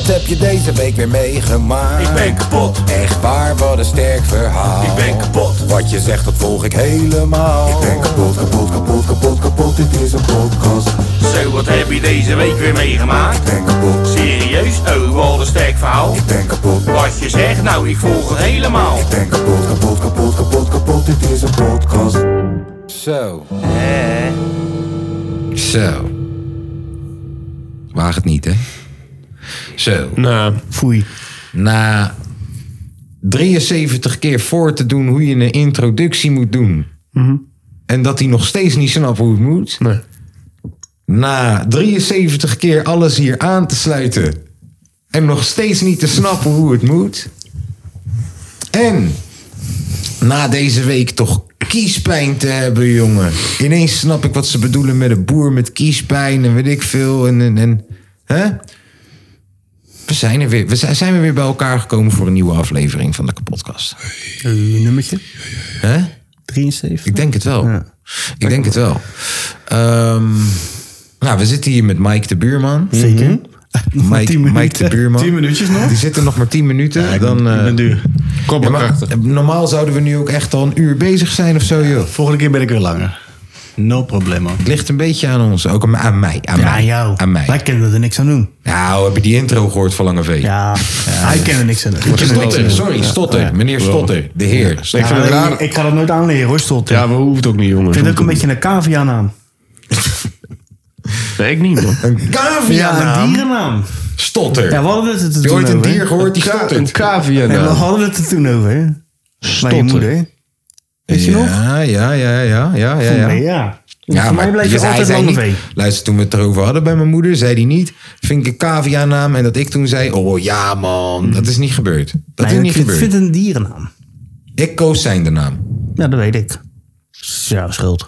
heb je deze week weer meegemaakt? Ik ben kapot. Echt waar, wat een sterk verhaal. Ik ben kapot. Wat je zegt, dat volg ik helemaal. Ik ben kapot, kapot, kapot, kapot, kapot. Dit is een podcast. Zo, wat heb je deze week weer meegemaakt? Ik ben kapot. Serieus? Oh, wat een sterk verhaal. Ik ben kapot. Wat je zegt, nou, ik volg het helemaal. Ik ben kapot, kapot, kapot, kapot, kapot. Dit is een podcast. Zo. Zo. Waag het niet, hè? Zo. Nou, Foei. Na 73 keer voor te doen hoe je een introductie moet doen. En dat hij nog steeds niet snapt hoe het moet. nee. Na 73 keer alles hier aan te sluiten. En nog steeds niet te snappen hoe het moet. En na deze week toch kiespijn te hebben, jongen. Ineens snap ik wat ze bedoelen met een boer met kiespijn en weet ik veel. En hè? We zijn weer bij elkaar gekomen voor een nieuwe aflevering van de kapotkast. Nummertje? Hè? 73? Ik denk het wel. Ja. Ik denk het wel. Nou, we zitten hier met Mike de buurman. Zeker. Mike de buurman. 10 minuutjes nog? Die zitten nog maar 10 minuten. Ja, ik dan, ben duur. ja, maar normaal zouden we nu ook echt al een uur bezig zijn of zo, joh. Volgende keer ben ik weer langer. No problemo. Het ligt een beetje aan ons. Ook aan mij. Ja, jou. Aan mij. Wij kunnen er niks aan doen. Nou, heb je die intro gehoord van Lange V? Ja, hij kan er niks aan doen. Sorry, Stotter. Meneer Stotter. De heer. Ik vind het raar. Ik ga dat nooit aanleren hoor, Stotter. Ja, we hoeven het ook niet, jongens. Ik vind het ook een beetje een cavia-naam. Nee, ik niet, man. Een cavia Ja, een dierennaam. Stotter. Ja, we hadden het er Heb je toen ooit een over. dier gehoord die Een stottert? cavia, Nee, we nou. hadden het er toen over, hè? Bij je Stotter. moeder. Weet je nog? Ja. Nee, ja. Ja, Voor mij blijf je dus hij altijd zei Lange niet, V. luister, toen we het erover hadden bij mijn moeder, zei hij niet, vind ik een cavia-naam. En dat ik toen zei, oh ja man, dat is niet gebeurd. Dat is Nee, niet ik gebeurd. vind het een dierennaam. Ik koos zijn de naam. Ja, dat weet ik. Ja, schuld.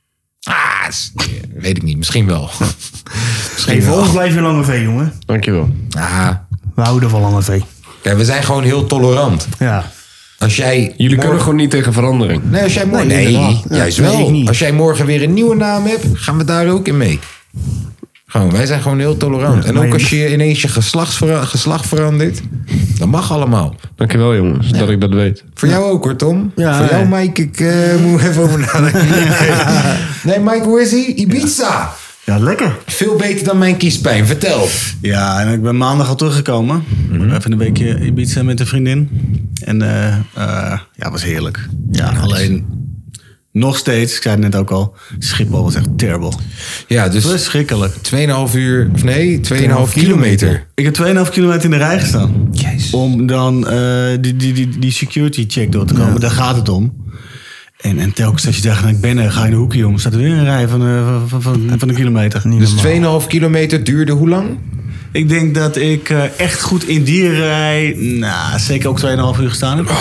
Weet ik niet, misschien wel. Misschien Hey, voor wel. ons blijf je Lange V, jongen. Dankjewel. We houden van Lange V. Kijk, we zijn gewoon heel tolerant. Ja. Als jij Jullie kunnen gewoon niet tegen verandering. Nee, als jij morgen... Nee, Nee, inderdaad. Ja, juist nee, ik wel. niet. Als jij morgen weer een nieuwe naam hebt, gaan we daar ook in mee. Gewoon, wij zijn gewoon heel tolerant. Ja, en maar ook je- als je ineens je geslacht verandert, dat mag allemaal. Dankjewel, jongens, dat ik dat weet. Voor jou ook hoor, Tom. Ja, Voor jou, ja. Mike, ik moet even over nadenken. Nee, Mike, hoe is hij? Ibiza. Ja, lekker. Veel beter dan mijn kiespijn. Vertel. Ja, en ik ben maandag al teruggekomen. Even een weekje Ibiza met een vriendin. En ja, was heerlijk. Ja, alleen nog steeds, ik zei het net ook al, Schiphol was echt terrible. Ja, dus 2,5 Verschrikkelijk. uur, of nee, 2,5 kilometer. Ik heb 2,5 kilometer in de rij gestaan. Jezus. Om dan die security check door te komen. Daar gaat het om. En telkens als je daar gaat binnen, ga je een hoekje om. Staat er weer een rij van een kilometer. Dus 2,5 kilometer duurde hoe lang? Ik denk dat ik echt goed in die rij, nou, zeker ook 2,5 uur gestaan heb.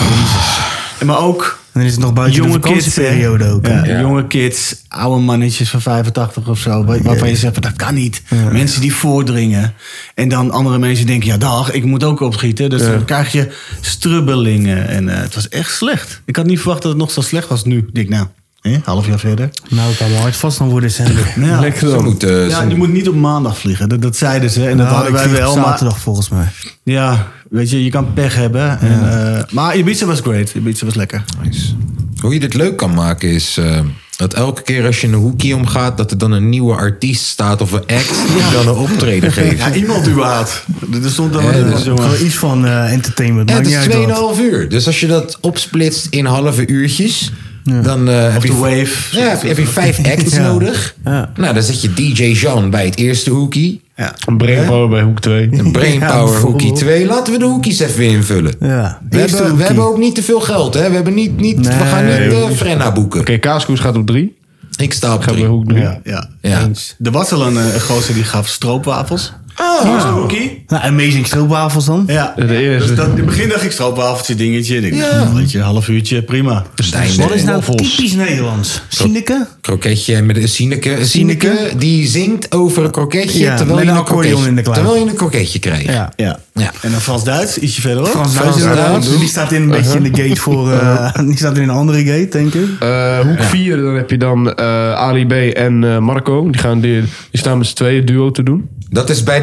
Maar ook En dan is het nog buiten de jonge kids, vakantieperiode hè? ook. Ja, hè? jonge kids, oude mannetjes van 85 of zo. Waarvan je zegt, van, dat kan niet. Mensen die voordringen. En dan andere mensen denken, ja dag, ik moet ook opschieten. Dus dan krijg je strubbelingen. En het was echt slecht. Ik had niet verwacht dat het nog zo slecht was nu. Ik denk, nou, half jaar verder. Nou, ik kan wel hard vast dan voor december. Ja. Lekker Ze dan. moeten... Ja, je moet niet op maandag vliegen. Dat zeiden ze. En dat hadden wij wel. Maar Zaterdag volgens mij. ja, weet je kan pech hebben. En, maar Ibiza was great. Ibiza was lekker. Nice. Hoe je dit leuk kan maken is dat elke keer als je een hoekje omgaat, dat er dan een nieuwe artiest staat of een act die dan een optreden geeft. Ja, iemand überhaupt. Er stond dan dus- Gewoon iets van entertainment. Ja, Maakt het niet is uit wat. 2,5 uur. Dus als je dat opsplitst in halve uurtjes, dan heb de je... wave. Ja, heb je 5 acts Ja. nodig. Ja. Nou, dan zet je DJ Jean bij het eerste hoekie. Ja. Een brainpower bij hoek 2. Een Brainpower Ja, hoekie bijvoorbeeld. 2. Laten we de hoekies even invullen. Ja. We Eerste hebben, hoekie. ook niet te veel geld, hè? We hebben niet we gaan niet Frenna boeken. Oké, Kaaskoes gaat op 3. Ik sta op Gaan we 3. hoek 3. Ja, ja. Ja. Er was al een gozer die gaf stroopwafels. Oh, Hoekie. Nou, amazing stroopwafels dan. Ja. De eerste. Dus in het begin dacht ik stroopwafeltje dingetje. Ik denk, Ja. nou, weet je, een half uurtje, prima. Wat is nou Waffels. typisch Nederlands? Sineke? kroketje met een Sineke. Een Sineke die zingt over een kroketje Ja, terwijl, met je een een accordeon kroketje, in de kluis. terwijl je een kroketje krijgt. Ja. Ja. Ja. En dan Frans-Duits, ietsje verderop. Frans-Duits inderdaad. Die staat in een beetje in de gate voor... die staat in een andere gate, denk ik. Hoek 4, dan heb je dan Ali B en Marco. Die staan met z'n tweeën duo te doen. Dat is bij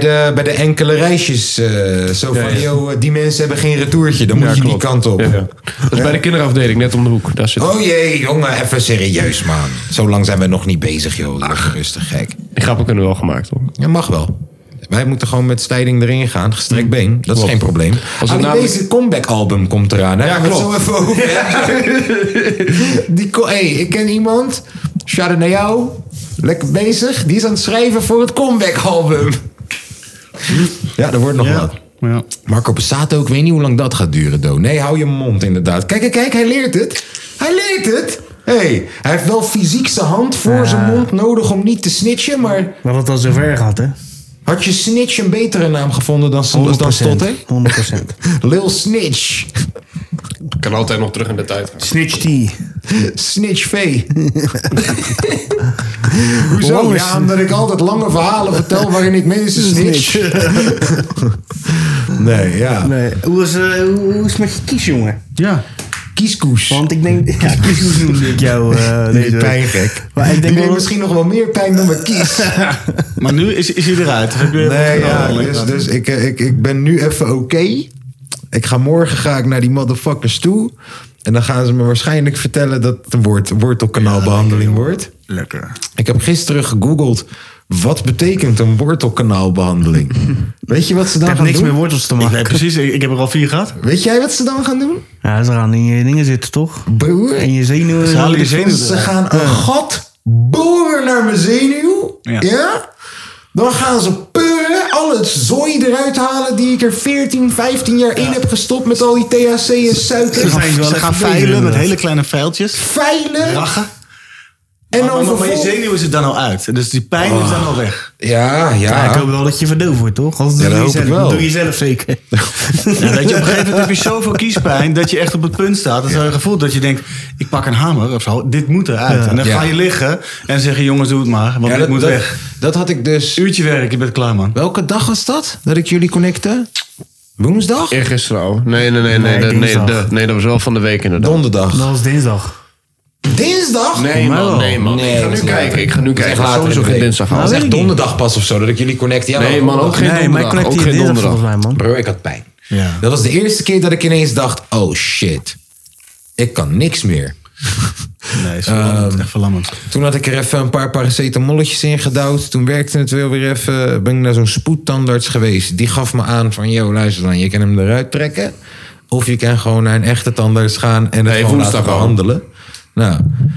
bij de enkele reisjes. Zo van, joh, die mensen hebben geen retourtje. Dan moet je klopt. die kant op. Ja. Dat is bij de kinderafdeling, net om de hoek. Daar zit Oh jee, jongen, even serieus, man. Zo lang zijn we nog niet bezig, joh. Ach, rustig, gek. Die grappen kunnen wel gemaakt worden. Ja, mag wel. Wij moeten gewoon met stijding erin gaan. Gestrekt been, dat is geen probleem. Als het Ali namelijk- B's comeback album komt eraan. Hè? Ja, Gaan we het klopt. zo even over hebben. Hey, ik ken iemand. Shout-out naar jou. Lekker bezig. Die is aan het schrijven voor het comeback album. Ja, er wordt nog wat. Ja. Marco Borsato, ik weet niet hoe lang dat gaat duren, Do. Nee, hou je mond inderdaad. Kijk, hij leert het. Hij leert het. Hey, hij heeft wel fysiek zijn hand voor zijn mond nodig om niet te snitchen, maar... We hadden het al zover gehad, hè? Had je Snitch een betere naam gevonden dan 100%. Stotter? 100%. Lil Snitch. Ik kan altijd nog terug in de tijd gaan. Snitch T. Snitch V. Hoezo? Lange Ja, omdat ik altijd lange verhalen vertel waarin ik mensen snitch. Nee, ja. Nee. Hoe is het met je kies, jongen? Ja. Kieskoes. Want ik denk... Ja, kies noemde ik jou deze Nee, week. pijngek. Maar ik denk Ik dat- wil misschien nog wel meer pijn dan mijn kies. Maar nu is hij eruit. Of heb je Nee, wat ja, gedaan? dus ik ben nu even oké. Morgen ga ik naar die motherfuckers toe. En dan gaan ze me waarschijnlijk vertellen dat het een wortelkanaalbehandeling wordt. Lekker. Ik heb gisteren gegoogeld, wat betekent een wortelkanaalbehandeling? Weet je wat ze dan Ik heb gaan niks doen? met wortels te Nee, maken. precies. Ik heb er al 4 gehad. Weet jij wat ze dan gaan doen? Ja, ze gaan in je dingen zitten, toch? Broer, In je zenuwen. Ze halen je zenuwen ze eruit. gaan een gat boren naar mijn zenuw. Ja. Ja? Dan gaan ze peuren, al het zooi eruit halen die ik er 14, 15 jaar in heb gestopt met al die THC en suiker. Ze gaan veilen met hele kleine vuiltjes. Veilen. Lachen. En dan Maar je vervolgens... zenuw is er dan al uit. Dus die pijn is dan al weg. Ja, Ja, ik hoop wel dat je verdoofd wordt, toch? Anders Ja, doe dat je hoop ik zelf, wel. doe je zelf zeker. Ja, weet je, op een gegeven moment heb je zoveel kiespijn dat je echt op het punt staat. Dat je gevoel dat je denkt, ik pak een hamer of zo. Dit moet eruit. En dan Ja. ga je liggen en dan zeg je, jongens, doe het maar. Want Ja, dit moet weg. dat had ik dus... Uurtje werk, je bent klaar, man. Welke dag was dat? Dat ik jullie connecte? Woensdag? Eergisteren al. Nee, dinsdag. dat was wel van de week inderdaad. Donderdag. Dat was dinsdag. Dinsdag? Nee man. Nee, ik ga nu dat is kijken. Ik ga nu Dat is echt kijken. later in Sowieso de geen week. dinsdag Dat al. is weet echt ik niet. donderdag pas of zo, dat ik jullie connecte. Ja, Nee maar man, ook geen Nee, maar ik donderdag. Ook connecte je geen dinsdag donderdag. volgens mij, man. Bro, ik had pijn. Ja. Dat was de eerste keer dat ik ineens dacht, oh shit. Ik kan niks meer. Nee, is verlammend. Echt verlammend. Toen had ik er even een paar paracetamolletjes in gedouwd. Toen werkte het wel weer even. Ben ik naar zo'n spoedtandarts geweest. Die gaf me aan van, yo, luister dan, je kan hem eruit trekken. Of je kan gewoon naar een echte tandarts gaan en het gewoon woensdag laten al. behandelen. Nou,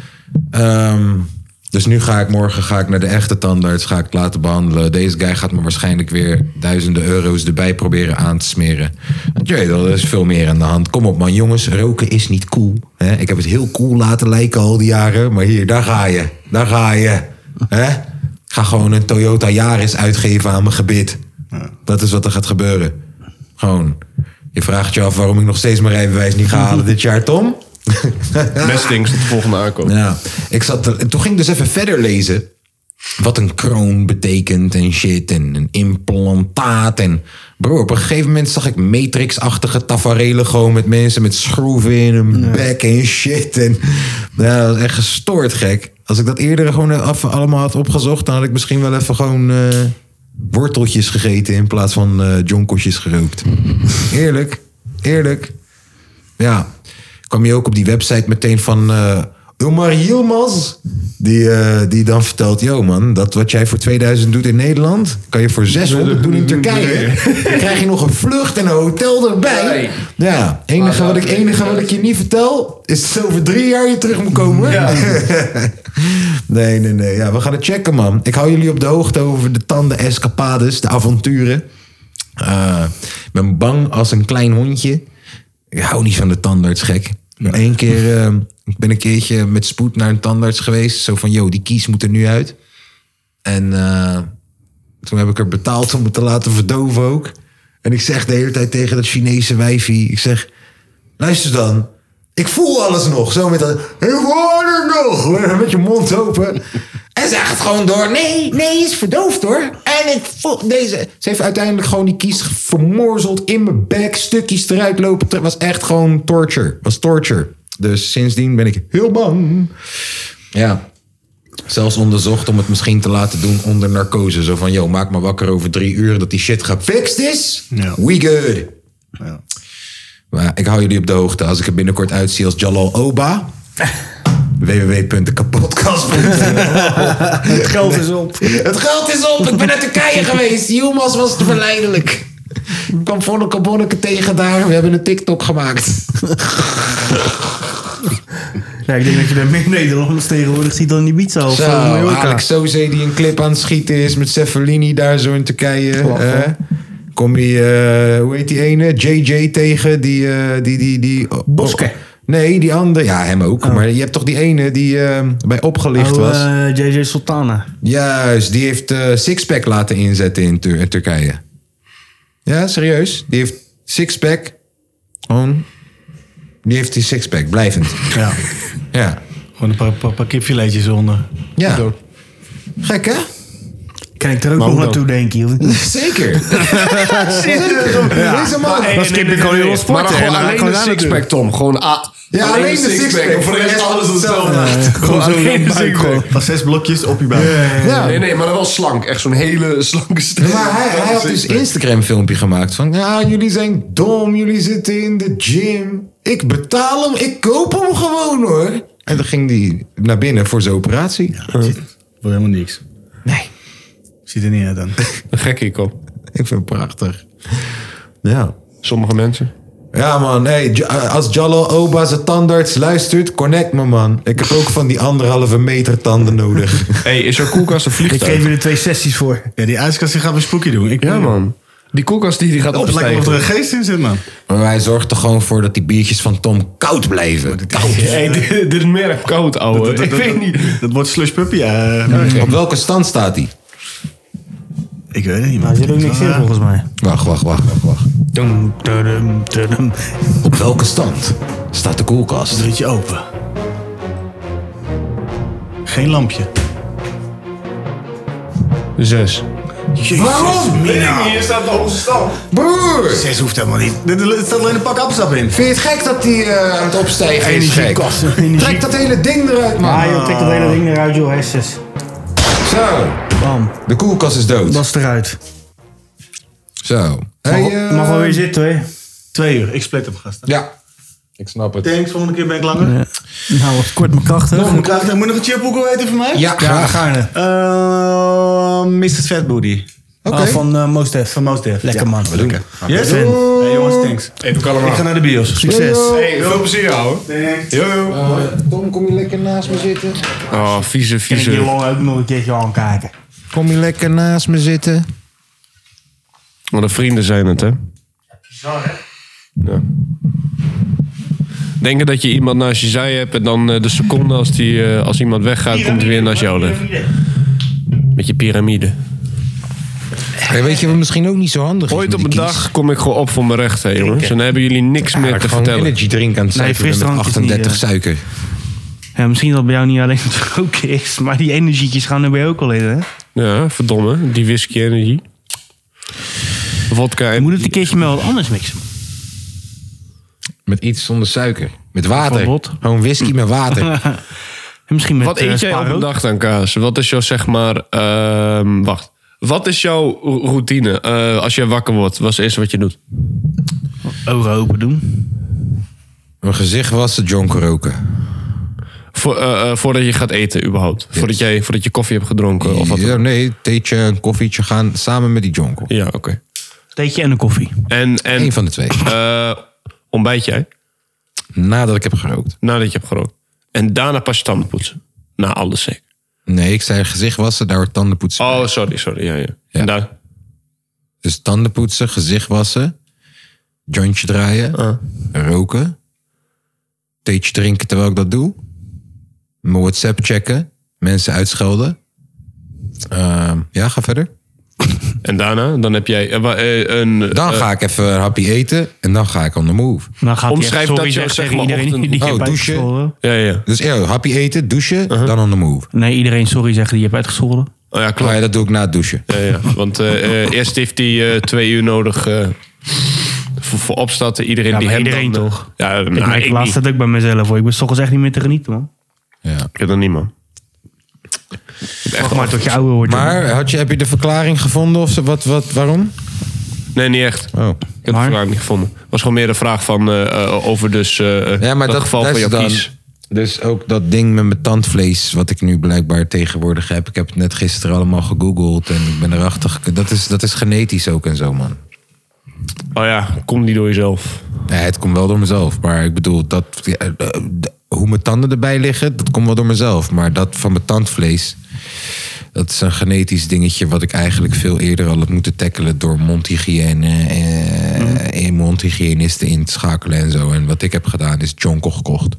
dus nu morgen ga ik naar de echte tandarts, ga ik het laten behandelen. Deze guy gaat me waarschijnlijk weer duizenden euro's erbij proberen aan te smeren. Want je weet wel, er is veel meer aan de hand. Kom op man, jongens, roken is niet cool. Hè? Ik heb het heel cool laten lijken al die jaren. Maar hier, daar ga je. Daar ga je. Hè? Ik ga gewoon een Toyota Yaris uitgeven aan mijn gebit. Dat is wat er gaat gebeuren. Gewoon. Je vraagt je af waarom ik nog steeds mijn rijbewijs niet ga halen dit jaar, Tom? Best ding is dat de volgende aankomt. Ja, toen ging ik dus even verder lezen. Wat een kroon betekent en shit. En een implantaat. En bro, op een gegeven moment zag ik Matrix-achtige taferelen gewoon met mensen met schroeven in hun bek en shit. En ja, dat was echt gestoord gek. Als ik dat eerder gewoon allemaal had opgezocht, dan had ik misschien wel even gewoon worteltjes gegeten in plaats van jonkosjes gerookt. Eerlijk. Ja. Kwam je ook op die website meteen van Omar Yilmaz. Die dan vertelt, yo man, dat wat jij voor 2000 doet in Nederland, kan je voor 600 doen in Turkije. Dan krijg je nog een vlucht en een hotel erbij. Ja, enige wat ik je niet vertel, is dat over 3 jaar je terug moet komen. Ja. Nee. Ja, we gaan het checken, man. Ik hou jullie op de hoogte over de tanden-escapades, de avonturen. Ik ben bang als een klein hondje. Ik hou niet van de tandarts, gek. Eén keer, ik ben een keertje met spoed naar een tandarts geweest. Zo van, yo, die kies moet er nu uit. En toen heb ik er betaald om het te laten verdoven ook. En ik zeg de hele tijd tegen dat Chinese wijfie. Ik zeg, luister dan. Ik voel alles nog. Zo met dat, ik hoor het nog. Met je mond open. En ze gaat gewoon door. Nee, is verdoofd hoor. En ik voel deze. Ze heeft uiteindelijk gewoon die kies vermorzeld in mijn bek. Stukjes eruit lopen. Het was echt gewoon torture. Was torture. Dus sindsdien ben ik heel bang. Ja. Zelfs onderzocht om het misschien te laten doen onder narcose. Zo van, yo, maak me wakker over 3 uur dat die shit gefixt is. Ja. We good. Ja. Maar ik hou jullie op de hoogte als ik er binnenkort uitzie als Jalal Oba. www.dekapodcast.nl. Het geld is op. Het geld is op. Ik ben naar Turkije geweest. Yilmaz was te verleidelijk. Ik kwam Vonneke Bonneke tegen daar. We hebben een TikTok gemaakt. Ja, ik denk dat je daar meer Nederlanders tegenwoordig ziet dan in Ibiza of Zo, Mallorca. Alex Soze die een clip aan het schieten is met Cefalini daar zo in Turkije. Kom je, hoe heet die ene? JJ tegen, die Boske. Nee, die andere. Ja, hem ook. Maar je hebt toch die ene die bij opgelicht was? JJ Sultana. Juist, die heeft sixpack laten inzetten in Turkije. Ja, serieus. Die heeft sixpack. Die heeft die sixpack, blijvend. Ja. Ja. Gewoon een paar kipfiletjes onder. Ja. Gek, hè? Kan ik er ook nog naartoe denken? Zeker. Deze man. Dan skip ik gewoon heel Maar sport. dan gewoon alleen de sixpack, Tom. Gewoon Ja, alleen de sixpack. Voor de rest alles hetzelfde. Gewoon zo Alleen de buik gewoon. Van 6 blokjes op je buik. Ja. Nee, maar dan wel slank. Echt zo'n hele slanke stem. Maar hij had dus Instagram filmpje gemaakt van... Ja, jullie zijn dom, jullie zitten in de gym. Ik betaal hem, ik koop hem gewoon hoor. En dan ging hij naar binnen voor zijn operatie. Ja, voor helemaal niks. Nee. Ziet er niet uit dan. Een gekke kop. Ik vind het prachtig. Ja. Sommige mensen. Ja man, hey, als Jalal Oba zijn tandarts luistert, connect me man. Ik heb ook van die 1,5 meter tanden nodig. Hey, is jouw koelkast een Ik vliegtuig? geef je er 2 sessies voor. Ja, die ijskast die gaat weer spooky doen. Ja, man. Die koelkast die gaat Het lijkt wel of er opstijgen. een geest in zit, man. Maar wij zorgen er gewoon voor dat die biertjes van Tom koud blijven. Hey, dit is meer dan koud, ouwe. Ik weet niet. Dat wordt slush puppy. Op welke stand staat hij? Ik weet het niet, man. Maar er zit ook niks in volgens mij. Wacht. Dum, tudum, tudum. Op welke stand staat de koelkast? Deurtje open. Geen lampje. 6. Waarom? Hier staat de hoogste stand. Broer! 6 hoeft helemaal niet. Er staat alleen een pak appelsap in. Vind je het gek dat die aan het opstijgen is? Gek. Energiekast. Energie. Trek dat hele ding eruit, man. Ah joh, trek dat hele ding eruit joh, hersens. Zo, Bam, de koelkast is dood. dat is eruit. Zo. Hey, Mag wel weer zitten hoor. 2 uur. Ik split hem, gasten. Ja, ik snap het. Thanks, volgende keer ben ik langer. Nou, wat kort mijn krachten. Nog een kracht. Moet je nog een chiphoek weten van mij? Ja, graag. gaarne. Mr. Fat Booty. Oké. Van Most Def. Van Most Def. Lekker man. Lekker. Yes? Hey jongens, thanks. Hey, doe allemaal. Ik ga naar de bios. Succes. Hey, veel plezier, ouwe. Tom, kom je lekker naast me zitten? Oh, vieze, Kan ik je vieze. long ook nog een keertje aankijken? Kom je lekker naast me zitten? Wat een vrienden zijn het, hè? Ja. Denken dat je iemand naast je zij hebt en dan de seconde als iemand weggaat, komt hij weer naast jou liggen. Met je piramide. Hey, weet je wat misschien ook niet zo handig is? Ooit met op een die dag kom ik gewoon op voor mijn recht, hè, jongens. En dan hebben jullie niks meer te gewoon vertellen. energy drink aan het Nee, suikeren met frisdrankjes 38 niet, suiker. Ja, misschien dat bij jou niet alleen het roken is, maar die energietjes gaan er bij jou ook al in, hè? Ja, verdomme. Die whisky energie. Vodka Je en... moet het een keertje met wat anders mixen. Met iets zonder suiker. Met water. Bijvoorbeeld? Gewoon whisky met water. En misschien met Wat eet jij Spa op een rood. dag dan, Kaas? Wat is jouw, zeg maar... wacht. Wat is jouw routine als je wakker wordt? Wat is het eerste wat je doet? Ogen open doen. Mijn gezicht wassen, jonker roken. Voordat je gaat eten, überhaupt. Yes. Voordat je koffie hebt gedronken? Of wat? Ja, nee, theetje, een koffietje gaan samen met die jonkel. Ja, oké. Theetje en een koffie. En Eén van de twee. ontbijt jij? Nadat ik heb gerookt. Nadat je hebt gerookt. En daarna pas je tanden poetsen? Na alles zeker? Nee, ik zei gezicht wassen, daar wordt tanden poetsen. Oh, sorry. Ja. En daar? Dus tanden poetsen, gezicht wassen, jointje draaien, roken, theetje drinken terwijl ik dat doe, mijn WhatsApp checken, mensen uitschelden. Ja, ga verder. En daarna? Dan heb jij Dan ga ik even een happy eten en dan ga ik on the move. Dan gaat Omschrijf hij echt dat sorry je, zeggen zeg tegen maar, iedereen ochtend- die je hebt douchen. uitgescholden. Ja. Dus happy eten, douchen, dan on the move. Nee, iedereen sorry zeggen die je hebt uitgescholden. Oh ja, klopt. Maar ja, dat doe ik na het douchen. Ja. Want eerst heeft hij 2 uur nodig voor opstarten. Iedereen Ja, die maar hem iedereen dan, toch? Ja, Ik nou, merk ik laatst niet. dat ook bij mezelf hoor. Ik ben 's ochtends echt niet meer te genieten man. Ja. Ik heb dat niet, man. Echt Maar tot je ouder wordt. Maar heb je de verklaring gevonden of waarom? Nee, niet echt. Oh. Ik heb de vraag niet gevonden. Het was gewoon meer een vraag van over dus Maar dat geval van jouw kies. Dus ook dat ding met mijn tandvlees, wat ik nu blijkbaar tegenwoordig heb. Ik heb het net gisteren allemaal gegoogeld en ik ben erachter gekomen. Dat is genetisch ook en zo, man. Oh ja, komt niet door jezelf. Nee, het komt wel door mezelf. Maar ik bedoel, hoe mijn tanden erbij liggen, dat komt wel door mezelf. Maar dat van mijn tandvlees, dat is een genetisch dingetje wat ik eigenlijk veel eerder al had moeten tackelen door mondhygiëne en mondhygiënisten in te schakelen en zo. En wat ik heb gedaan is jonko gekocht.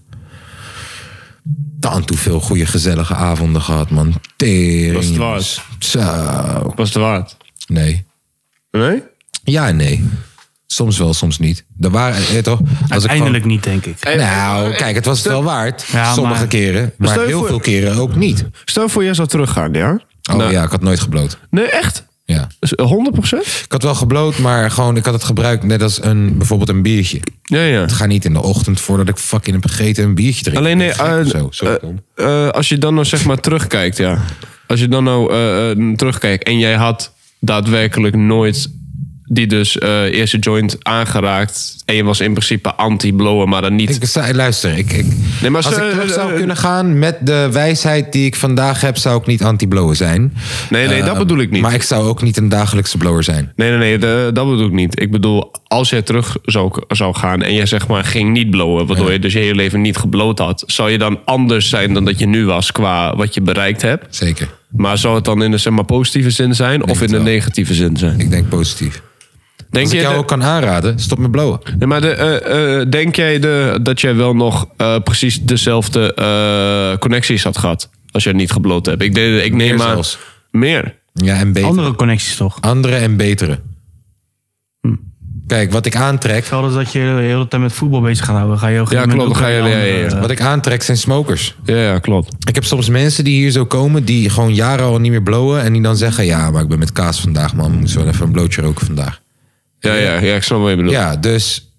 Dan toe veel goede gezellige avonden gehad, man. Tering. Was het waard? Zo. Was het waard? Nee. Nee? Ja en nee. Soms wel, soms niet. Er waren, toch? Uiteindelijk niet, denk ik. Nou, kijk, het was het wel waard. Ja, Sommige maar- keren. Maar Stel je heel voor- veel keren ook niet. Stel voor, jij zou teruggaan, ja? Oh Nou, ja, ik had nooit gebloot. Nee, echt? Ja. Dus 100%? Ik had wel gebloot, maar gewoon, ik had het gebruikt net als bijvoorbeeld een biertje. Ja, ja. Het gaat niet in de ochtend voordat ik fucking heb gegeten een biertje drinken. Alleen nee, Zo, sorry, Tom. als je dan nou zeg maar terugkijkt, ja. Als je dan nou terugkijkt en jij had daadwerkelijk nooit die dus eerste joint aangeraakt en je was in principe anti-blowen, maar dan niet. Luister, Nee, maar als ik terug zou kunnen gaan met de wijsheid die ik vandaag heb, zou ik niet anti-blower zijn. Nee, dat bedoel ik niet. Maar ik zou ook niet een dagelijkse blower zijn. Nee, dat bedoel ik niet. Ik bedoel, als jij terug zou gaan en jij zeg maar ging niet blowen, waardoor je dus je hele leven niet gebloot had, zou je dan anders zijn dan dat je nu was qua wat je bereikt hebt? Zeker. Maar zou het dan in de zeg maar, positieve zin zijn of in het de wel. negatieve zin zijn? Ik denk positief. Denk Als ik je jou ook kan aanraden, stop met blowen. Nee, maar denk jij dat jij wel nog precies dezelfde connecties had gehad als je het niet gebloot hebt? Ik neem Meer maar zelfs. meer. Ja, en betere. Andere connecties toch? Andere en betere. Kijk, wat ik aantrek... Stel dus dat je de hele tijd met voetbal bezig gaat houden. Ga je op een Ja, gegeven klopt, moment dan ook ga je- een ja, andere, Wat ik aantrek zijn smokers. Ja, klopt. Ik heb soms mensen die hier zo komen, die gewoon jaren al niet meer blowen. En die dan zeggen, ja, maar ik ben met kaas vandaag, man. Moet zo even een blootje roken vandaag. Ja, ik snap wat je bedoelt. Ja, dus...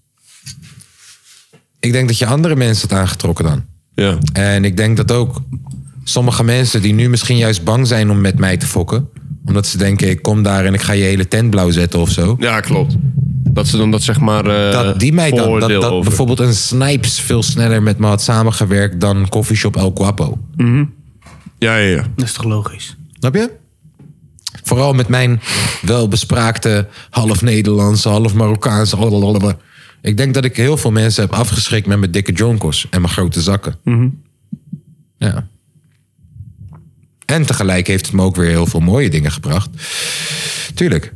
Ik denk dat je andere mensen het aangetrokken dan. Ja. En ik denk dat ook sommige mensen die nu misschien juist bang zijn om met mij te fokken. Omdat ze denken, ik kom daar en ik ga je hele tent blauw zetten of zo. Ja, klopt. Dat ze dan dat zeg maar Dat die mij dan, vooroordeel dat over. bijvoorbeeld een Snipes veel sneller met me had samengewerkt dan Coffeeshop El Guapo. Ja. Dat is toch logisch? Snap je? Vooral met mijn welbespraakte half Nederlandse, half Marokkaanse. Blablabla. Ik denk dat ik heel veel mensen heb afgeschrikt met mijn dikke jonkos en mijn grote zakken. Ja. En tegelijk heeft het me ook weer heel veel mooie dingen gebracht. Tuurlijk.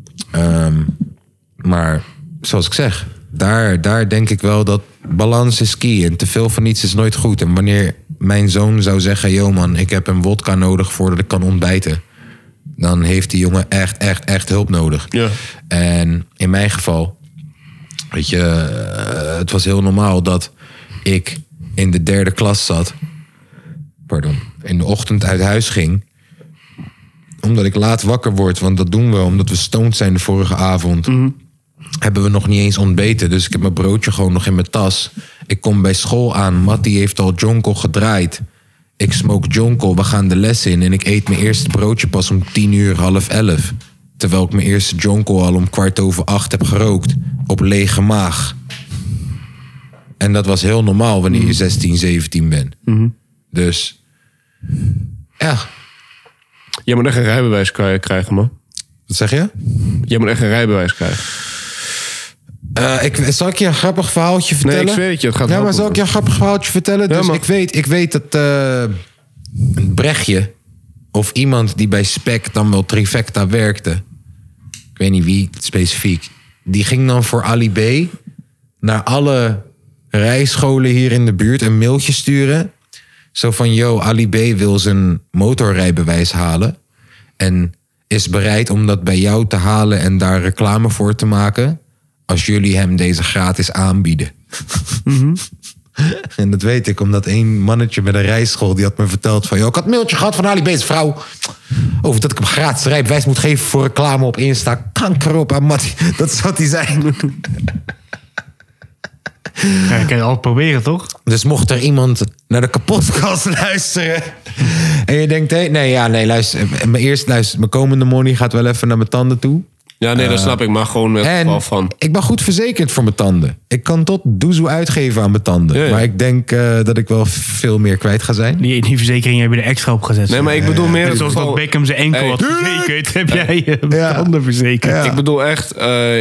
Maar zoals ik zeg, daar denk ik wel dat balans is key. En te veel van iets is nooit goed. En wanneer mijn zoon zou zeggen, yo man, ik heb een wodka nodig voordat ik kan ontbijten, dan heeft die jongen echt hulp nodig. Ja. En in mijn geval, weet je, het was heel normaal dat ik in de 3e klas zat. In de ochtend uit huis ging. Omdat ik laat wakker word, want dat doen we omdat we stoned zijn de vorige avond. Hebben we nog niet eens ontbeten. Dus ik heb mijn broodje gewoon nog in mijn tas. Ik kom bij school aan. Mattie heeft al jonko gedraaid. Ik smoke jonko, we gaan de les in. En ik eet mijn eerste broodje pas om 10:00, 10:30. Terwijl ik mijn eerste jonko al om 7:15 heb gerookt. Op lege maag. En dat was heel normaal wanneer je 16, 17 bent. Dus, ja. Jij moet echt een rijbewijs krijgen, man. Wat zeg je? Jij moet echt een rijbewijs krijgen. Zal ik je een grappig verhaaltje vertellen? Nee, ik zweer het je, het gaat Ja, maar helpen. zal ik je een grappig verhaaltje vertellen? Ja, Dus maar- ik weet dat een Brechtje of iemand die bij Spec dan wel Trifecta werkte, ik weet niet wie specifiek, die ging dan voor Ali B naar alle rijscholen hier in de buurt een mailtje sturen. Zo van, yo, Ali B wil zijn motorrijbewijs halen en is bereid om dat bij jou te halen en daar reclame voor te maken als jullie hem deze gratis aanbieden. En dat weet ik, omdat één mannetje met een rijschool, die had me verteld van, yo, ik had een mailtje gehad van Ali B's vrouw over dat ik hem gratis rijbewijs moet geven voor reclame op Insta. Kanker op aan Mattie. Dat zou hij zijn. Ja, je kan je altijd proberen, toch? Dus mocht er iemand naar de kapotkast luisteren En je denkt, luister. Mijn komende money gaat wel even naar mijn tanden toe. Ja, nee, dat snap ik. Maar gewoon met geval van... ik ben goed verzekerd voor mijn tanden. Ik kan tot doezoe uitgeven aan mijn tanden. Ja. Maar ik denk dat ik wel veel meer kwijt ga zijn. Die verzekering heb je er extra op gezet. Nee, maar ik bedoel meer... Net zoals dat Beckham zijn enkel had verzekerd, heb jij je Ja. tanden verzekerd. Ja. Ik bedoel echt...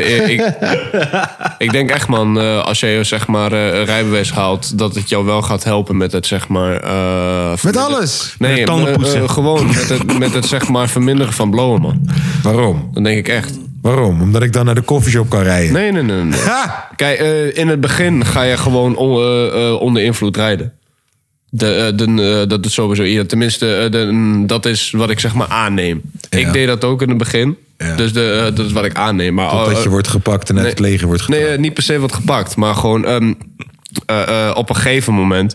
ik denk echt, man, als jij zeg maar een rijbewijs haalt... dat het jou wel gaat helpen met het zeg maar... Met alles. Nee, Met tandenpoetsen. gewoon met het zeg maar verminderen van blowen, man. Waarom? Dan denk ik echt... Waarom? Omdat ik dan naar de koffieshop kan rijden. Nee. Ha! Kijk, in het begin ga je gewoon onder invloed rijden. Dat is sowieso... Tenminste, dat is wat ik zeg maar aanneem. Ja. Ik deed dat ook in het begin. Ja. Dus dat is wat ik aanneem. Maar, Totdat je wordt gepakt en uit het leger wordt gepakt. Nee, niet per se wordt gepakt. Maar gewoon op een gegeven moment...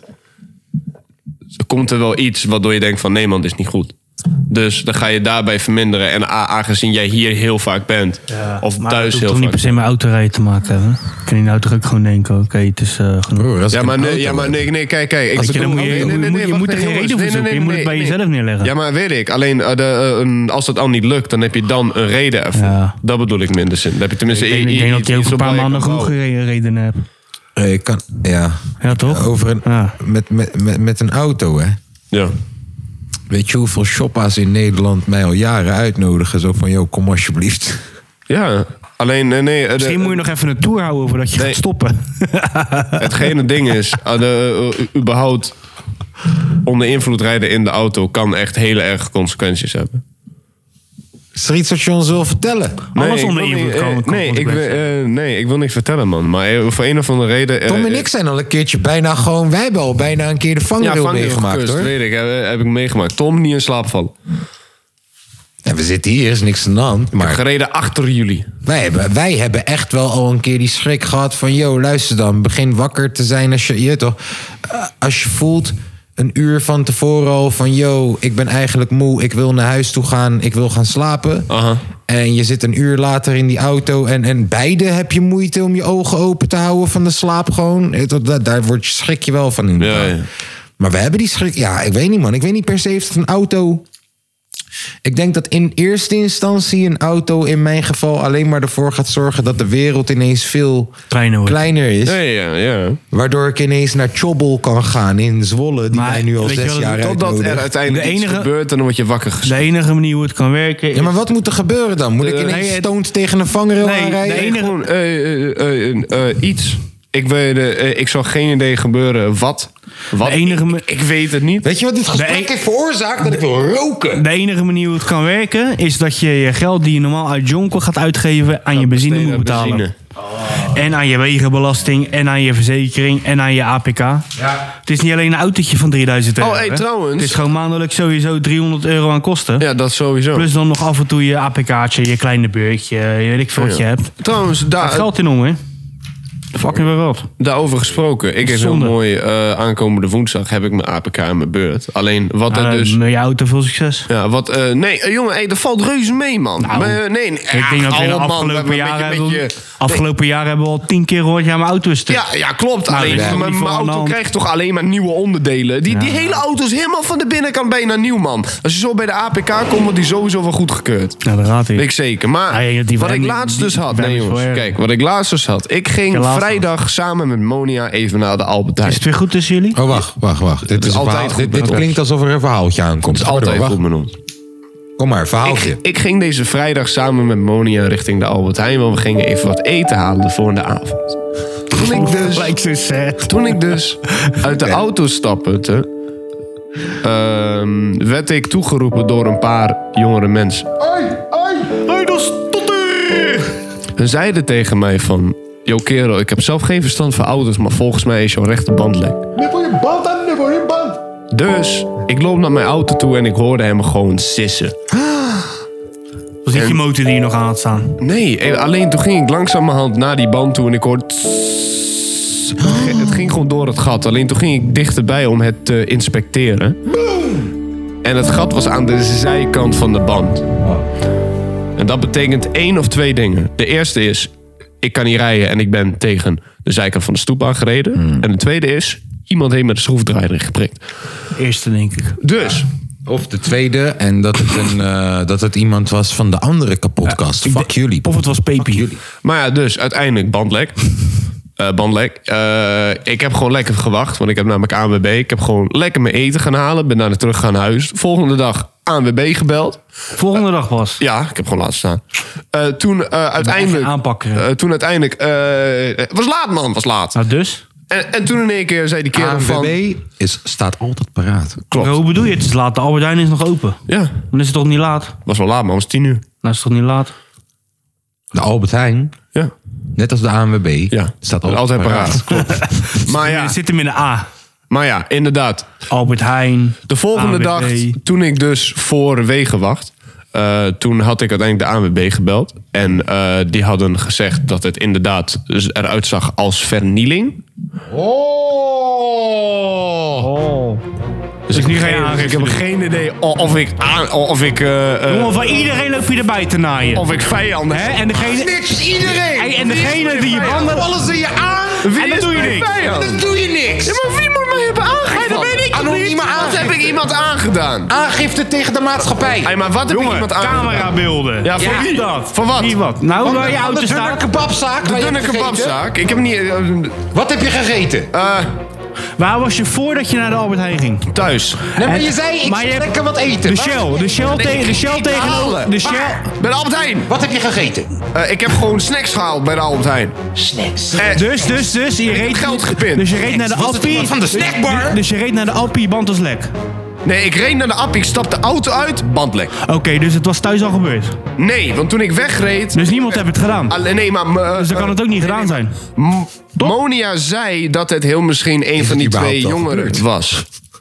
komt er wel iets waardoor je denkt van... nee man, dit is niet goed. Dus dan ga je daarbij verminderen. En aangezien jij hier heel vaak bent... of Maar thuis dat heel hoeft niet vaak... per se met autorijden te maken hebben. Kan je nou toch ook gewoon denken, oké, het is genoeg. Broer, als ik Ja, maar een nee, auto ja, maar heb- nee, kijk. Als ik Dan moet je moet er geen reden voor zoeken. Je moet het bij jezelf neerleggen. Ja, maar weet ik. Alleen als dat al niet lukt, dan heb je dan een reden ervoor. Ja. Dat bedoel ik minder zin. Dan heb je tenminste Ik denk dat je over een paar maanden genoeg redenen hebt. Ik kan, ja. Ja, toch? Over een, Ja. met een auto, hè. Ja. Weet je hoeveel shoppa's in Nederland mij al jaren uitnodigen? Zo van, joh, kom alsjeblieft. Ja. Alleen, nee. Misschien moet je nog even een tour houden voordat je Nee. gaat stoppen. Hetgene ding is, überhaupt onder invloed rijden in de auto kan echt hele erge consequenties hebben. Is er iets wat je ons wil vertellen? Alles ik onder wil invloed niet- kan nee, ik wil niks vertellen, man. Maar voor een of andere reden... Tom en ik zijn al een keertje bijna gewoon... Wij hebben al bijna een keer de vangrail meegemaakt, gekust, hoor. weet ik. Heb ik meegemaakt. Tom niet in slaap vallen. Ja, we zitten hier, is niks aan de hand. Maar Gereden achter jullie. wij hebben echt wel al een keer die schrik gehad van... Yo, luister dan, begin wakker te zijn als als je voelt een uur van tevoren al van... Yo, ik ben eigenlijk moe, ik wil naar huis toe gaan, ik wil gaan slapen. Aha. En je zit een uur later in die auto en beide heb je moeite om je ogen open te houden van de slaap gewoon. Daar schrik je wel van in. Ja. Maar we hebben die schrik... Ja, ik weet niet, man. Ik weet niet per se heeft een auto... Ik denk dat in eerste instantie een auto in mijn geval alleen maar ervoor gaat zorgen dat de wereld ineens veel kleiner is. Ja. Waardoor ik ineens naar Tjobbel kan gaan in Zwolle, die Maar mij nu al weet je 6 wat, jaar Totdat uitnodigt. er uiteindelijk De iets enige- gebeurt en dan word je wakker De geschud. enige manier hoe het kan werken... Ja, maar wat moet er gebeuren dan? Moet ik ineens nee, het- stoned tegen een vangrail Nee, aanrijden? de enige- Gewoon iets. Ik zou geen idee gebeuren wat. De enige ik weet het niet. Weet je wat dit gesprek heeft veroorzaakt? Dat ik wil roken. De enige manier hoe het kan werken is dat je je geld die je normaal uit jonkel gaat uitgeven aan je benzine moet betalen. Benzine. En aan je wegenbelasting en aan je verzekering en aan je APK. Ja. Het is niet alleen een autootje van 3000 euro. Oh, hey, hè. trouwens. Het is gewoon maandelijks sowieso 300 euro aan kosten. Ja, dat sowieso. Plus dan nog af en toe je APK'tje, je kleine beurtje, je weet ik veel wat je hebt. Trouwens, Daar geld in om, hè. Fucking wel wat. daarover gesproken. Ik heb heel Zonde. mooi aankomende woensdag heb ik mijn APK in mijn beurt. Alleen wat er dus... Met je auto veel succes. Ja, wat... nee, jongen, hey, dat valt reuze mee, man. Nou, Maar, nee, Ik denk dat we in de afgelopen jaren hebben we al 10 keer gehoord, ja, mijn auto is stuk. Ja, klopt. Nou, Alleen, dat is helemaal mijn niet voor aan de auto hand. krijgt toch alleen maar nieuwe onderdelen. Die hele auto is helemaal van de binnenkant bijna nieuw, man. Als je zo bij de APK komt, wordt die sowieso wel goedgekeurd. Ja, dat gaat Weet hij. ik zeker. Maar Ah, ja, die wat wijn- ik laatst dus die had... wijn Nee, is jongens. wel erg. Kijk, wat ik laatst dus had. Ik ging Ja, laatst vrijdag samen met Monia even naar de Albert Heijn. Is het weer goed tussen jullie? Oh, wacht. Dit is altijd verhaal- goed dit met ons. klinkt alsof er een verhaaltje aankomt. Het is altijd Wacht. goed met ons. Kom maar, verhaaltje. Ik ging deze vrijdag samen met Monia richting de Albert Heijn. Want we gingen even wat eten halen de volgende avond. Lijkt zo sad. Toen ik dus uit de auto stapte, werd ik toegeroepen door een paar jongere mensen. Hoi, dat is tot Hun zeiden tegen mij van... Yo kerel, ik heb zelf geen verstand van auto's, maar volgens mij is jouw rechterband lek. Dus ik loop naar mijn auto toe en ik hoorde hem gewoon sissen. Was dit je motor die je nog aan had staan? Nee, alleen toen ging ik langzamerhand naar die band toe en ik hoorde... Het ging gewoon door het gat. Alleen toen ging ik dichterbij om het te inspecteren. En het gat was aan de zijkant van de band. En dat betekent 1 of 2 dingen. De eerste is, ik kan niet rijden en ik ben tegen de zijkant van de stoep aangereden. En de tweede is, iemand heeft met een schroefdraaier geprikt. Eerste, denk ik. Dus, Of de tweede. En dat het iemand was van de andere kapotkast. Fuck jullie. Of het was Pepi. Maar ja, dus uiteindelijk bandlek. Ik heb gewoon lekker gewacht, want ik heb namelijk ANWB. Ik heb gewoon lekker mijn eten gaan halen. Ben daarna terug gaan naar huis. Volgende dag ANWB gebeld. Volgende dag was. Ja, ik heb gewoon laten staan. Toen uiteindelijk... aanpakken. Toen uiteindelijk... was laat, man. Was laat. Nou dus? En toen in één keer zei die kerel van... ANWB staat altijd paraat. Klopt. Hoe bedoel je? Het is laat. De Albert Heijn is nog open. Ja, Dan is het toch niet laat? was wel laat, man. Was 10 uur. Nou is het toch niet laat? De Albert Heijn, Ja. net als de ANWB, Ja. staat altijd paraat. Klopt. Maar ja, Het zit hem in de A. maar ja, inderdaad. Albert Heijn. De volgende ANWB. dag, toen ik dus voor Wegenwacht... toen had ik uiteindelijk de ANWB gebeld. En die hadden gezegd dat het inderdaad eruit zag als vernieling. Oh. Dus nu ga je ik aangifte heb doen. geen idee of ik Jongen, van iedereen loop je erbij te naaien. of ik vijanden heb. Hè? En degene... Niks, iedereen! Hey, en degene die je banden... Vallen ze je aan? En dan doe je niks. Dan doe je niks. Ja, maar wie moet mij hebben aangegeven? Dat weet ik toch Anonieme niet? aangifte. Wat heb ik iemand aangedaan? Aangifte tegen de maatschappij. Hey, maar wat heb ik iemand aangedaan? Camerabeelden. Ja, voor wie? Dat. Voor wat? Wie wat? Nou, waar je auto de dunne staat. kebabzaak. De waar je dunne hebt gegeten. kebabzaak. Ik heb niet... Wat heb je gegeten? Waar was je voordat je naar de Albert Heijn ging? thuis. Nee, maar en- je zei, ik maar je zal hebt- lekker wat eten. De Shell. De Shell tegenover... De Shell... Bij de Albert Heijn. Wat heb je gegeten? Ik heb gewoon snacks gehaald bij de Albert Heijn. Snacks. Dus je reed... Geld gepind. Dus je reed naar de Was het Appie... iemand van de snackbar? Dus je reed naar de Appie, band was lek. Nee, ik reed naar de app, ik stapte de auto uit, bandlek. Oké, dus het was thuis al gebeurd. Nee, want toen ik wegreed... Dus niemand heeft het gedaan. Alleen, nee, maar... Dus dan kan het ook niet gedaan zijn. Monia zei dat het heel misschien een van die het twee überhaupt al jongeren gebeurd? was.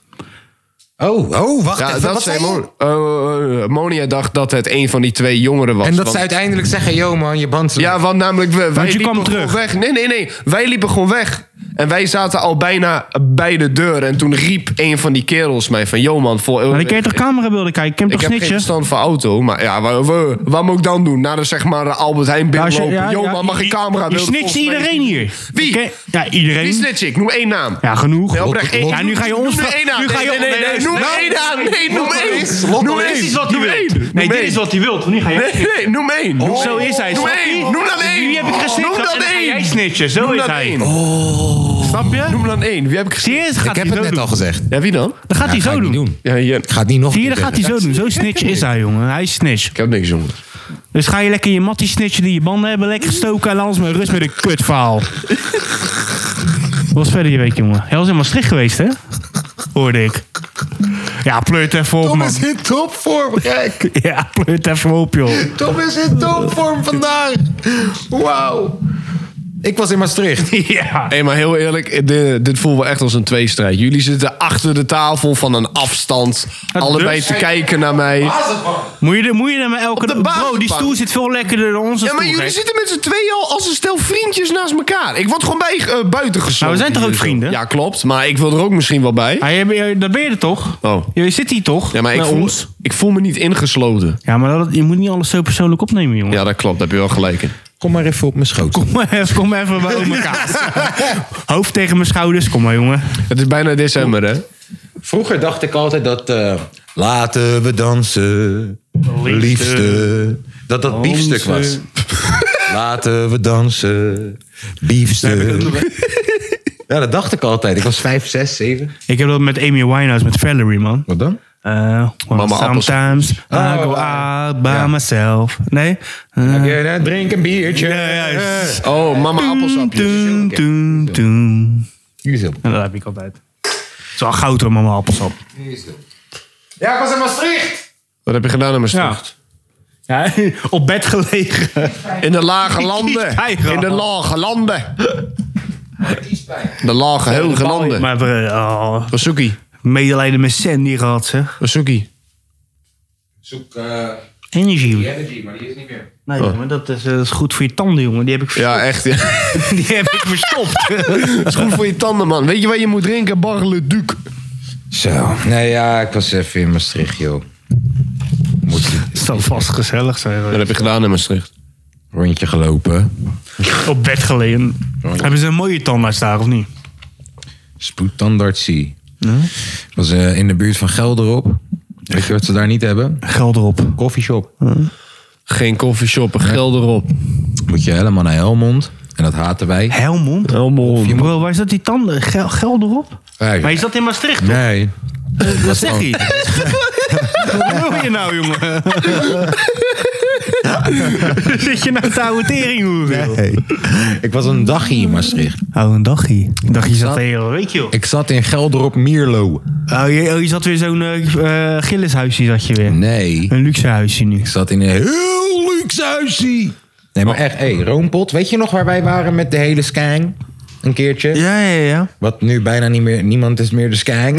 Oh, wacht Ja, even. dat Wat zei zei je? Monia dacht dat het een van die twee jongeren was. En dat want- ze uiteindelijk zeggen, yo man, je band... Ja, want namelijk wij je liepen kwam gewoon terug. weg. Nee. Wij liepen gewoon weg. En wij zaten al bijna bij de deur. En toen riep een van die kerels mij van... Yo man, Maar dan kun je toch camerabeelden kijken? Ik heb ik toch heb geen snitchen? verstand van auto. Maar ja, wat moet ik dan doen? Naar de zeg maar Albert Heijn binnenlopen. Yo man, mag ik camera? Je snitcht iedereen hier. Wie? Ja, iedereen. Wie snitch ik? Noem één naam. Ja, genoeg. Nee, oprecht, één. Ja, nu ga je ons... Noem één naam. Nu ga je... Nee, noem één naam. Nee, noem één. Noem één. Dit is wat hij Noem wil. één. Nee, Noem dit één. is wat hij wil. Nu ga jij... Nee, noem één. Zo is hij. Noem snap je? één. Noem dan één. Wie heb ik gesnitcht? Noem En dan dan ga jij één. snitchen. Zo Noem is dan hij. één. Snap je? Noem dan één. Wie heb ik Zie je? Dat gaat Ik heb hij het zo net al doen. gezegd. Ja, wie dan? Dat gaat hij Ga zo ik niet doen. doen. Ja, hier. Ik ga het niet nog Zie je? een Dat keer gaat hij zo doen. Zo snitch is hij, jongen. Hij is snitch. Ik heb niks, jongen. Dus ga je lekker je mattie snitchen die je banden hebben lekker gestoken en anders met rust met een kutverhaal. Wat was verder je week, jongen? Hij was in Maastricht geweest, hè? Hoorde ik. Ja, pleurt even op, Tom man. is in topvorm, gek. Ja, pleurt even op, joh. Tom is in topvorm vandaag. Wauw. Ik was in Maastricht. Ja. Hé, maar heel eerlijk, dit voelt wel echt als een tweestrijd. Jullie zitten achter de tafel van een afstand. Allebei te kijken naar mij. Moet je er maar elke de dag... Bro, die basisbank. stoel zit veel lekkerder dan onze Ja, maar stoel, jullie gek. zitten met z'n tweeën al als een stel vriendjes naast elkaar. Ik word gewoon buiten gesloten. Nou, we zijn toch ook vrienden? Ja, klopt. Maar ik wil er ook misschien wel bij. Daar ben je er toch? Oh. Je zit hier toch? Ja, maar Bij ons. ik voel me niet ingesloten. Ja, maar je moet niet alles zo persoonlijk opnemen, jongen. Ja, dat klopt. Daar heb je wel gelijk in. Kom maar even op mijn schoot. Kom maar even bij elkaar. Hoofd tegen mijn schouders. Kom maar, jongen. Het is bijna december, hè? Vroeger dacht ik altijd dat... laten we dansen, liefste. Dat biefstuk was. Laten we dansen, biefstuk. Ja, dat dacht ik altijd. Ik was 5, 6, 7. Ik heb dat met Amy Winehouse, met Valerie, man. Wat dan? Sometimes I go out by myself. Nee? Drink een biertje. Oh, mama appelsapjes. Toen. Hier is het. En dat heb ik altijd. Het is wel goud hoor, mama appelsap. Ja, ik was in Maastricht. Wat heb je gedaan in Maastricht? Ja, op bed gelegen. In de lage landen. kiespijn gehad. In de lage landen. De lage, hoge landen. Maar Wasuki. medelijden met Sandy gehad, zeg. Wasuki. Zoek Energy. Energy, maar die is niet meer. Nee, jongen, dat is goed voor je tanden, jongen. Die heb ik verstopt. Ja, echt. Ja. Die heb ik verstopt. Dat is goed voor je tanden, man. Weet je wat je moet drinken? Bar Le Duc. Zo. Nee, ja, ik was even in Maastricht, joh. Het zal vast gezellig zijn. Wat heb je gedaan in Maastricht? Rondje gelopen. Op bed gelegen. Hebben ze een mooie tandarts daar, of niet? Spoedtandarts. Ik was in de buurt van Gelderop. Weet je wat ze daar niet hebben? Geld erop. Coffeeshop. Geen koffieshoppen, geld erop. Moet je helemaal naar Helmond. En dat haten wij. Helmond? Helmond. Bro, waar is dat die tanden? Geld erop? Hey. Maar is dat in Maastricht, toch? Nee. Wat zeg je? Wat wil je nou, jongen? Zit je nou te oude teringhoeren? Nee. Ik was een dagje in Maastricht. Oh, een dagje. Ik dacht, je zat de hele week, joh. Ik zat in Gelderop Mierlo. Je zat weer zo'n Gillishuisje, zat je weer. Nee. Een luxe huisje nu. Ik zat in een heel luxe huisje. Nee, maar echt, Roompot. Weet je nog waar wij waren met de hele skang? Een keertje? Ja. Wat nu bijna niet meer... Niemand is meer de skang.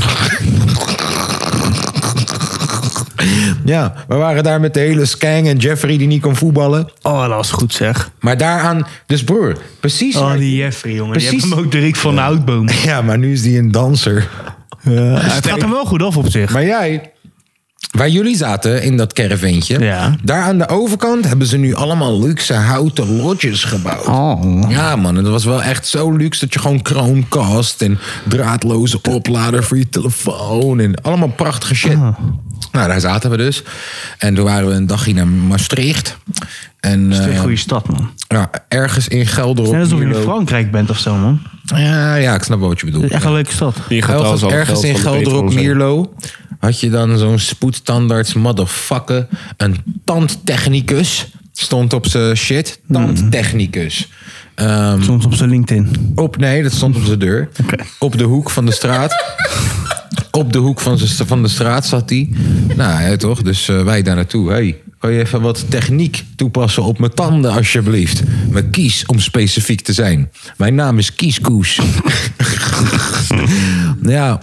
Ja, we waren daar met de hele skang en Jeffrey die niet kon voetballen. Oh, dat was goed, zeg. Maar daaraan... Dus broer, precies... Oh, die Jeffrey, jongen. Die Precies. hebt hem ook direct van de houtboom. Ja, maar nu is die een danser. Het gaat hem wel goed af op zich. Maar jij... Waar jullie zaten in dat caravantje, Ja. daar aan de overkant hebben ze nu allemaal luxe houten lodges gebouwd. Oh. Ja man, het was wel echt zo luxe dat je gewoon Chromecast en draadloze oplader voor je telefoon en allemaal prachtige shit. Nou, daar zaten we dus. En toen waren we een dagje naar Maastricht. En, Dat is een goede stad, man. ja, ergens in Gelderop. Net alsof je in Mierlo. Frankrijk bent of zo, man. Ja, ik snap wel wat je bedoelt. Het is echt een leuke stad. Hier gaat trouwens al Ergens geld in van de Gelderop petrol zijn. Mierlo had je dan zo'n spoedtandarts motherfucker. Een tandtechnicus. Stond op zijn shit. Tandtechnicus. Soms op zijn LinkedIn. Nee, dat stond op zijn deur. Op de hoek van de straat. Op de hoek van de straat zat hij. Nou, ja, toch? Dus wij daar naartoe. Hey, kan je even wat techniek toepassen op mijn tanden, alsjeblieft? Met Kies, om specifiek te zijn. Mijn naam is Kieskoes. Ja.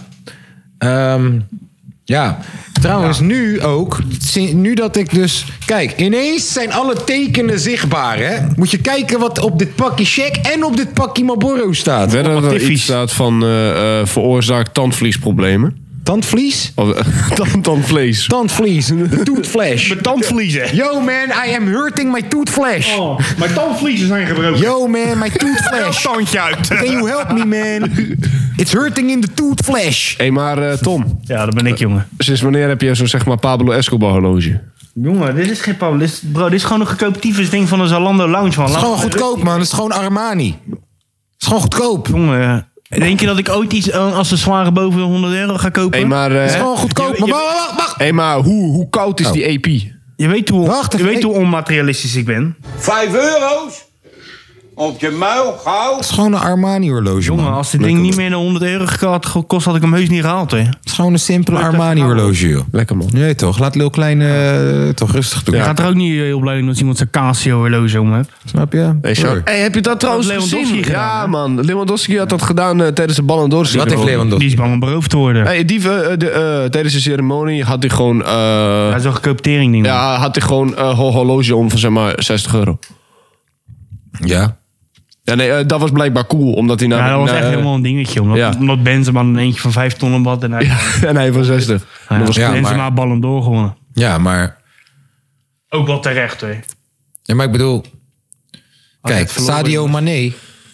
Ja. Trouwens, nu ook. Nu dat ik dus... Kijk, ineens zijn alle tekenen zichtbaar, hè? Moet je kijken wat op dit pakje check en op dit pakje Marlboro staat. Verder dat er Activies. iets staat van veroorzaakt tandvliesproblemen. Tandvlies? Of tandvlees. Tandvlies. De toothflash. Mijn tandvliezen. Yo man, I am hurting my toothflash. Oh, mijn tandvliezen zijn gebroken. Yo man, my toothflash. Tandje uit. Can you help me man? It's hurting in the toothflash. Hé, maar Tom, Ja, dat ben ik, jongen. sinds wanneer heb je zo'n zeg maar Pablo Escobar horloge? Jongen, dit is geen Pablo. Dit is gewoon een goedkoop tyfus ding van een Zalando lounge, man. Het is gewoon goedkoop man, het is gewoon Armani. Het is gewoon goedkoop. Jongen, denk je dat ik ooit iets accessoire boven €100 ga kopen? Hé, maar, Het is gewoon goedkoop. Maar wacht. hey, maar hoe koud is die AP? Je weet Wacht je even, weet hoe onmaterialistisch ik ben. €5 op je muil, gauw. Het is gewoon een Armani horloge Jongen, man. als dit ding niet meer dan €100 had gekost, had ik hem heus niet gehaald, hè. Het is gewoon een simpele Armani horloge joh. Lekker man. Nee toch, laat Lil Klein toch rustig doen. Je gaat er ook niet heel blij doen als iemand zijn Casio horloge om heeft. Snap je? Hey, hey, heb je dat trouwens Dat had Lewandowski gezien? gedaan, Ja hè? man, Lewandowski had dat gedaan tijdens de Ballon d'Or. Wat heeft Lewandowski? Die is bang om beroofd te worden. Hey, tijdens de ceremonie had hij gewoon... Dat is een goedkoop tering ding. ja, had hij gewoon een horloge om van zeg maar €60. Ja. Ja, nee, dat was blijkbaar cool, omdat hij Ja, dat was echt helemaal een dingetje. Omdat Benzema een eentje van 5 ton had. En hij, en hij van 60. ja, Dat was Ja, Benzema maar- Ballon d'Or gewonnen. Ja, maar... Ook wel terecht, hè. Ja, maar ik bedoel... Kijk, het verloren Sadio is. Mané...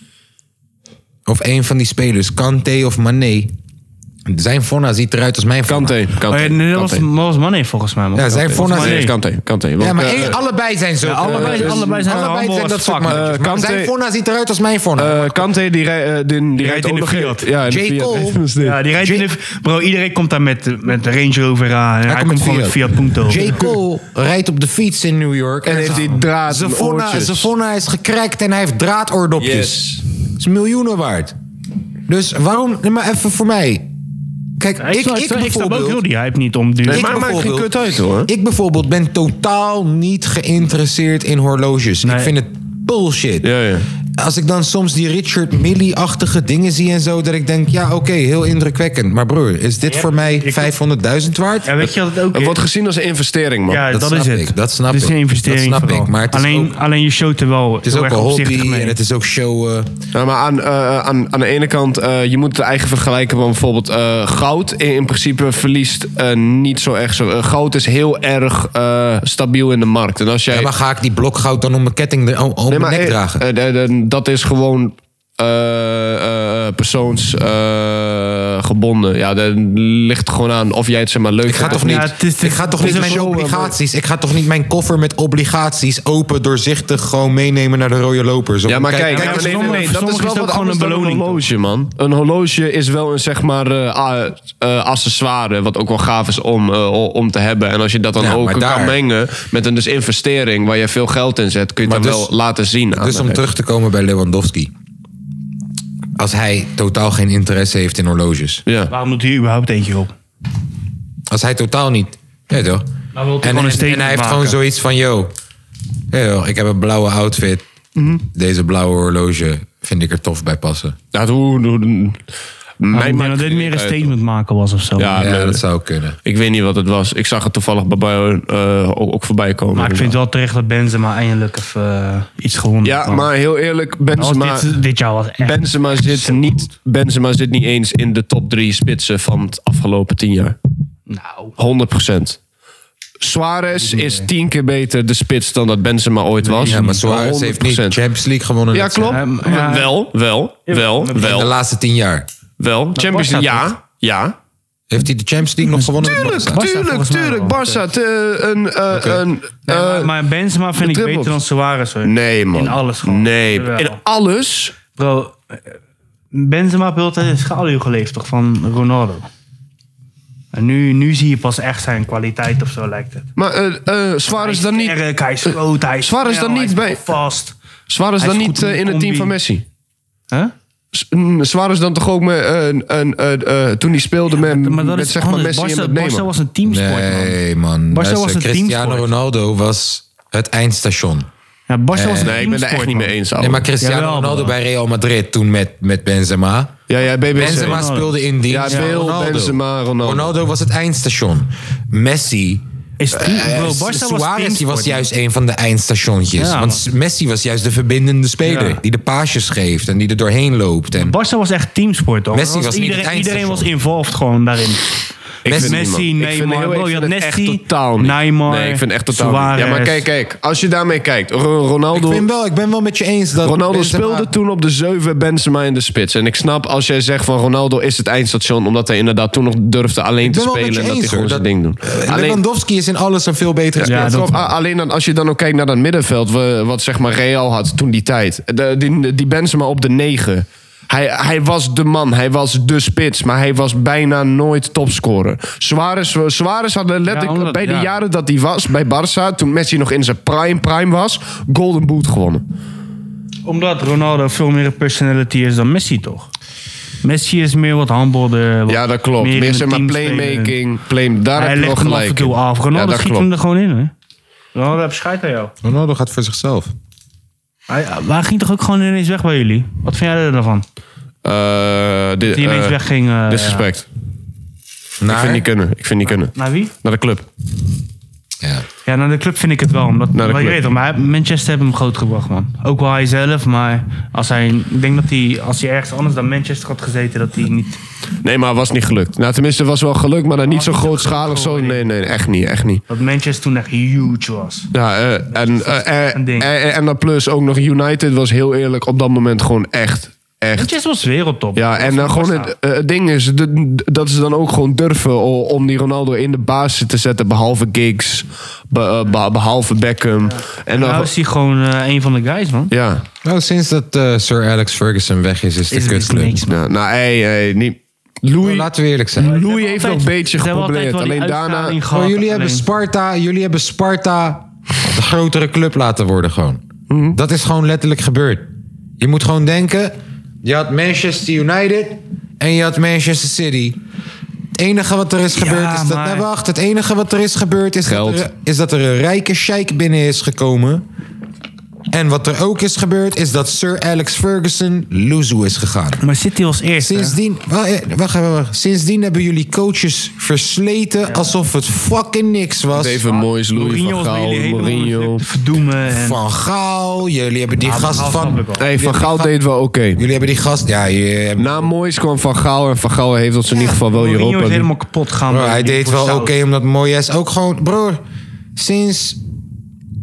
Of een van die spelers, Kanté of Mané... Zijn Fonna ziet eruit als mijn Fonna. Kanté. Oh ja, nee, dat was Mané volgens mij, man. Ja, zijn Fonna... Mané. Kanté. Ja, maar allebei zijn zo. allebei zijn allebei allemaal zijn dat as soort fuck. mannetjes. Maar Kanté- zijn Fonna ziet eruit als mijn Fonna. Kanté, die rijdt in de ook Fiat. Ja, in de J. Fiat. Cole. Ja, die rijdt in de... Bro, iedereen komt daar met de Range Rover aan. En hij komt komt gewoon met Fiat Punto. J. Cole rijdt op de fiets in New York. En heeft die draad Zijn en Fonna- oortjes. zijn Fonna is gekrakt en hij heeft draadoordopjes. Yes. Dat is miljoenen waard. Dus waarom... Nee, maar even voor mij. Kijk, Ik snap ook bijvoorbeeld... heel die hype niet om duur. Nee, Ik maar maakt geen bijvoorbeeld- kut uit hoor. Ik bijvoorbeeld ben totaal niet geïnteresseerd in horloges. Nee. Ik vind het bullshit. Ja. Als ik dan soms die Richard Mille-achtige dingen zie en zo... dat ik denk, ja oké, heel indrukwekkend. Maar broer, is dit voor mij 500.000 waard? Ja, weet je wat het ook Het is? wordt gezien als een investering, man. Ja, Dat dat snap is het. ik, dat snap Het is een ik. investering Dat snap vooral. ik, maar het is alleen je showt er wel Het is heel ook erg een opzichtig hobby mee. en het is ook show... Ja, maar aan de ene kant, je moet het eigen vergelijken. Want bijvoorbeeld goud in principe verliest niet zo erg. Goud is heel erg stabiel in de markt. En als jij... Ja, maar ga ik die blokgoud dan om mijn ketting om mijn nek dragen? dat is gewoon persoonsgebonden. Ja, dat ligt gewoon aan of jij het zeg maar leuk Ik ga toch niet mijn obligaties. Ik ga toch niet mijn koffer met obligaties open, doorzichtig gewoon meenemen naar de rode lopers. Ja, maar kijk, kijk, nee, dat is sommige wel is ook wat gewoon anders een dan een beloning, horloge, man. Een horloge is wel een zeg maar accessoire, wat ook wel gaaf is om te hebben. En als je dat dan Ja, ook maar kan daar- mengen met een dus investering waar je veel geld in zet, kun je het Maar dan dus- wel laten zien. aan Dus de om rest. terug te komen bij Lewandowski. Als hij totaal geen interesse heeft in horloges. Ja. Waarom doet hij überhaupt eentje op? Als hij totaal niet... Ja, toch? Nou, wil hij En gewoon een hij statement heeft maken. gewoon zoiets van... Yo, ik heb een blauwe outfit. Deze blauwe horloge vind ik er tof bij passen. Ja, Maar ik denk dat dit meer een statement maken was of zo. Ja, Ja, nee, dat zou kunnen. ik weet niet wat het was. Ik zag het toevallig ook voorbij komen. Maar ik vind het wel terecht dat Benzema eindelijk even iets gewonnen Ja, heeft. maar heel eerlijk, Dit jaar was echt... Benzema zit niet eens in de top 3 spitsen van het afgelopen 10 jaar. Nou, 100%. Suarez is 10 keer beter de spits dan dat Benzema ooit was. Ja, maar Suarez heeft niet 100%. Champions League gewonnen. Ja, dit klopt. jaar. Ja. Wel. In de laatste 10 jaar. Champions Barca League, ja. Heeft hij de Champions League nog gewonnen? met Barca? Tuurlijk. Barça. maar Benzema vind ik triple. beter dan Suarez, hoor. Nee, man. In alles gewoon. Nee, Jawel. in alles. Bro, Benzema heeft altijd een schaduw geleefd, toch, van Ronaldo. En nu zie je pas echt zijn kwaliteit of zo, lijkt het. Maar Suarez dan niet... Sterk, hij is groot, hij is Suarez snel, dan niet hij is bij- vast. Suarez Hij dan is niet goed in de in het team combi. van Messi. Huh? Suarez dan toch ook toen hij speelde Maar dat met is zeg maar anders. Messi en met Barca Neymar. was een teamsport, man. Nee, man. was Luister, een Cristiano teamsport. Ronaldo was het eindstation. Ja, Barca was een Nee, ik ben het echt teamsport, niet mee man. eens. Nee, ouwe. maar Cristiano Jawel, Ronaldo bro. bij Real Madrid toen met Benzema. Ja, BBC. Benzema speelde in dienst Ja, van Bale, Ronaldo. Benzema, Ronaldo. Ronaldo was het eindstation. Messi... Is bro, Barca was Suarez die teamsport, was juist een van de eindstationtjes. Ja, want Messi was juist de verbindende speler. Ja. Die de paasjes geeft en die er doorheen loopt. En Barca was echt teamsport, hoor. Messi Dat was niet het iedereen eindstation. was involved gewoon daarin. vind Messi, niet, man. Ik vind Neymar, heel- bro, ik je vind had het Messi, echt totaal niet. Neymar, Nee, ik vind het echt totaal Suarez. niet. Ja, maar kijk. Als je daarmee kijkt. Ronaldo... ik ben wel met je eens dat Ronaldo Benzema- speelde toen op de 7, Benzema in de spits. En ik snap als jij zegt van Ronaldo is het eindstation... omdat hij inderdaad toen nog durfde alleen te ben wel met spelen... je en dat hij eens, gewoon hoor. zijn Dat- ding doet. Lewandowski is in alles een veel betere Ja, speler. Klopt, alleen dan, als je dan ook kijkt naar dat middenveld... wat zeg maar Real had toen die tijd. Die Benzema op de 9... Hij was de man, hij was de spits, maar hij was bijna nooit topscorer. Suarez had letterlijk omdat- bij de ja. jaren dat hij was bij Barça... toen Messi nog in zijn prime was, Golden Boot gewonnen. Omdat Ronaldo veel meer een personality is dan Messi, toch? Messi is meer wat humbleder. Ja, dat klopt. in Meer het zeg maar team spelen. playmaking, daar Hij heb je wel legt hem af gelijk en toe in. af. Ja, Ronaldo dat schiet klopt. hem er gewoon in, hè? Ronaldo heeft scheid aan jou. Ronaldo gaat voor zichzelf. Hij ging toch ook gewoon ineens weg bij jullie? Wat vind jij ervan? Die ineens wegging. Disrespect. Ik Naar? vind niet kunnen. Naar wie? Naar de club. Ja. Ja, naar de club vind ik het wel. Omdat, Naar de maar je club. weet toch, maar Manchester heeft hem groot gebracht, man. Ook wel hij zelf, maar ik denk dat hij, als hij ergens anders dan Manchester had gezeten, dat hij niet... Nee, maar het was niet gelukt. Nou, tenminste, het was wel gelukt, maar dan niet zo niet zo grootschalig. Zo. groot. Nee, echt niet. Dat Manchester toen echt huge was. Ja, een ding. en dan plus ook nog United was heel eerlijk op dat moment gewoon echt. Manchester was wereldtop. Ja, en dan gewoon het ding is dat ze dan ook gewoon durven om die Ronaldo in de basis te zetten, behalve Giggs, behalve Beckham. En dan, Nou is hij gewoon een van de guys, man. ja. Nou, sinds dat Sir Alex Ferguson weg is de Is kutclub. niks, man. Ja, nou, niet. Louis, Laten we eerlijk zijn. Louis heeft nog een beetje geprobeerd. Alleen daarna. Oh, jullie hebben Sparta de grotere club laten worden gewoon. Dat is gewoon letterlijk gebeurd. Je moet gewoon denken, je had Manchester United en je had Manchester City. Het enige wat er is gebeurd is dat... maar- Nee, wacht. Het enige wat er is gebeurd Geld. is dat er een rijke sheik binnen is gekomen. En wat er ook is gebeurd is dat Sir Alex Ferguson loezoe is gegaan. Maar City was eerst, hè? Sindsdien, wacht. Sindsdien hebben jullie coaches versleten alsof het fucking niks was. David Moyes, Louis Mourinho van was Gaal, helemaal Mourinho. te verdoemen. En... Van Gaal, jullie hebben die gast Gaal snap van... ik wel. Nee, Van Gaal deed wel oké. Jullie hebben die gast... Ja, Na Moyes kwam Van Gaal en Van Gaal heeft ons in ieder geval wel Mourinho Europa is League. helemaal kapot gegaan. bro, door hij die deed wel Saus. oké, omdat Moyes ook gewoon... Broer, sinds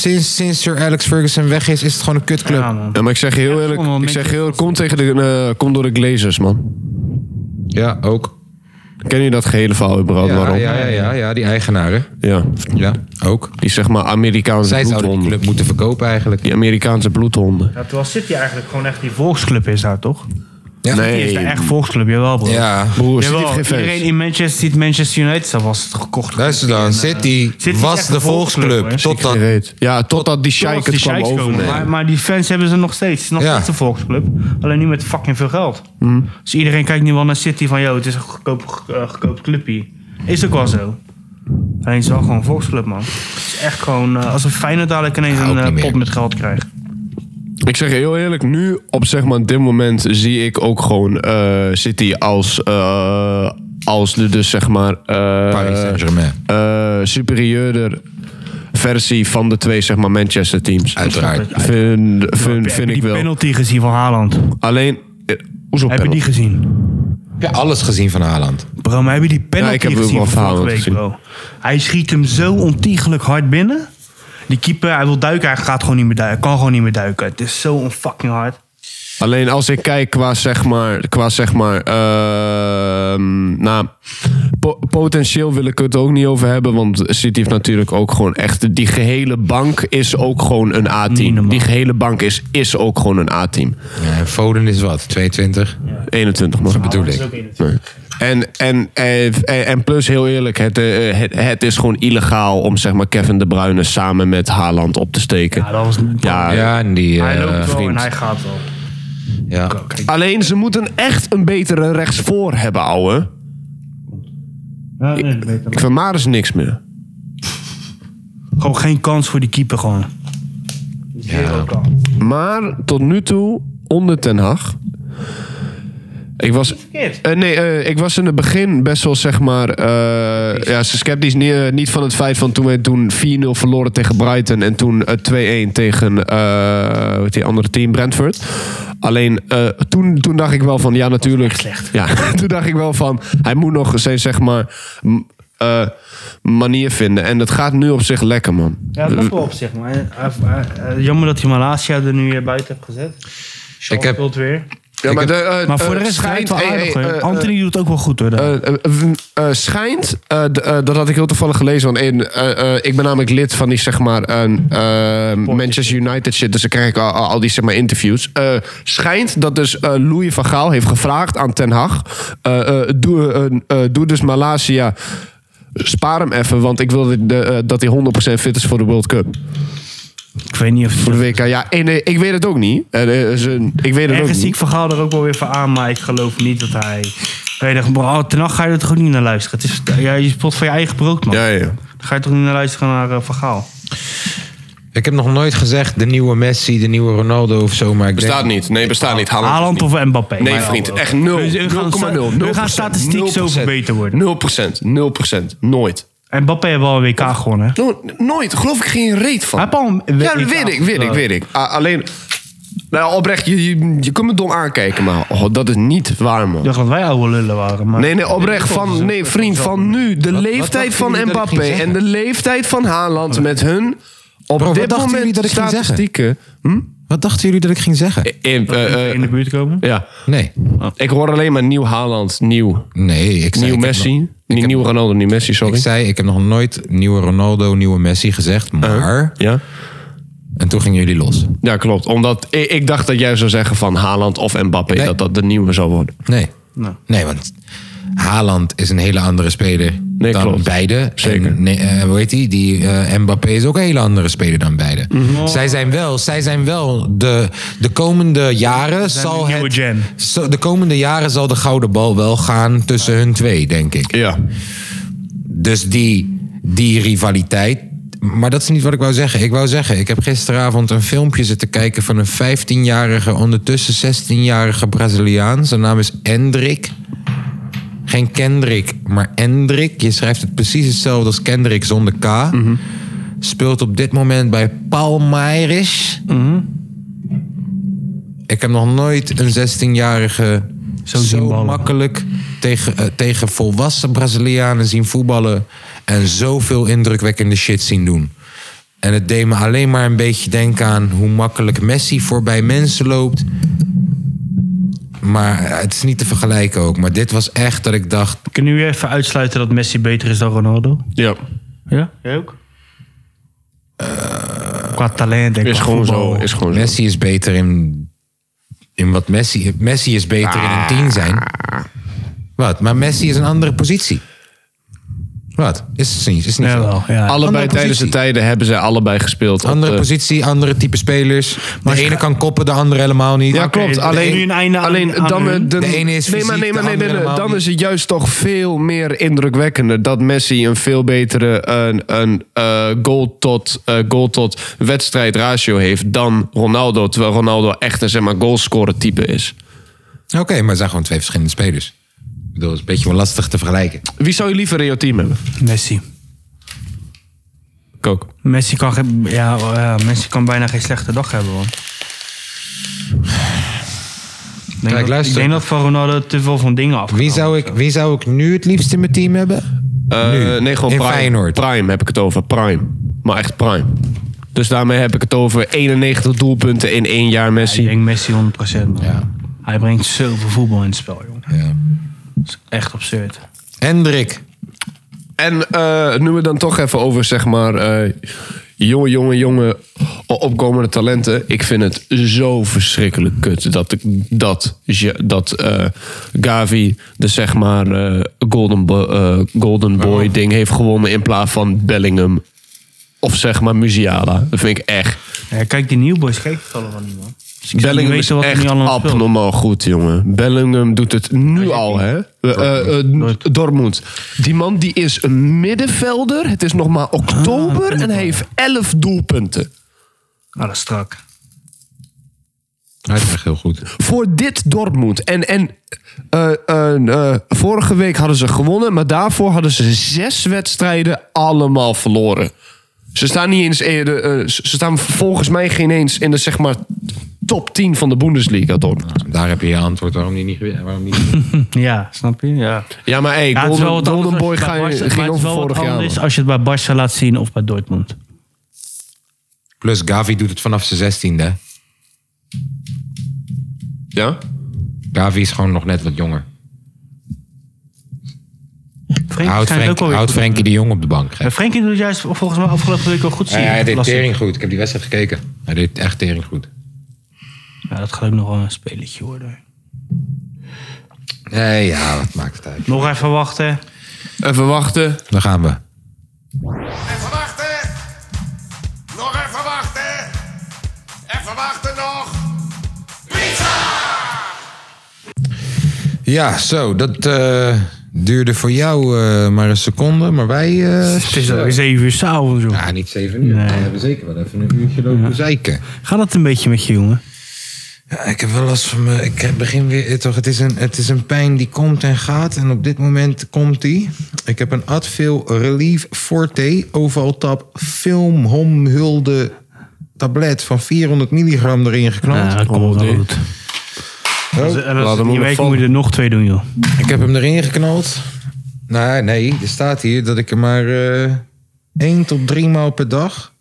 Sinds Sir Alex Ferguson weg is het gewoon een kutclub. Ja, man. Ja, maar ik zeg je heel Ja, eerlijk, gewoon kom door de Glazers, man. Ja, ook. Ken je dat gehele verhaal überhaupt? Waarom? Ja, die eigenaren. Ja. Ja, ook. Die zeg maar Amerikaanse Zij zouden die bloedhonden. club moeten verkopen eigenlijk. Die Amerikaanse bloedhonden. Ja, terwijl City eigenlijk gewoon echt die volksclub is daar, toch? Ja. Die is daar echt volksclub, jawel, bro. Ja, Broer, City Jawel, heeft geen iedereen fans. in Manchester ziet Manchester United, dat was het gekocht. luister dan. City City is was echt de een volksclub, volksclub. hoor. Totdat... Geen reet. Ja, totdat die Zoals sheik die het kwam sheiks komen. overnemen. Maar die fans hebben ze nog steeds. Het is nog Ja. steeds een volksclub. Alleen nu met fucking veel geld. Dus iedereen kijkt nu wel naar City van... Yo, het is een goedkoop clubje. Is ook wel zo. Alleen het is wel gewoon een volksclub, man. Het is echt gewoon... als een Feyenoord dadelijk ineens Ja, ook niet een meer. pot met geld krijgt. Ik zeg je heel eerlijk, nu op zeg maar dit moment zie ik ook gewoon City als de dus zeg maar Paris Saint-Germain. superieurder versie van de twee zeg maar Manchester teams. Uiteraard. Vind Heb je ik die wel. penalty gezien van Haaland? Alleen, hoezo Heb je die penalty? gezien? Heb je alles gezien van Haaland? Bro, maar heb je die penalty ik heb ook gezien wel van vorige verhalen week, gezien. bro? Hij schiet hem zo ontiegelijk hard binnen. Die keeper, hij wil duiken, hij gaat gewoon niet meer duiken. Hij kan gewoon niet meer duiken. Het is zo fucking hard. Alleen als ik kijk qua potentieel wil ik het ook niet over hebben. Want City heeft natuurlijk ook gewoon echt... Die gehele bank is ook gewoon een Niet A-team. normaal. Die gehele bank is ook gewoon een A-team. Ja, en Foden is wat? 22? 21 man. Bedoel ik. Nee. En plus heel eerlijk, het is gewoon illegaal om zeg maar Kevin De Bruyne samen met Haaland op te steken. Ja, dat was... Ja, en die hij loopt wel vriend. en hij gaat wel. ja. Alleen ze moeten echt een betere rechtsvoor hebben, ouwe. Ja, nee, Ik vind Maris niks meer. gewoon geen kans voor die keeper gewoon. Zero kans. Maar tot nu toe, onder Ten Hag... Ik was, ik was in het begin best wel zeg maar... sceptisch. Niet van het feit van toen wij 4-0 verloren tegen Brighton... en toen 2-1 tegen die andere team, Brentford. Alleen toen dacht ik wel van... Ja, natuurlijk. slecht. Ja, toen dacht ik wel van... Hij moet nog zijn zeg maar... manier vinden. En dat gaat nu op zich lekker, man. Ja, dat wel op zich, maar jammer dat hij Malasia er nu buiten heeft gezet. Ik heb- speelt weer. Ja, Maar voor de rest schijnt wel aardig. hoor. Anthony doet het ook wel goed hoor. daar. Schijnt, dat had ik heel toevallig gelezen, want ik ben namelijk lid van die zeg maar Manchester United shit, dus dan krijg ik al die zeg maar interviews. Schijnt dat dus Louis van Gaal heeft gevraagd aan Ten Hag, doe dus Malasia, spaar hem even, want ik wil dat hij 100% fit is voor de World Cup. Ik weet niet of Voor de WK. Ja, ik weet het ook niet. Ik weet het ook ergens zie ik niet. Van Gaal er ook wel weer voor aan, maar ik geloof niet dat hij... Ten Hag ga je er toch ook niet naar luisteren. Het is, je spot van je eigen brood, man. Ja. Dan ga je toch niet naar luisteren naar Van Gaal. Ik heb nog nooit gezegd de nieuwe Messi, de nieuwe Ronaldo of zo. Maar ik Bestaat denk, niet. Nee, bestaat niet. Haaland is niet. of Mbappé? Nee, Maar vriend. wel. Echt 0. We gaan statistiek zo beter worden. 0%. Nooit. Mbappé heeft wel een WK gewonnen. Hè? Nooit. Geloof ik geen reet van. Hij heeft al een Ja, WK dat weet ik. Alleen... Nou, oprecht, je kunt me dom aankijken, maar dat is niet waar, man. Ik dacht dat wij oude lullen waren. Maar Nee, oprecht. Vriend, van nu. De leeftijd dachten van jullie dat ik Mbappé ging en de leeftijd van Haaland met hun... Op Bro, wat dit dachten jullie moment dat ik ging zeggen? statistieken... Wat dachten jullie dat ik ging zeggen? in de buurt komen. Ja. Nee. Ik hoor alleen maar nieuw Haaland, nieuw Nee, ik zei... nieuw ik heb Messi. nog- Niet nieuw Ronaldo, niet Messi, sorry. Ik zei, ik heb nog nooit nieuwe Ronaldo, nieuwe Messi gezegd, maar... Ja? En toen gingen jullie los. Ja, klopt. Omdat ik dacht dat jij zou zeggen van Haaland of Mbappé, Nee. dat de nieuwe zou worden. Nee. Nou. Nee, want Haaland is een hele andere speler Nee, dan klopt. beide. Zeker. En, hoe heet die Mbappé is ook een hele andere speler dan beide. Zij zijn wel de komende jaren zal de nieuwe het... gen. De komende jaren zal de gouden bal wel gaan tussen hun twee, denk ik. Ja. Dus die rivaliteit... Maar dat is niet wat ik wou zeggen. Ik wou zeggen, ik heb gisteravond een filmpje zitten kijken... van een 15-jarige, ondertussen 16-jarige Braziliaan. Zijn naam is Endrick. Geen Kendrick, maar Endrick. Je schrijft het precies hetzelfde als Kendrick zonder K. Speelt op dit moment bij Palmeiras. Ik heb nog nooit een 16-jarige Zo zien zo ballen. makkelijk tegen volwassen Brazilianen zien voetballen... en zoveel indrukwekkende shit zien doen. En het deed me alleen maar een beetje denken aan hoe makkelijk Messi voorbij mensen loopt. Maar het is niet te vergelijken ook. Maar dit was echt dat ik dacht... Kunnen jullie even uitsluiten dat Messi beter is dan Ronaldo? Ja. Ja? Jij ook? Qua talent en Is qua gewoon voetbal. zo. Is gewoon zo. Messi is beter in wat Messi... Messi is beter in een 10 zijn. Wat? Maar Messi is een andere positie. Wat? Is niet zo. Jawel, ja. Allebei Andere tijdens de positie. tijden hebben ze allebei gespeeld. Andere positie, andere type spelers. Maar de ene kan koppen, de andere helemaal niet. Ja, klopt. er Alleen, is nu een einde aan- alleen aan dan, hun. de ene is fysiek, de andere helemaal dan niet. is het juist toch veel meer indrukwekkender dat Messi een veel betere goal tot wedstrijd ratio heeft dan Ronaldo, terwijl Ronaldo echt een zeg maar goalscorer type is. Oké, maar het zijn gewoon twee verschillende spelers. Ik bedoel, het is een beetje wel lastig te vergelijken. Wie zou je liever in jouw team hebben? Messi. Ik ook. Messi kan bijna geen slechte dag hebben, man. Kijk, luister. Ik denk dat van Ronaldo te veel van dingen af. Wie zou ik nu het liefst in mijn team hebben? Nee, gewoon in prime. Feyenoord. Prime heb ik het over. Prime. Maar echt prime. Dus daarmee heb ik het over 91 doelpunten in 1 jaar Ik Messi. denk Messi 100%. Man. Ja. Hij brengt zoveel voetbal in het spel, jongen. Ja. Dat is echt absurd. Hendrik. En nu we dan toch even over, zeg maar, jonge opkomende talenten. Ik vind het zo verschrikkelijk kut dat Gavi de, zeg maar, Golden Boy ding heeft gewonnen in plaats van Bellingham. Of zeg maar Musiala. Dat vind ik echt. Ja, kijk, die Newboys kijken het allemaal niet, man. Dus ik zou niet Bellingham is weten wat er echt nu allemaal speelt. abnormaal goed, jongen. Bellingham doet het nu al, hè? Dortmund. Die man die is een middenvelder. Het is nog maar oktober en hij heeft 11 doelpunten. Ah, dat is strak. Hij is echt heel goed. Voor dit Dortmund. En vorige week hadden ze gewonnen, maar daarvoor hadden ze 6 wedstrijden allemaal verloren. Ze staan niet eens. Ze staan volgens mij geen eens in de, zeg maar, top 10 van de Bundesliga, Dortmund. Daar heb je je antwoord waarom die niet... Waarom niet? Ja, snap je? Ja. Ja, maar hey, Ja, het is wel wat Golden anders Boy als je bij Barca- ging maar het is over wel wat vorig jaar. anders man. als je het bij Barca laat zien of bij Dortmund. Plus Gavi doet het vanaf zijn 16e. Ja? Gavi is gewoon nog net wat jonger. Houdt Frenkie de Jong op de bank. Frenkie doet juist volgens mij afgelopen week wel goed zien. Ja, hij deed Lastig. tering goed. Ik heb die wedstrijd gekeken. Hij deed echt tering goed. Ja, dat gaat ook nog wel een spelletje worden. Nee, ja, wat maakt het uit. Nog even wachten. Even wachten. Dan gaan we. Even wachten. Nog even wachten. Even wachten nog. Ja, zo. Dat duurde voor jou maar een seconde. Maar wij... Het is alweer 7 uur s'avonds, joh. Ja, niet 7 uur. Nee. We hebben zeker wel even een uurtje lopen zeiken. Gaat dat een beetje met je, jongen? Ja, ik heb wel last van me. Ik begin weer... Toch, het is een pijn die komt en gaat. En op dit moment komt die. Ik heb een Advil Relief Forte Ovaltap Filmhomhulde tablet van 400 milligram erin geknald. Ja, dat komt wel goed. Oh, En laat als hem die nog week vallen. moet je er nog 2 doen, joh. Ik heb hem erin geknald. Nee, er staat hier dat ik er maar 1 tot 3 maal per dag.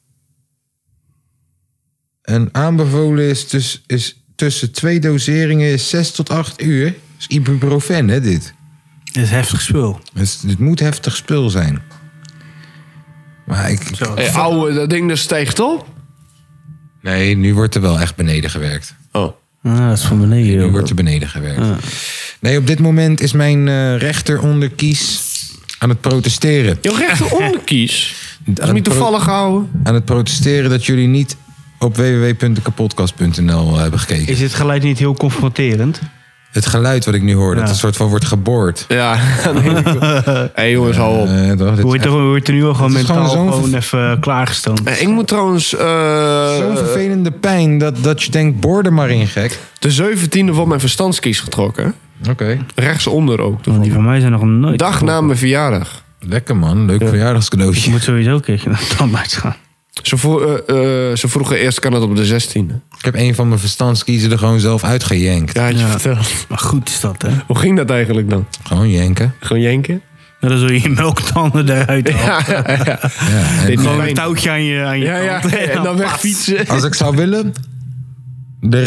En aanbevolen is tussen 2 doseringen is 6 tot 8 uur. Dat is ibuprofen, hè, dit. Dat is heftig spul. Dus dit moet heftig spul zijn. Maar Hey, ouwe, dat ding dus stijgt op. Nee, nu wordt er wel echt beneden gewerkt. Oh. Ah, dat is van beneden, Nu joh. wordt er beneden gewerkt. Nee, op dit moment is mijn rechteronderkies aan het protesteren. Jouw rechteronderkies. Dat is Aan niet het toevallig gehouden. Aan het protesteren dat jullie niet op www.dekapodcast.nl hebben gekeken. Is dit geluid niet heel confronterend? Het geluid wat ik nu hoor, dat een soort van wordt geboord. Ja. Hey jongens, hou op. Toch, dit is echt Wordt er nu al gewoon Het is mentaal gewoon zo'n gewoon even klaargestoomd? Ik moet trouwens zo'n vervelende pijn dat je denkt, boor er maar in, gek. de 17e van mijn verstandskies getrokken. Oké. Rechtsonder ook. Want toevallig. die van mij zijn nog nooit. Dag na mijn verjaardag. Lekker man, leuk Ik verjaardagscadeautje. moet sowieso een keertje naar de tandarts gaan. Ze vroegen eerst, kan het op de 16e? Ik heb een van mijn verstandskiezen er gewoon zelf uitgejenkt. Ja, had je verteld. Maar goed is dat, hè? Hoe ging dat eigenlijk dan? Gewoon jenken. Gewoon jenken? Dan zul je je melktanden eruit halen. en Gewoon een touwtje aan je kant. En dan wegfietsen. als ik zou willen, de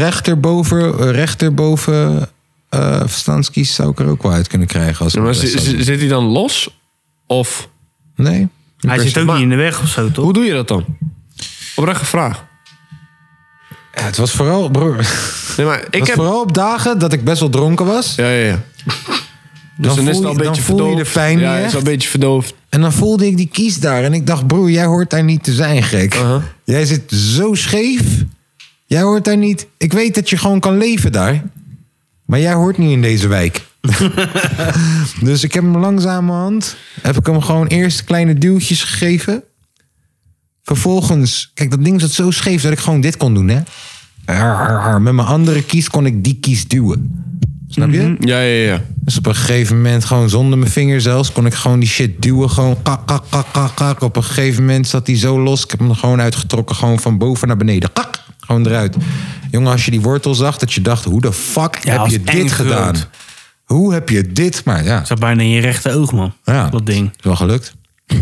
rechterboven verstandskies zou ik er ook wel uit kunnen krijgen. Als ik Maar het best zou doen. zit hij dan los? Of Nee. Hij zit ook niet in de weg of zo, toch? hoe doe je dat dan? Oprechte vraag. Ja, het was vooral, broer. Nee, maar ik was heb... vooral op dagen dat ik best wel dronken was. Ja. Dus dan is het al een beetje voel je verdoofd. de pijn Ja, niet het is al echt. een beetje verdoofd. En dan voelde ik die kies daar. En ik dacht, broer, jij hoort daar niet te zijn, gek. Uh-huh. Jij zit zo scheef. Jij hoort daar niet. Ik weet dat je gewoon kan leven daar. Maar jij hoort niet in deze wijk. Dus ik heb hem langzamerhand... heb ik hem gewoon eerst kleine duwtjes gegeven. Vervolgens... Kijk, dat ding zat zo scheef dat ik gewoon dit kon doen, hè. Met mijn andere kies kon ik die kies duwen. Snap je? Ja. Dus op een gegeven moment, gewoon zonder mijn vinger zelfs... kon ik gewoon die shit duwen. Gewoon kak, kak, kak, kak, kak. Op een gegeven moment zat hij zo los. Ik heb hem er gewoon uitgetrokken. Gewoon van boven naar beneden. Kak, gewoon eruit. Jongen, als je die wortel zag, dat je dacht... hoe de fuck heb als je eng dit gedaan? groot. Hoe heb je dit? Maar ja, Het zat bijna in je rechte oog, man. ja, Dat ding. is wel gelukt.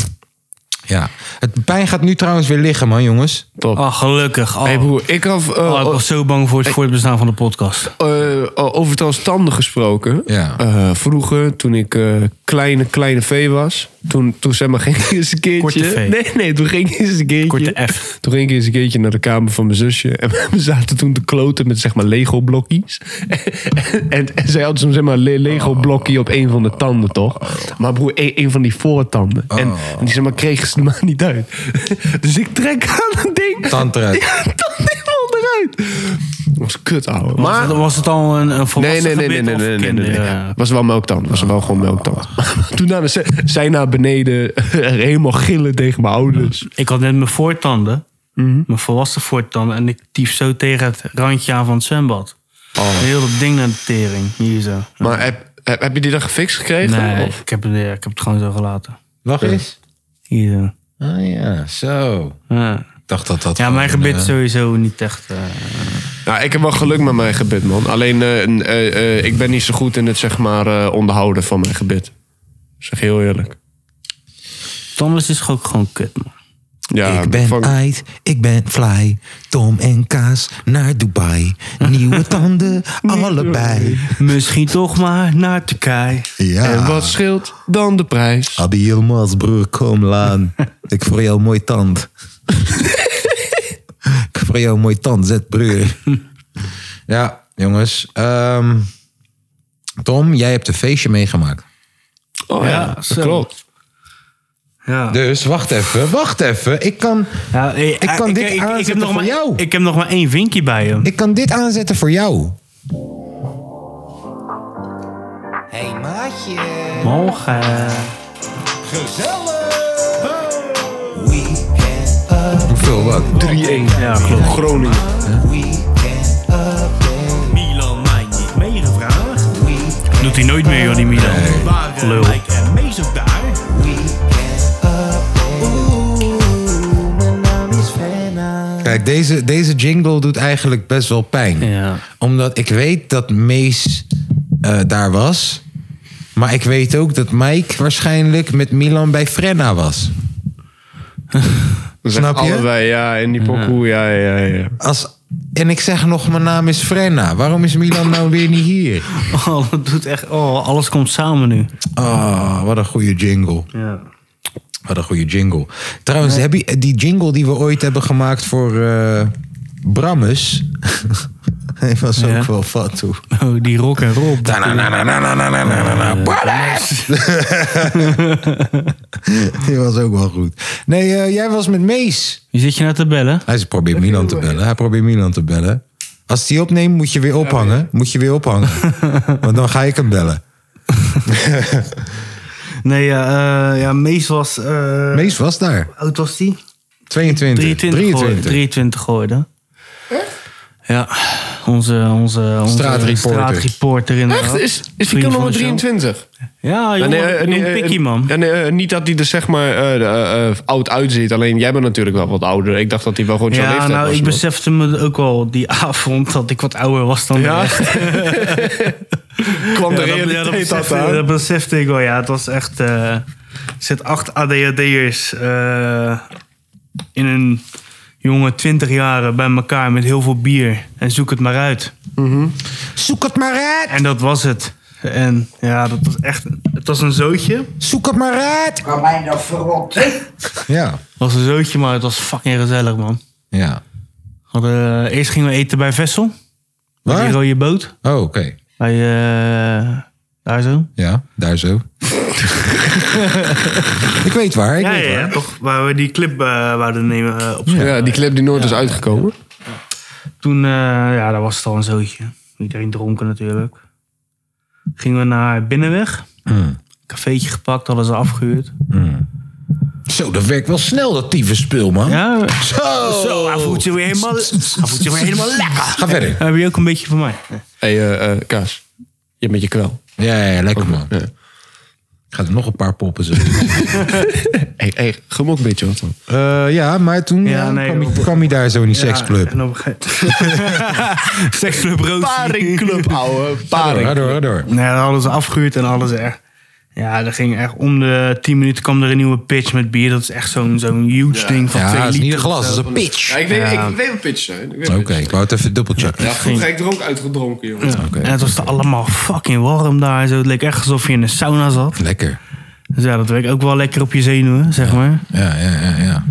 Ja, het pijn gaat nu trouwens weer liggen, man, jongens. Top. Oh, gelukkig. Oh. Hey broer, ik had... Ik was zo bang voor het bestaan van de podcast. over het als tanden gesproken. Ja. Vroeger, toen ik kleine V was. Toen zeg maar, ging ik eens een keertje... Korte V. Nee, toen ging ik eens een keertje... Korte F. Toen ging ik eens een keertje naar de kamer van mijn zusje. En we zaten toen te kloten met zeg maar Lego-blokjes. en zij had zo'n zeg maar Lego-blokje op een van de tanden, toch? Maar broer, een van die voortanden. En die zeg maar kregen ze er maar niet uit. Dus ik trek aan het ding. Tand eruit. Tand helemaal eruit. Dat was kut, ouwe. Maar... Was het al een volwassen Nee. gebit of kinder? Was wel melktand. Was wel gewoon melktand. Toen namen zij naar beneden helemaal gillen tegen mijn ouders. Ik had net mijn voortanden. Mijn volwassen voortanden. En ik tief zo tegen het randje aan van het zwembad. Heel dat ding naar de tering. Hier zo. Maar heb je die dan gefixt gekregen? Nee, Of? ik heb het gewoon zo gelaten. Wacht eens. Hier zo. Ah ja, zo. Ja. Ik dacht dat dat Ja, mijn gewoon, gebit sowieso niet echt. Ja, ik heb wel geluk met mijn gebit, man. Alleen, ik ben niet zo goed in het zeg maar onderhouden van mijn gebit. Zeg heel eerlijk. Thomas is ook gewoon kut, man. Ja, Ik ben uit, ik ben fly. Tom en Kaas naar Dubai. Nieuwe tanden, allebei. Misschien toch maar naar Turkije. Ja. En wat scheelt dan de prijs? Abi Yilmaz, broer, kom laan. Ik voor jou mooi tand. Ik voor jou mooi tand, zet broer. Ja, jongens. Tom, jij hebt een feestje meegemaakt. Oh ja, dat zo. klopt. Ja. Dus wacht even. Ik kan dit aanzetten voor jou. Ik heb nog maar 1 vinkje bij hem. Ik kan dit aanzetten voor jou. Hey maatje. Morgen. Hoeveel wat? 3-1. Ja, klopt. Groningen. Milan mij niet meegevraagd. Doet hij nooit meer, joh, die Milan. Lul. Mees ook daar. Kijk, deze jingle doet eigenlijk best wel pijn. Ja. Omdat ik weet dat Mees daar was. Maar ik weet ook dat Mike waarschijnlijk met Milan bij Frenna was. Snap je? Allebei, ja. En die pokoe, ja. En ik zeg nog, mijn naam is Frenna. Waarom is Milan nou weer niet hier? Oh, dat doet echt. Oh, alles komt samen nu. Oh, wat een goede jingle. Ja. Wat een goede jingle. Trouwens, heb je die jingle die we ooit hebben gemaakt voor Brammes? Hij was ook wel fat toe. Oh, die rock en roll. Die was ook wel goed. Nee, jij was met Mees. Wie zit je nou te bellen? Hij probeert Milan te bellen. Als hij opneemt, moet je weer ophangen. Want dan ga ik hem bellen. Nee, ja, Mees was... Mees was daar. Hoe oud was die? 23. 23 geworden. Ja, onze straatreporter inderdaad. Echt? Is Vriend die van nummer de show. 23? Ja, jong pikkie, man. Niet dat hij er zeg maar oud uitziet. Alleen jij bent natuurlijk wel wat ouder. Ik dacht dat hij wel gewoon jouw Ja, leeftijd nou, was. ik man. besefte me ook wel die avond dat ik wat ouder was dan de Ja? rest. Kwam de realiteit dat besefte ik wel, ja. Het was echt... er zit 8 ADHD'ers in een jonge 20 jaar bij elkaar met heel veel bier. En zoek het maar uit. Zoek het maar uit! En dat was het. En ja, dat was echt... Het was een zootje. Zoek het maar uit! Kan mij nog verrotten? Ja. Het was een zootje, maar het was fucking gezellig, man. Ja. Eerst gingen we eten bij Vessel. Bij Waar? die rode boot. Oh, oké. Bij... daar zo. Ja, daar zo. Ik weet waar, ik weet waar. toch? Waar we die clip wouden nemen op school. Ja, die clip die nooit is uitgekomen. Toen, daar was het al een zootje. Iedereen dronken natuurlijk. Gingen we naar Binnenweg. Cafeetje gepakt, hadden ze afgehuurd. Zo, dat werkt wel snel, dat tyfusspul, man. Ja, Zo, hij voelt zich weer helemaal lekker. Ga verder. Heb je ook een beetje van mij? Hey, Kaas. Je met je kwel. Ja, lekker, man. Ja. Ik ga er nog een paar poppen zo. Hey, gemok een beetje wat dan. Ja, maar toen kwam hij daar zo in die seksclub. En op een gegeven seksclub Roos. Paringclub, ouwe. Paring. Ga door. Nee, dat hadden ze afgehuurd en hadden ze echt... Ja, er ging echt om de 10 minuten kwam er een nieuwe pitch met bier. Dat is echt zo'n huge ding van 2 Ja, liter. dat is niet een glas, of dat zo. is een pitch. Ja, ik weet wat pitch zijn. Oké, ik wou het even dubbelchecken. Ja, vroeger heb ik er ook uitgedronken, jongen. En het was er allemaal fucking warm daar. Zo. Het leek echt alsof je in een sauna zat. Lekker. Dus ja, dat werkt ook wel lekker op je zenuwen, zeg maar. Ja.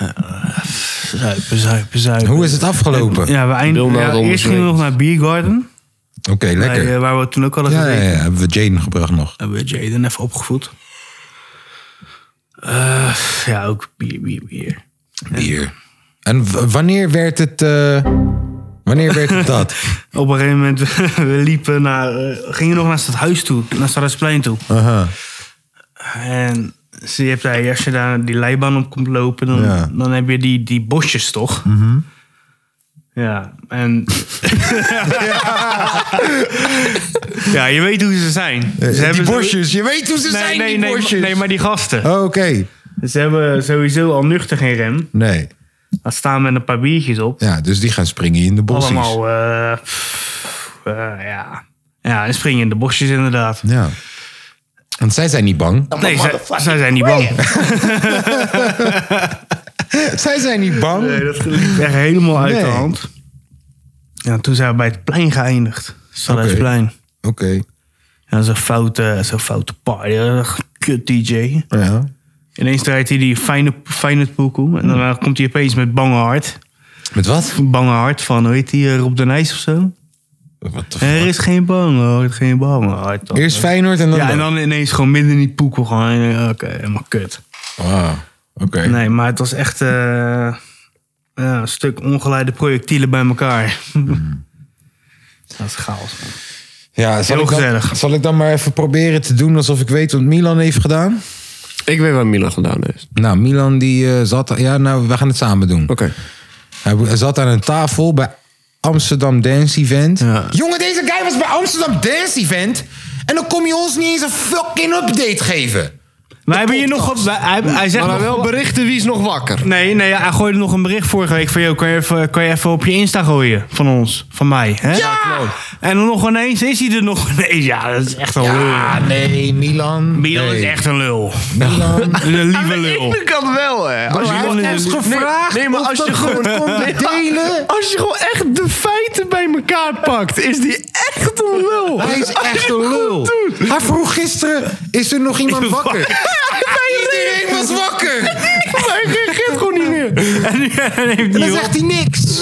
Zuipen. Hoe is het afgelopen? Ja, we eindigen. Wil naar de Eerst gingen we nog naar Biergarden. Oké, lekker. Waar we toen ook al eens Ja, gezeten. hebben we Jaden gebracht nog. Hebben we Jaden even opgevoed. Ja, ook bier. Bier. En wanneer werd het... Wanneer werd het dat? Op een gegeven moment, we liepen gingen nog naar het huis toe. Naar Stadhuisplein toe. Aha. En je hebt daar, als je daar die leibaan op komt lopen, dan heb je die bosjes toch? Ja, en... ja, je weet hoe ze zijn. Die bosjes, je weet hoe ze zijn, die bosjes. Nee, maar die gasten. Oh, oké. Ze hebben sowieso al nuchter geen rem. Nee. Dan staan met een paar biertjes op. Ja, dus die gaan springen in de bosjes. Allemaal, ja, en springen in de bosjes inderdaad. Ja. Want zij zijn niet bang. Nee, zij zijn niet bang. Zij zijn niet bang. Nee, dat liep echt helemaal uit de Nee. hand. Ja, toen zijn we bij het plein geëindigd. Stadhuisplein. Oké. Ja, zo'n foute party. Kut DJ. Ja. Ineens draait hij die fijne poekoe. En dan komt hij opeens met Bange Hart. Met wat? Bange Hart van, hoe heet die, Rob de Nijs of zo? What the Er fuck? is geen Bange Hart. Eerst Feyenoord en dan... Ja, en dan ineens gewoon midden in die poekoe. Gewoon, oké, helemaal kut. Wauw. Oké. Nee, maar het was echt een stuk ongeleide projectielen bij elkaar. Dat is chaos. Man. Ja, Heel gezellig. Zal ik dan maar even proberen te doen alsof ik weet wat Milan heeft gedaan? Ik weet wat Milan gedaan heeft. Nou, Milan die zat... Ja, nou, we gaan het samen doen. Oké. Hij zat aan een tafel bij Amsterdam Dance Event. Ja. Jongen, deze guy was bij Amsterdam Dance Event. En dan kom je ons niet eens een fucking update geven. Maar hebben je nog... Hij zegt Maar nog dan wel berichten wie is nog wakker. Nee, hij gooide nog een bericht vorige week van... Kan je even op je Insta gooien van ons, van mij. Hè? Ja! En dan nog ineens is hij er nog ineens. Ja, dat is echt een Ja, lul. nee, Milan. Milan nee. is echt een lul. Milan. Een lieve lul. Ik kan wel, hè. Als Hij je heeft ons gevraagd nee, maar of als je dat gewoon kon delen. Als je gewoon echt de feiten bij elkaar pakt, is die echt een lul. Hij is echt een lul. Hij vroeg gisteren, is er nog iemand wakker? Iedereen was wakker. Hij reageert gewoon niet meer. En heeft En dan hij zegt hij niks.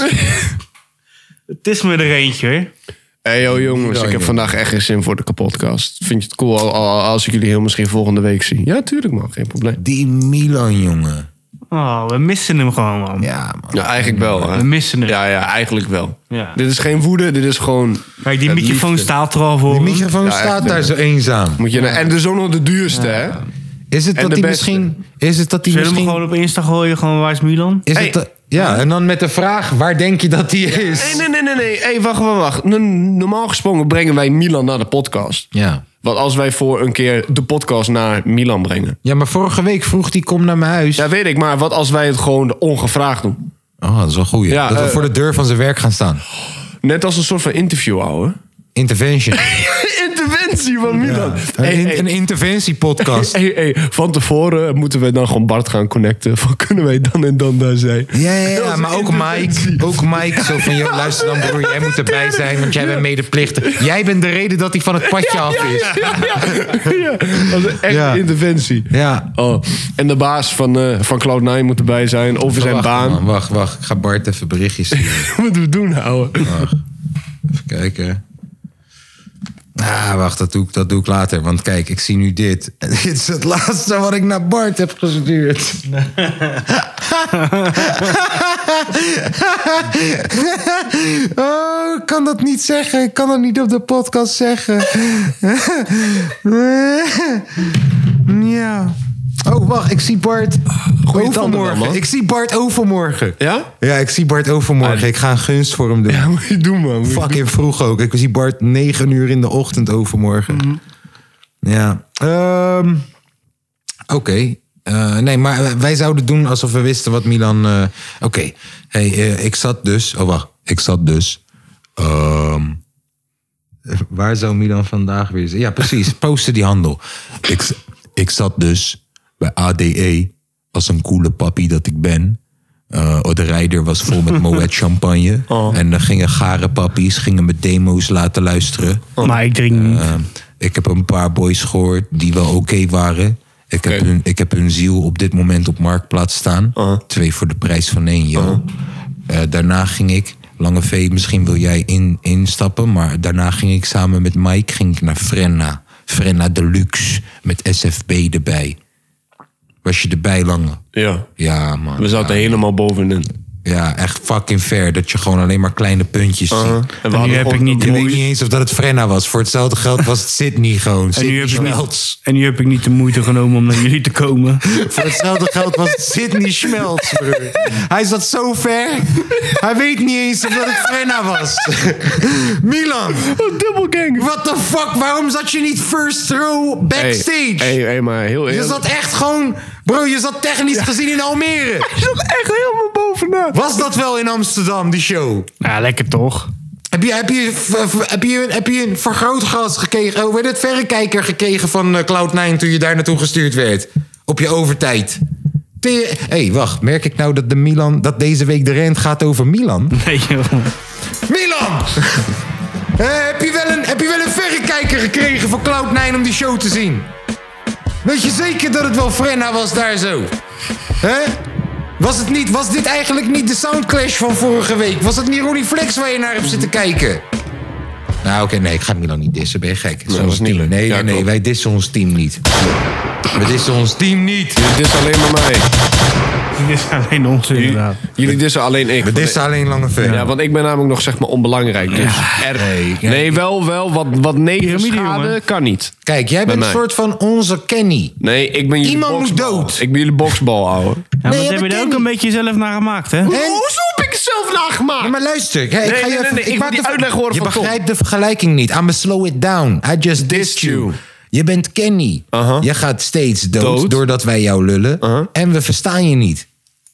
Het is me er eentje, hoor. Hey, yo jongens, ik heb vandaag echt geen zin voor de kapotkast. Vind je het cool als ik jullie heel misschien volgende week zie? Ja, tuurlijk man, geen probleem. Die Milan, jongen. Oh, we missen hem gewoon, man. Ja, man. Ja, eigenlijk wel. Hè. We missen hem. Ja, eigenlijk wel. Ja. Dit is geen woede, dit is gewoon... Kijk, die het microfoon liefde. staat er al voor. Die hem. microfoon Ja, staat echt, daar zo eenzaam. Moet je en dus ook nog de duurste, hè? Is het En dat de hij beste. misschien... Is het dat hij Zullen we hem misschien... gewoon op Insta gooien? Gewoon, waar is Milan? Is Hey. het dat- ja, en dan met de vraag, waar denk je dat hij is? Nee. Hey, wacht. Normaal gesproken brengen wij Milan naar de podcast. Ja. Want als wij voor een keer de podcast naar Milan brengen. Ja, maar vorige week vroeg hij, kom naar mijn huis. Ja, weet ik, maar wat als wij het gewoon ongevraagd doen? Oh, dat is wel goed. Ja, dat we voor de deur van zijn werk gaan staan. Net als een soort van interview, ouwe. Intervention. Interventie van Milan. Een interventiepodcast. Hey, van tevoren moeten we dan gewoon Bart gaan connecten. Van, kunnen wij dan en dan daar zijn? Ja, maar ook Mike. Ook Mike. Zo van, joh, luister dan broer, jij moet erbij zijn, want jij bent medeplichtig. Jij bent de reden dat hij van het padje af is. Ja. Dat is echt interventie. Ja. Oh. En de baas van Cloud9 moet erbij zijn. Over zijn baan. Man, wacht. Ik ga Bart even berichtjes sturen. Wat moeten we doen, ouwe? Even kijken. Wacht, dat doe ik later. Want kijk, ik zie nu dit. En dit is het laatste wat ik naar Bart heb gestuurd. Oh, ik kan dat niet zeggen. Ik kan dat niet op de podcast zeggen. Ja. Oh, wacht. Ik zie Bart overmorgen. Ik zie Bart overmorgen. Ja? Ja, ik zie Bart overmorgen. Ik ga een gunst voor hem doen. Ja, moet je doen, man. Fucking vroeg ook. Ik zie Bart 9 uur in de ochtend overmorgen. Mm-hmm. Ja. Oké. Nee, maar wij zouden doen alsof we wisten wat Milan... Oké. Hey, ik zat dus... Oh, wacht. Ik zat dus... waar zou Milan vandaag weer zijn? Ja, precies. Posten die handel. Ik zat dus bij ADE als een coole papi dat ik ben. De rijder was vol met Moet champagne. En dan gingen gare pappies, gingen me demo's laten luisteren. Maar ik drink niet. Ik heb een paar boys gehoord die wel oké waren. Ik heb hun ziel op dit moment op Marktplaats staan. 2 voor de prijs van 1, joh. Daarna ging ik... Lange V, misschien wil jij instappen. Maar daarna ging ik samen met Mike naar Frenna. Frenna Deluxe. Met SFB erbij. Was je erbij, Lange? Ja. Ja, man. We zaten helemaal bovenin. Ja, echt fucking fair. Dat je gewoon alleen maar kleine puntjes ziet. En nu heb ik niet Je weet niet eens of dat het Frenna was. Voor hetzelfde geld was het Sydney gewoon. En nu heb ik niet de moeite genomen om naar jullie te komen. Voor hetzelfde geld was het Sydney Schmelz, broer. Hij zat zo ver. Hij weet niet eens of dat het Frenna was. Milan. Dubbelgang. What the fuck? Waarom zat je niet first row backstage? Hey, maar heel eerlijk. Je zat echt gewoon... Bro, je zat technisch gezien in Almere. Je zat echt helemaal bovenaan. Was dat wel in Amsterdam, die show? Ja, lekker toch? Heb je een vergrootglas gekregen? Hoe werd het verrekijker gekregen van Cloud9 toen je daar naartoe gestuurd werd? Op je overtijd. Hey, wacht. Merk ik nou dat deze week de rent gaat over Milan? Nee, joh. Milan! Heb je wel een verrekijker gekregen van Cloud9 om die show te zien? Weet je zeker dat het wel Frenna was daar zo? Hè? Was dit eigenlijk niet de Soundclash van vorige week? Was het niet Ronnie Flex waar je naar hebt zitten kijken? Nou, oké, nee, ik ga Milan niet dissen. Ben je gek? Nee, dat was niet leuk. Nee, wij dissen ons team niet. We dissen ons team niet. Jullie dissen alleen maar mij. Dit is alleen ons inderdaad. Jullie dissen alleen ik. We dissen alleen Lange V. Ja, want ik ben namelijk nog zeg maar onbelangrijk. Dus nee, wel wat nevenschade kan niet. Kijk, jij bent een soort van onze Kenny. Nee, ik ben jullie Iemand boksbal. moet dood. Ik ben jullie boksbal, ouwe. Ja, maar dat heb je er ook een beetje zelf naar gemaakt, hè? Hoezo heb ik het zelf nagemaakt? Ja, maar luister. Ik wil die uitleg horen Je van Tom. begrijpt de vergelijking niet. I'm slow it down. I just dissed you. Je bent Kenny. Je gaat steeds dood doordat wij jou lullen. En we verstaan je niet.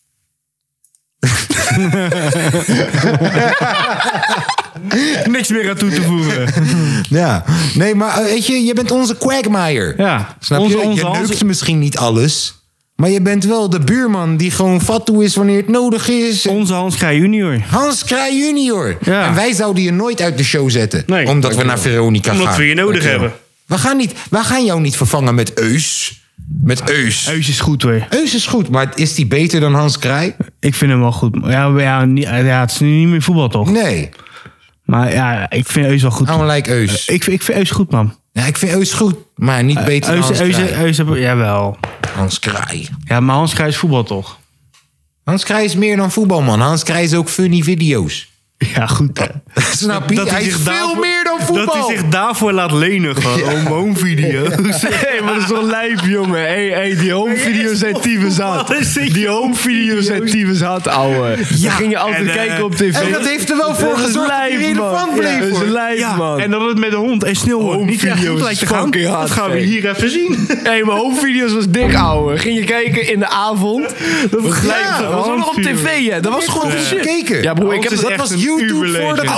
Niks meer aan toe te voegen. Ja. Nee, maar weet je bent onze Quagmire. Ja. Snap je? Je neukt misschien niet alles. Maar je bent wel de buurman die gewoon fatsoen is wanneer het nodig is. Onze Hans Kraaij junior. Hans Kraaij junior. Ja. En wij zouden je nooit uit de show zetten. Nee. Omdat we naar Veronica gaan. Omdat we je nodig hebben. We gaan jou niet vervangen met Eus. Met Eus. Eus is goed hoor. Eus is goed, maar is die beter dan Hans Kraaij? Ik vind hem wel goed. Ja, het is nu niet meer voetbal toch? Nee. Maar ja, ik vind Eus wel goed. I don't like Eus. Ik vind Eus goed, man. Ja, ik vind Eus goed, maar niet beter dan Hans Kraaij. Jawel. Hans Kraaij. Ja, maar Hans Kraaij is voetbal toch? Hans Kraaij is meer dan voetbal, man. Hans Kraaij is ook funny video's. Ja, goed hè. Snap je? Hij is veel meer dan voetbal. Dat hij zich daarvoor laat lenen gewoon. Home video's. Hé, maar dat is toch lijp, jongen. Hé, die home video's zijn tyfus hard. Die home video's zijn tyfus hard, ouwe. Ja, dan ging je altijd kijken op tv. En dat heeft er wel voor gezorgd dat hij relevant bleef. Dat is lijp, man. En dat het met de hond en sneeuw niet video's lijkt te gaan. hard. Dat gaan we hier even zien. Hé, maar home video's was dik, ouwe. Ging je kijken in de avond. Dat was lijp. Dat was ook nog op tv, hè. Dat was gewoon shit. Gekeken. Ja, broer, ik heb dat was YouTube voor de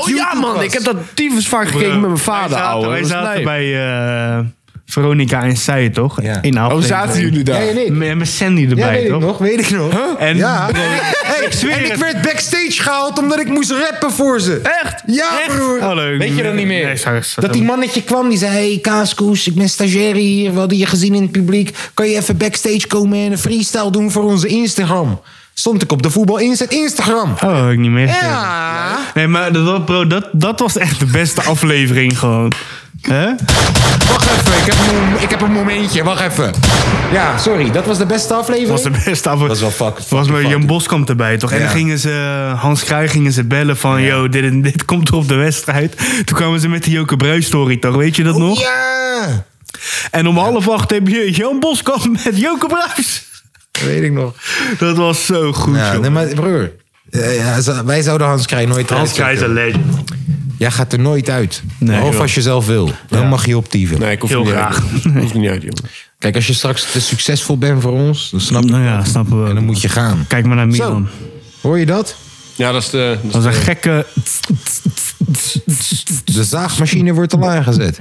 Oh ja, man. Ik heb dat tyfus vaak gekeken met mijn vader, ouwe. Wij Dat is zaten lijp. bij Veronica en Zij, toch? Ja. In de Oh, aflevering. zaten jullie daar? Ja, nee. Met Sandy erbij, toch? weet ik nog. En Ja. ik zweer En ik het. werd backstage gehaald omdat ik moest rappen voor ze. Echt? Ja, Echt? broer. Oh, leuk. Weet je dat niet meer? Nee, Dat die mannetje kwam, die zei... Hey, Kaaskoes, ik ben stagiair hier. We hadden je gezien in het publiek. Kan je even backstage komen en een freestyle doen voor onze Instagram? Stond ik op de Voetbal Inzet Instagram. Oh, ik niet meer. Ja. Nee, maar dat was echt de beste aflevering gewoon. Hè? Wacht even, ik heb een momentje. Wacht even. Ja, sorry. Dat was de beste aflevering? Dat was de beste aflevering. Dat was wel fuck. Was met Jan Boskamp erbij, toch? En Ja. dan gingen ze, Hans Kraaij gingen ze bellen van... Yo, dit komt er op de wedstrijd. Toen kwamen ze met die Joke Bruijs story, toch? Weet je dat nog? Ja. En om 7:30 heb je Jan Boskamp met Joke Bruijs. Dat weet ik nog. Dat was zo goed, Ja, joh. nee, maar broer. Wij zouden Hans Kraaij nooit Hans Kraaij is een legend. Jij gaat er nooit uit. Nee, Behalve joh. als je zelf wil. Dan mag je optieven. Nee, ik hoef Heel er niet graag. uit. Ik hoef er niet uit, jongen. Kijk, als je straks te succesvol bent voor ons, dan snap je. Nou ja, snappen we. En dan moet je gaan. Kijk maar naar Milan. Hoor je dat? Ja, dat is de... Dat was een gekke... De zaagmachine wordt al aangezet.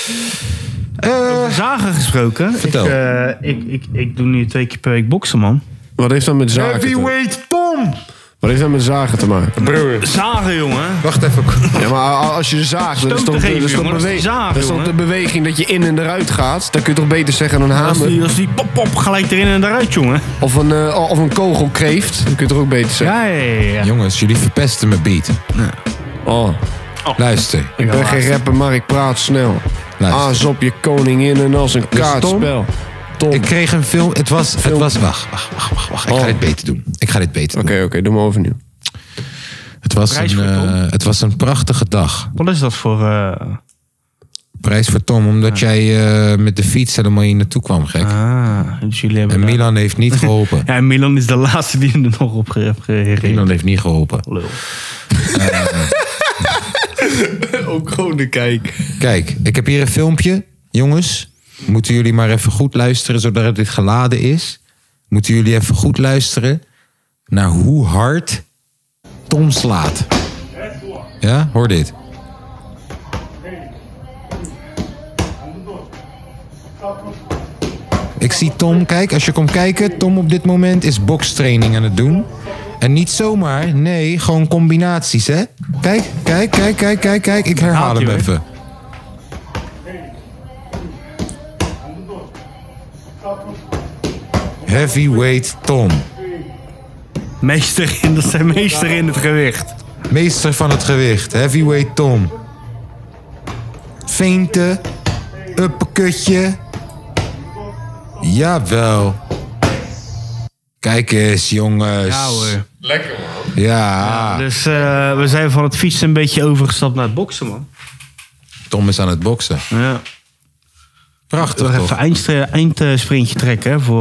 Zagen gesproken. Vertel. Ik doe nu 2 keer per week boksen, man. Wat heeft dat met zagen te maken? Heavyweight Tom! Wat heeft dat met zagen te maken? Broer. Zagen, jongen. Wacht even. Ja, maar als je zaagt, dan is Stoot toch te geven, jongen. Dat is die zaag, dat is toch jongen. de beweging dat je in en eruit gaat? Dan kun je toch beter zeggen een hamer? Als die pop gelijk erin en eruit, jongen. Of een kogelkreeft? Dan kun je toch ook beter zeggen? Ja. Jongens, jullie verpesten mijn beat. Oh, Luister. ik ben geen rapper, maar ik praat snel. Luister. Aas op je koningin en als een kaartspel. Tom. Ik kreeg een film. Het was. Wacht. Ik ga dit beter doen. Oké, doe maar overnieuw. Het was een prachtige dag. Wat is dat voor... Prijs voor Tom, omdat jij met de fiets helemaal hier naartoe kwam, gek. Dus jullie hebben... En Milan heeft niet geholpen. Ja, Milan is de laatste die er nog op heeft gereageerd. Milan heeft niet geholpen. Lul. Ook gewoon de kijk. Kijk, ik heb hier een filmpje. Jongens, moeten jullie maar even goed luisteren, zodat dit geladen is. Moeten jullie even goed luisteren naar hoe hard Tom slaat. Ja, hoor dit. Ik zie Tom, kijk, als je komt kijken, Tom op dit moment is bokstraining aan het doen. En niet zomaar, nee, gewoon combinaties, hè. Kijk, ik herhaal hem even. Heavyweight Tom. Dat zijn meester in het gewicht. Meester van het gewicht, Heavyweight Tom. Feinte, uppercutje. Jawel. Kijk eens, jongens. Ja hoor. Ja. Dus we zijn van het fietsen een beetje overgestapt naar het boksen, man. Tom is aan het boksen. Ja. Prachtig, Nog toch? even eindsprintje trekken hè,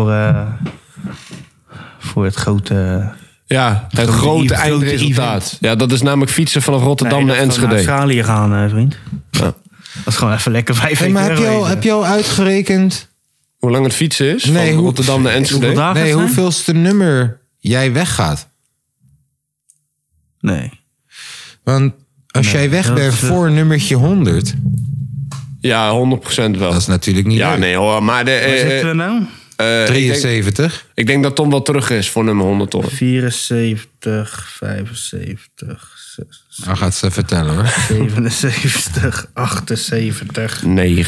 voor het grote... Ja, het grote eindresultaat. Ja, dat is namelijk fietsen vanaf Rotterdam naar naar Enschede. Australië gaan, vriend. Ja. Dat is gewoon even lekker 5 Hey, weken maar heb je al uitgerekend? Hoe lang het fietsen is? Nee, van hoe- Rotterdam naar Enschede? Hoeveel dagen? Nee, het zijn? hoeveelste nummer jij weggaat? Nee. Want als jij weg dat bent is, voor nummertje 100, Ja, 100% wel. dat is natuurlijk niet Ja, leuk. nee hoor. Maar Waar zitten we nou? 73. ik denk dat Tom wel terug is voor nummer 100 hoor. 74, 75, Nou gaat ze vertellen hoor. 77, 78,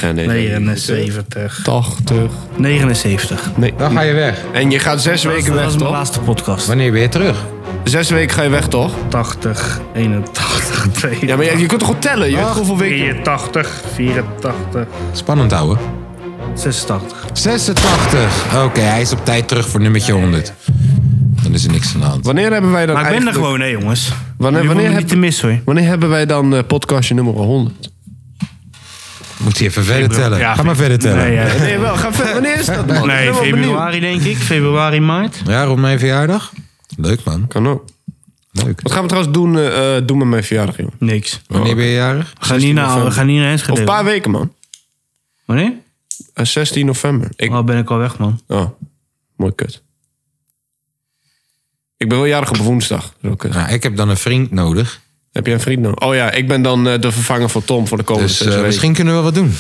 79, 79, 80. 79. Nee. Dan ga je weg. En je gaat 6 weken Dat weg, was mijn toch? laatste podcast. Wanneer ben je terug? 6 weken ga je weg, toch? 80, 81, 82. Ja, maar je kunt toch goed tellen? Je weet toch hoeveel weken... 83, 84, Spannend houden. 86. 86. Oké, hij is op tijd terug voor nummertje 100. Dan is er niks aan de hand. Wanneer hebben wij dan Maar ik ben er eigenlijk... gewoon, hè jongens. Wanneer Jullie hoeven heb- niet te missen, hoor. Wanneer hebben wij dan podcastje nummer 100? Moet hij even verder tellen. Ja, Ga maar verder tellen. Nee, ja. Nee, wel. Ga verder. Wanneer is dat, man? Ik ben Nee, wel benieuwd. februari denk ik. Februari, maart. Ja, rond mijn verjaardag? Leuk man. Kan ook. Leuk. Wat gaan we trouwens doen met mijn verjaardag, joh? Niks. Wanneer ben je jarig? We gaan niet naar Enschede. Over een paar weken, man. Wanneer? 16 november. Oh, ben ik al weg, man. Oh, mooi kut. Ik ben wel jarig op woensdag. Dat is ook kut. Nou, ik heb dan een vriend nodig Heb jij een vriend nog? Oh ja, ik ben dan de vervanger van Tom voor de komende Dus 6 weken. misschien kunnen we wat doen.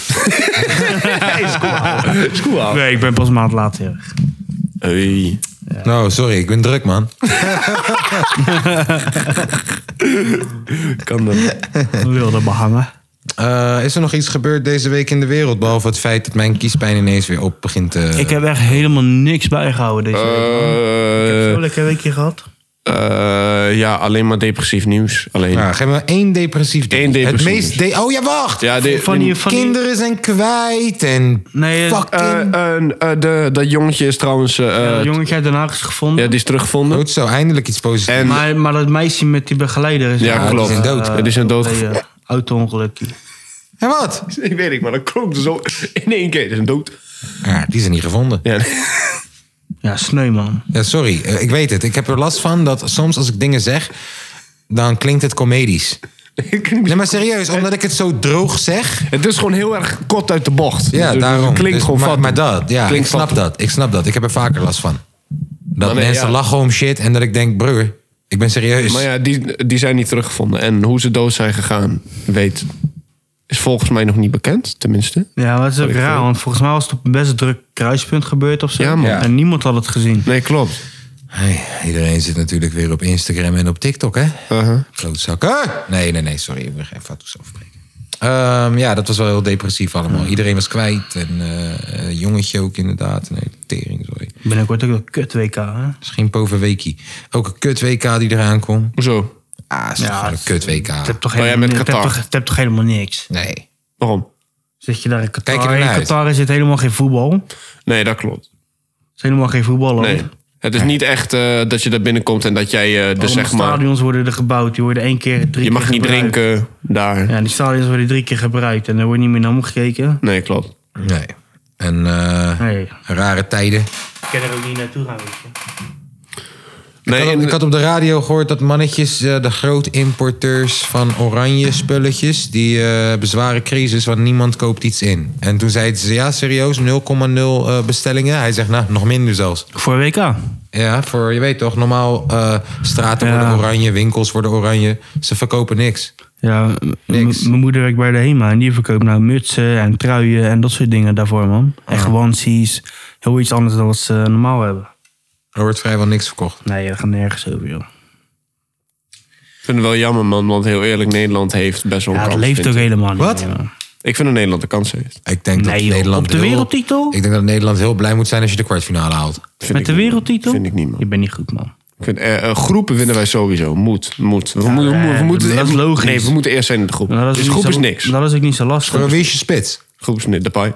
Is cool, ouwe. Nee, ik ben pas een maand later terug. Hey. Nou, sorry, ik ben druk, man. Kan dat? We wilden behangen. Is er nog iets gebeurd deze week in de wereld? Behalve het feit dat mijn kiespijn ineens weer op begint te... Ik heb echt helemaal niks bijgehouden deze week. Man. Ik heb zo'n lekker weekje gehad. Ja, alleen maar depressief nieuws. Alleen. Nou, geef me één depressief ding. Eén depressief Het meest... Oh ja, wacht! Ja, Van die- Kinderen zijn kwijt en... Nee, dat jongetje is trouwens... dat jongetje uit Den Haag is gevonden. ja, die is teruggevonden. Goed zo, eindelijk iets positiefs. En Maar dat meisje met die begeleider is... Ja, klopt. die zijn dood. Die zijn dood. Auto-ongelukje. En wat? Ik weet ik, maar dat klonk zo in één keer. Dat is een dood. Ja, die zijn niet gevonden. Ja. Ja, sneu man. Ja, sorry, ik weet het. Ik heb er last van dat soms als ik dingen zeg, dan klinkt het comedisch. Nee, maar serieus, omdat ik het zo droog zeg. Het is gewoon heel erg kort uit de bocht. Ja, Dus daarom. Het klinkt Dus, gewoon vat. maar dat, ja, Klinkt ik snap vat. dat. Ik snap dat. Ik heb er vaker last van. Dat Maar nee, mensen ja. lachen om shit en dat ik denk, broer, ik ben serieus. Maar ja, die zijn niet teruggevonden. En hoe ze dood zijn gegaan, is volgens mij nog niet bekend, tenminste. Ja, maar het is ook raar, want volgens mij was het op een best druk kruispunt gebeurd of zo. Ja, man. Ja. En niemand had het gezien. Nee, klopt. Hey, iedereen zit natuurlijk weer op Instagram en op TikTok, hè? Klootzakken. Nee, sorry, ik wil geen foto's afspreken. Ja, dat was wel heel depressief allemaal. Iedereen was kwijt en jongetje ook inderdaad. Nee, tering, sorry. Binnenkort ook een kut WK, hè? Misschien Poverweekie. Ook een kut WK die eraan komt. Hoezo? Ah, is toch gewoon een kut WK. Het hebt toch ja, helemaal, met het hebt Qatar. toch, het hebt toch helemaal niks? Nee. Waarom? Zit je daar in Qatar? Kijk je In ernaar uit? Qatar zit helemaal geen voetbal. Er Nee, dat klopt. is helemaal geen voetbal. Nee. Het is niet echt dat je daar binnenkomt en dat jij dus zeg maar... Stadions worden er gebouwd. Die worden 1 keer, 3 keer Je mag niet gebruikt. drinken daar. Ja, die stadions worden 3 keer gebruikt. En er wordt niet meer naar omgekeken. Nee, klopt. Nee. En Nee, rare tijden. ik kan er ook niet naartoe gaan, weet je. Nee, Ik had op de radio gehoord dat mannetjes, de groot-importeurs van oranje spulletjes, die hebben zware crisis, want niemand koopt iets in. En toen zeiden ze, ja, serieus, 0,0 bestellingen. Hij zegt, nou, nog minder zelfs. Voor WK. Ja, voor, je weet toch, normaal straten Ja. worden oranje, winkels worden oranje. Ze verkopen niks. Ja, Niks. mijn moeder werkt bij de HEMA. En die verkoopt nou mutsen en truien en dat soort dingen daarvoor, man. En gewandsies. Heel iets anders dan wat ze normaal hebben. Er wordt vrijwel niks verkocht. Nee, dat gaat nergens over, joh. ik vind het wel jammer, man. Want heel eerlijk, Nederland heeft best wel een Ja, het kans. leeft vind ook ik. helemaal niet Wat? meer, man. Ik vind dat Nederland een kans heeft. Ik denk dat Nee, joh. Nederland Op de wereldtitel? Ik denk dat Nederland heel blij moet zijn als je de kwartfinale haalt. Vind Met ik de niet. wereldtitel? Vind ik niet, man. Je bent niet goed, man. Ik vind, groepen winnen wij sowieso. We moeten, dat is logisch. Nee, we moeten eerst zijn in de groep. Nou, Dus ook groep niet is zo- niks. Dat is ook niet zo lastig. Voor wie is je spits? Groep is niks. Depay.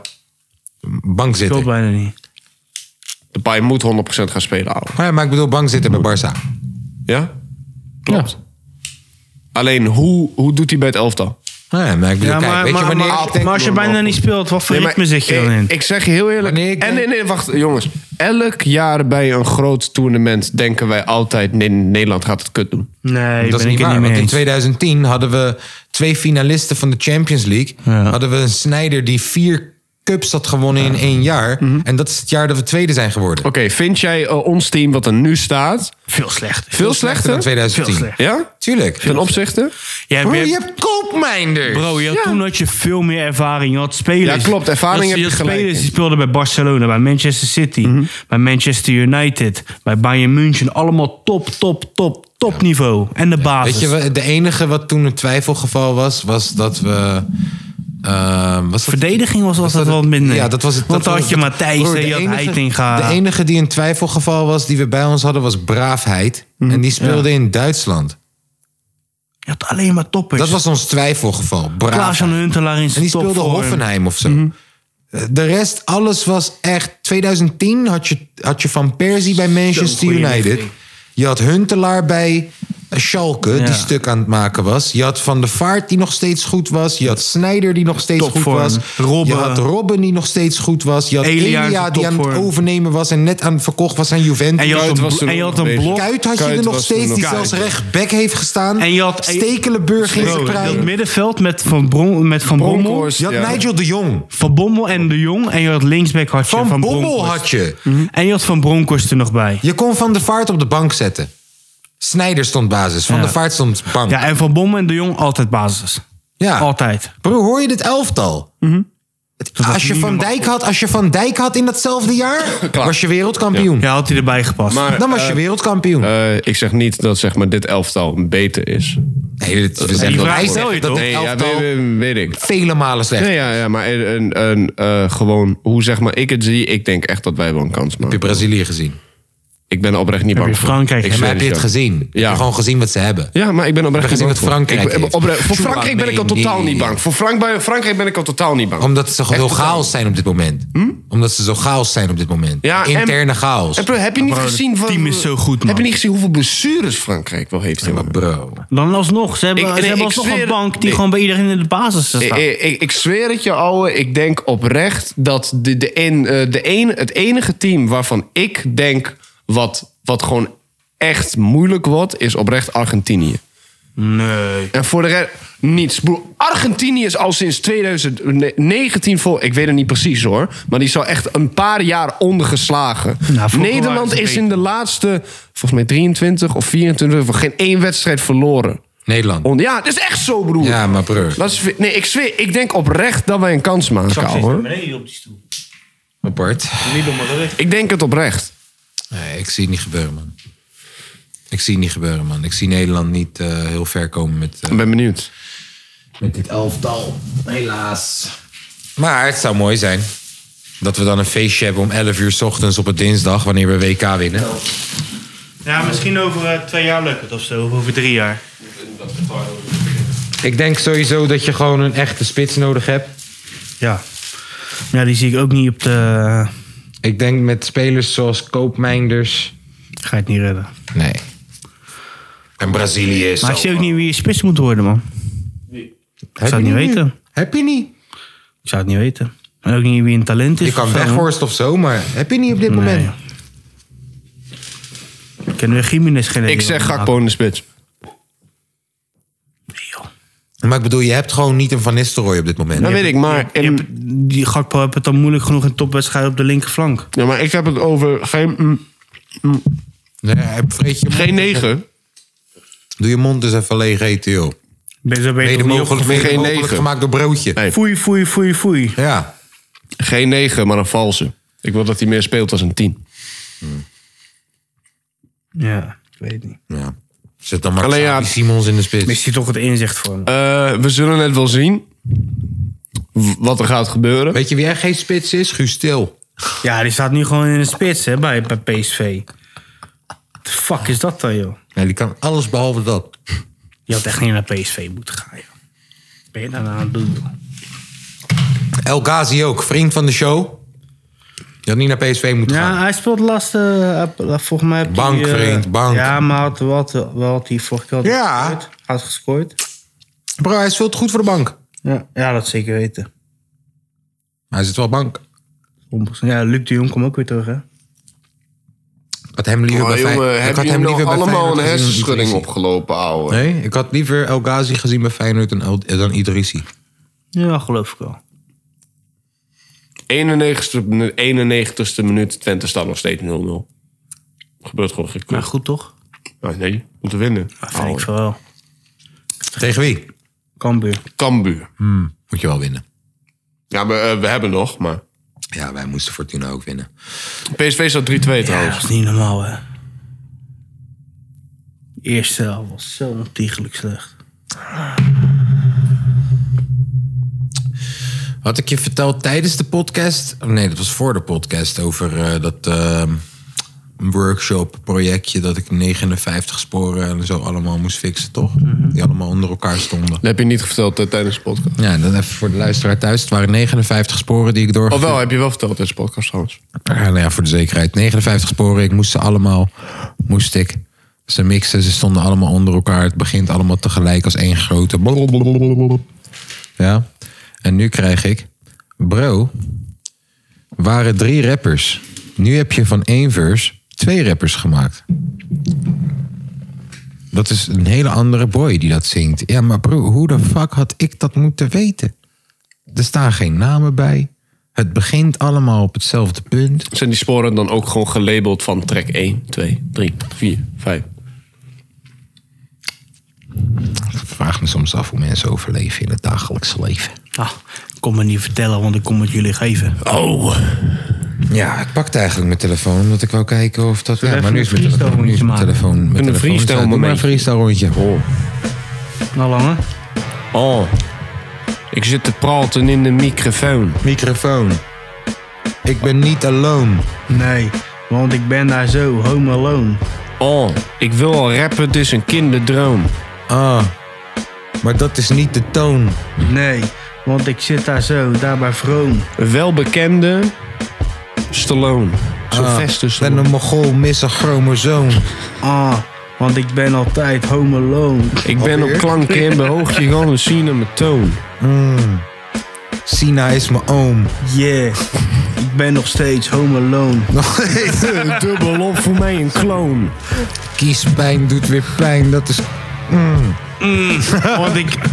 Bank Ik zitten. bijna niet. Depay moet 100% gaan spelen, ouwe. Maar, ja, maar ik bedoel bank zitten bij Barça. Ja? Klopt. Alleen, hoe doet hij bij het elftal? Ja, maar ik bedoel, Ja, kijk, weet je wanneer ik denk... maar als je bijna niet speelt, wat voor Nee, ritme zit je dan in? Ik zeg je heel eerlijk. Wanneer ik En denk- nee, wacht, jongens. Elk jaar bij een groot toernooi denken wij altijd... Nee, Nederland gaat het kut doen. Nee, Dat is ben niet ik waar, het niet want mee in eens. 2010 hadden we 2 finalisten van de Champions League. Ja. Hadden we een Sneijder die 4 cups had gewonnen in 1 jaar. En dat is het jaar dat we tweede zijn geworden. Oké, vind jij ons team wat er nu staat... Veel slechter. veel Slechter slechter? dan 2010. Veel slechter. Ja? Tuurlijk. Ten opzichte? Jij Bro, bent- je hebt Koopmijnders. Bro, toen had je veel meer ervaring. Je had spelers. Ja, klopt, ervaring heb je je had gelijk spelers in. die speelden bij Barcelona, bij Manchester City, bij Manchester United, bij Bayern München. Allemaal top niveau. En de basis. Weet je, de enige wat toen een twijfelgeval was dat we... was dat- Verdediging was dat wel minder. Ja, dat was het. Want dat dan was had je het- Matthijs Broer, en de je had enige- Heitinga. De enige die een twijfelgeval was die we bij ons hadden was Braafheid. En die speelde in Duitsland. Je had alleen maar toppers. Dat was ons twijfelgeval. Klaas Braafheid. van Huntelaar in En zijn die speelde topvorm. Hoffenheim of zo. De rest, alles was echt... 2010 had je Van Persie bij Manchester goeie United. lichting. Je had Huntelaar bij Schalke, Ja. die stuk aan het maken was. Je had Van der Vaart, die nog steeds goed was. Je had Sneijder, die nog steeds Topvorm. goed was. Robben. Je had Robben, die nog steeds goed was. Je had Elia in Elia, zijn die aan het topvorm. overnemen was... en net aan het verkocht was aan Juventus. En je had Kuit een, was er en je nog had een bezig. blok. Kuit had je Kuit er nog was steeds, er die nog. zelfs rechtback heeft gestaan. En je had- Stekelenburg in zijn Bro, dat prime. middenveld met Van Bommel. Bronkhorst, Je had ja. Nigel de Jong. Van Bommel en de Jong. En je had linksback had je Van Bommel Bronkhorst. had je. En je had Van Bronckhorst er nog bij. Je kon Van der Vaart op de bank zetten. Sneijder stond basis. Van Ja. der Vaart stond bank. Ja, en Van Bommel en De Jong altijd basis. Ja. Altijd. Bro, hoor je dit elftal? Als je Van Dijk had in datzelfde jaar, was je wereldkampioen. Ja, had hij erbij gepast. Maar, Dan was je wereldkampioen. ik zeg niet dat zeg maar, dit elftal beter is. Nee, we zeggen die dat vraag wij stel zeggen je dat toch? het Nee, ja, elftal weet ik. vele malen slecht. Nee, ja, maar gewoon, hoe zeg maar ik het zie, ik denk echt dat wij wel een kans Heb je maken. Brazilië gezien? Ik ben er oprecht niet Heb bang je voor. Frankrijk Ik En zweer heb je het ja. gezien? Heb Ja. je gewoon gezien wat ze hebben? Ja, maar ik ben oprecht gezien niet bang wat Frankrijk voor. heeft. Voor Frankrijk ben ik al totaal niet bang. Voor Frankrijk ben ik al totaal niet bang. Omdat ze zo Echt totaal. chaos zijn op dit moment. Omdat ze zo chaos zijn op dit moment. Ja, Interne chaos. En bro, heb je niet gezien het team is zo goed, man. Heb je niet gezien hoeveel blessures Frankrijk wel heeft? Ja, maar jongen? bro. Dan alsnog. Ze hebben, Ik alsnog zweer- een bank die nee. gewoon bij iedereen in de basis staat. Ik zweer het je, ouwe. Ik denk oprecht dat het enige team waarvan ik denk wat gewoon echt moeilijk wordt, is oprecht Argentinië. Nee. En voor de rest niets. Bro, Argentinië is al sinds 2019 ik weet het niet precies hoor, maar die is al echt een paar jaar ondergeslagen. Nou, vroeger Nederland waren ze is beter. in de laatste, volgens mij 23 of 24, geen één wedstrijd verloren. Nederland. Ja, het is echt zo, broer. Ja, maar bro. Nee, ik zweer, ik denk oprecht dat wij een kans maken, hoor. beneden op die stoel. Apart. Ik denk het oprecht. Nee, ik zie het niet gebeuren, man. Ik zie Nederland niet heel ver komen met Ik ben benieuwd. dit elftal. Helaas. Maar het zou mooi zijn dat we dan een feestje hebben om 11 uur 's ochtends op een dinsdag, wanneer we WK winnen. Ja, misschien over 2 jaar lukt het of zo. Of over 3 jaar. Ik denk sowieso dat je gewoon een echte spits nodig hebt. Ja. Maar ja, die zie ik ook niet op de... Ik denk met spelers zoals Koopmeinders. Ga je het niet redden. Nee. En Brazilië is Maar ik zo, zie ook man. niet wie je spits moet worden, man. Heb zou het je niet weten. nu? Heb je niet? Ik zou het niet weten. En ook niet wie een talent is. Je kan of zo, Weghorst of zo, maar heb je niet op dit man. moment? Nee. Ik ken weer Gimenez geen Ik zeg Gakpo in de spits. Nee, joh. Maar ik bedoel, je hebt gewoon niet een Van Nistelrooy op dit moment. Dat weet ik, maar... Die Gakpo heeft het dan moeilijk genoeg in topwedstrijden op de linkerflank. Ja, maar ik heb het over geen Nee, vreet je mond. 9. Doe je mond eens even leeg eten, joh. Ben je Mede toch niet mogelijk, opgevoed? geen mogelijk 9. gemaakt door broodje. Nee. Foei, foei, foei, foei. Ja. Geen 9, maar een valse. Ik wil dat hij meer speelt als een 10. Ja, ik weet het niet. Ja. Zet dan maar Alleen ja, Xavi Simons in de spits. Mist hij toch het inzicht voor hem? We zullen het wel zien. Wat er gaat gebeuren. Weet je wie echt geen spits is? Guus Til. Ja, die staat nu gewoon in de spits hè, bij PSV. What the fuck is dat dan, joh? Ja, die kan alles behalve dat. Je had echt niet naar PSV moeten gaan, joh. Ben je daar nou aan het doen, joh? El Ghazi ook, vriend van de show. Je had niet naar PSV moeten Ja, gaan. hij speelt laatste... volgens mij... heeft Bank, hij, vriend, bank. Ja, maar had hij vorige keer Ja. had gescoord. Bro, hij is veel te goed voor de bank. Ja, dat zeker weten. Hij zit wel bank. 100%. Ja, Luc de Jong komt ook weer terug, hè? Ik had hem liever bij Feyenoord. Ik had hem liever bij Feyenoord gezien dan Idrissi. opgelopen, ouwe? Nee, ik had liever El Ghazi gezien bij Feyenoord dan Idrissi. Ja, geloof ik wel. 91ste minuut, Twente staat nog steeds 0-0. Gebeurt gewoon geen Maar kut. goed, toch? Nee, moeten winnen. Dat vind ik veel wel. Tegen wie? Cambuur. Cambuur. Moet je wel winnen. Ja, we hebben nog, maar... Ja, wij moesten Fortuna ook winnen. PSV staat 3-2 Ja, trouwens. dat is niet normaal, hè? De eerste helft was zo ontiegelijk slecht. Had ik je verteld tijdens de podcast? Oh, nee, dat was voor de podcast. Over dat workshop projectje dat ik 59 sporen en zo allemaal moest fixen, toch? Die allemaal onder elkaar stonden. Dat heb je niet verteld tijdens de podcast. Ja, dan even voor de luisteraar thuis. Het waren 59 sporen die ik Of doorgevoerd. wel, heb je wel verteld tijdens de podcast trouwens. Ja, nou ja, voor de zekerheid. 59 sporen. Ik moest ze allemaal... Ze mixen, ze stonden allemaal onder elkaar. Het begint allemaal tegelijk als één grote... Ja. En nu krijg ik... Bro, waren 3 rappers. Nu heb je van 1 verse 2 rappers gemaakt. Dat is een hele andere boy die dat zingt. Ja, maar bro, hoe de fuck had ik dat moeten weten? Er staan geen namen bij. Het begint allemaal op hetzelfde punt. Zijn die sporen dan ook gewoon gelabeld van track 1, 2, 3, 4, 5? vraag me soms af hoe mensen overleven in het dagelijkse leven. Ah, ik kon me niet vertellen, want ik kom het jullie geven. Oh. Ja, ik pakte eigenlijk mijn telefoon omdat ik wou kijken of dat... Zullen we Ja, maar nu is even mijn een telefoon. Nu is mijn freestyle telefoon. Mijn Een telefoon freestyle staat. Doe maar een momentje. freestyle rondje. Oh. Nou lang, hè? Oh. Ik zit te praten in de microfoon. Microfoon. Ik ben niet alone. Nee, want ik ben daar zo, home alone. Oh. Ik wil al rappen, het is een kinderdroom. Ah, maar dat is niet de toon. Nee, want ik zit daar zo, daar bij Vroom. Welbekende Stallone. Sylvester Ik ben Stallone. een Mongool, mis een chromosoom. Ah, want ik ben altijd home alone. Ik ben op klanken en behoog je gewoon zien aan mijn toon. Sina is mijn oom. Yeah, ik ben nog steeds home alone. Dubbel op voor mij een kloon. Kiespijn doet weer pijn, dat is... Want ik...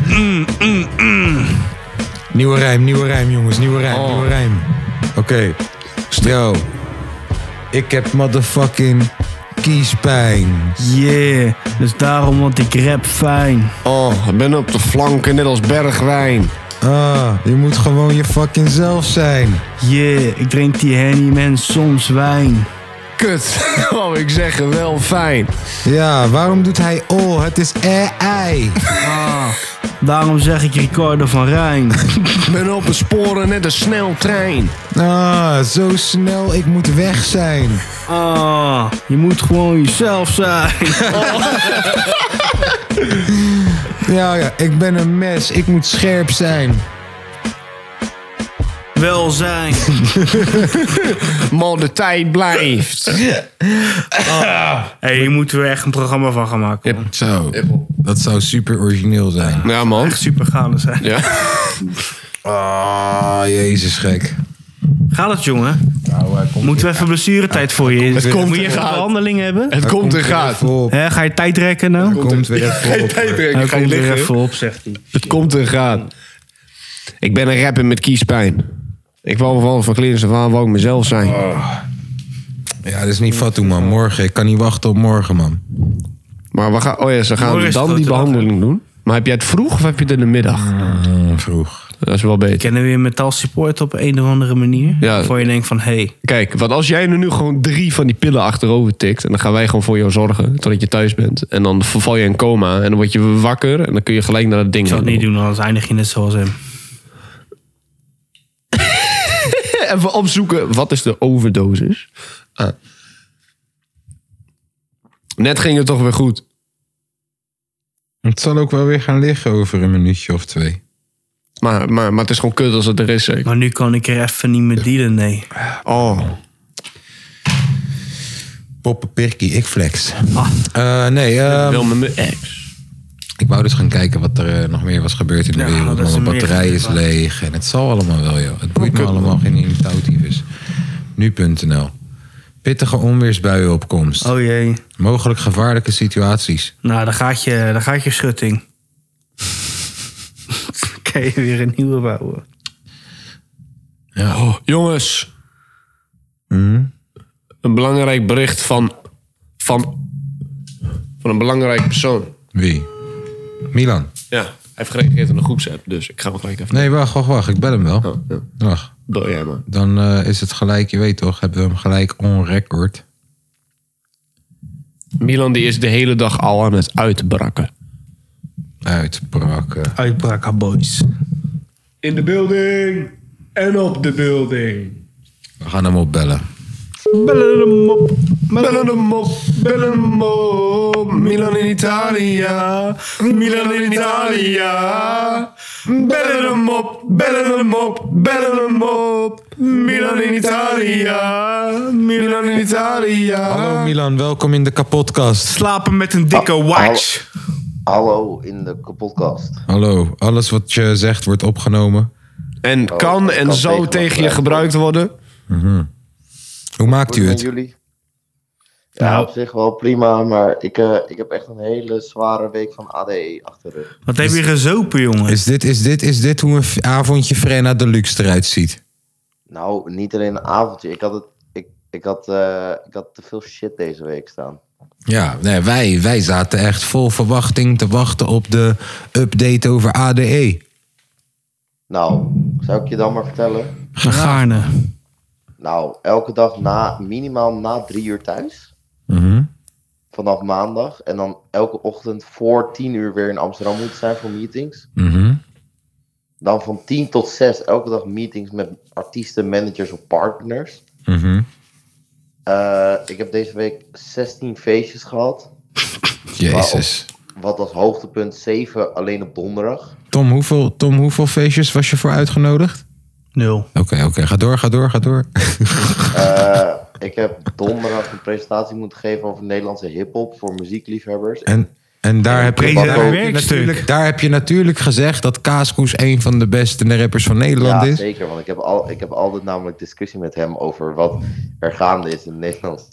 Nieuwe rijm, jongens. Nieuwe rijm. Oké. Yo. Ik heb motherfucking kiespijn. Yeah, dus daarom want ik rap fijn. Oh, ik ben op de flanken net als Bergwijn. Ah, je moet gewoon je fucking zelf zijn. Yeah, ik drink die Henny man soms wijn. Kut. Oh, ik zeg er wel fijn. Ja, waarom doet hij oh? Het is ei. Daarom zeg ik Ricardo van Rijn. Ik ben op de sporen net een sneltrein. Ah, zo snel, ik moet weg zijn. Ah, je moet gewoon jezelf zijn. Ja, ik ben een mes, ik moet scherp zijn. Welzijn. Maar de tijd blijft. Hey, hier moeten we echt een programma van gaan maken. Man. Zo, dat zou super origineel zijn. Ja, man. Echt super gaande zijn. Ja. Ah, jezus gek. Gaat het, jongen? Moeten we even blessuretijd voor je? Het komt Moet je er even gaat. behandeling hebben? Het komt en gaat. Hè, ga je tijd rekken nou? Komt weer even op. Hij Ga je komt er liggen? even op, zegt hij. Het komt en gaat. Ik ben een rapper met kiespijn. Ik wou wel van kleren van wou ik mezelf zijn. Ja, dat is niet fatu, man. Morgen, ik kan niet wachten op morgen, man. Maar we gaan, oh ja, ze gaan Morgen is dan het die grote dag, behandeling doen. Maar heb jij het vroeg of heb je het in de middag? Vroeg. Dat is wel beter. Kennen we weer metaal support op een of andere manier? Ja. Waarvoor je denkt van, hey, Kijk, want als jij nu gewoon 3 van die pillen achterover tikt... en dan gaan wij gewoon voor jou zorgen totdat je thuis bent... en dan verval je in coma en dan word je wakker... en dan kun je gelijk naar het ding ik zou het gaan. niet doen, anders eindig je net zoals hem. Even opzoeken, wat is de overdosis? Ah. Net ging het toch weer goed. Het zal ook wel weer gaan liggen over een minuutje of 2. Maar het is gewoon kut als het er is, zeker. Maar nu kan ik er even niet meer dealen, nee. Oh, Poppenpirkie, ik flex. Nee, wil met mijn ex. ik wou dus gaan kijken wat er nog meer was gebeurd in de Ja, wereld. dat is Mijn een batterij meer is leeg en het zal allemaal wel, joh. Het boeit me allemaal geen touwtyfus. Nu.nl. Pittige onweersbuien op komst. Oh jee. Mogelijk gevaarlijke situaties. Nou, dan gaat je schutting. Kan je weer een nieuwe bouwen. Ja. Oh, jongens. Een belangrijk bericht van een belangrijk persoon. Wie? Milan. Ja, hij heeft gereageerd in de groepsapp, dus ik ga hem gelijk even... Nee, wacht. Ik bel hem wel. Oh, ja. Wacht. Bel jij maar. Dan is het gelijk, je weet toch, hebben we hem gelijk on record. Milan die is de hele dag al aan het uitbrakken. Uitbraken. Uitbraak, boys. In de building en op de building. We gaan hem opbellen. Bellen hem op. Bellen hem op, bellen hem op. Milan in Italia, Milan in Italia. Bellen hem op, bellen hem op, bellen hem op. Milan in Italia, Milan in Italia. Hallo Milan, welkom in de kapotkast. Slapen met een dikke watch. Hallo in de podcast. Hallo, alles wat je zegt wordt opgenomen. En kan en kan zou tegen je gebruikt worden. Hoe maakt u Hoe het? zijn jullie? Ja, op zich wel prima, maar ik heb echt een hele zware week van ADE achter de rug. Wat heb je gezopen, jongen? Is dit hoe een avondje Frenna Deluxe eruit ziet? Nou, niet alleen een avondje. Ik had te veel shit deze week staan. Ja, nee, wij zaten echt vol verwachting te wachten op de update over ADE. Nou, zou ik je dan maar vertellen? Gaarne. Nou, elke dag minimaal na 3 uur thuis. Vanaf maandag. En dan elke ochtend voor 10 uur weer in Amsterdam moeten zijn voor meetings. Dan van 10 tot 6 elke dag meetings met artiesten, managers of partners. Ik heb deze week 16 feestjes gehad. Jezus. Wat als hoogtepunt 7 alleen op donderdag. Tom, hoeveel feestjes was je voor uitgenodigd? 0. Oké, ga door. Ik heb donderdag een presentatie moeten geven over Nederlandse hiphop voor muziekliefhebbers. En daar heb je natuurlijk gezegd dat Kaaskoes een van de beste rappers van Nederland is. Ja, zeker. Want ik heb altijd namelijk discussie met hem over wat er gaande is in Nederland.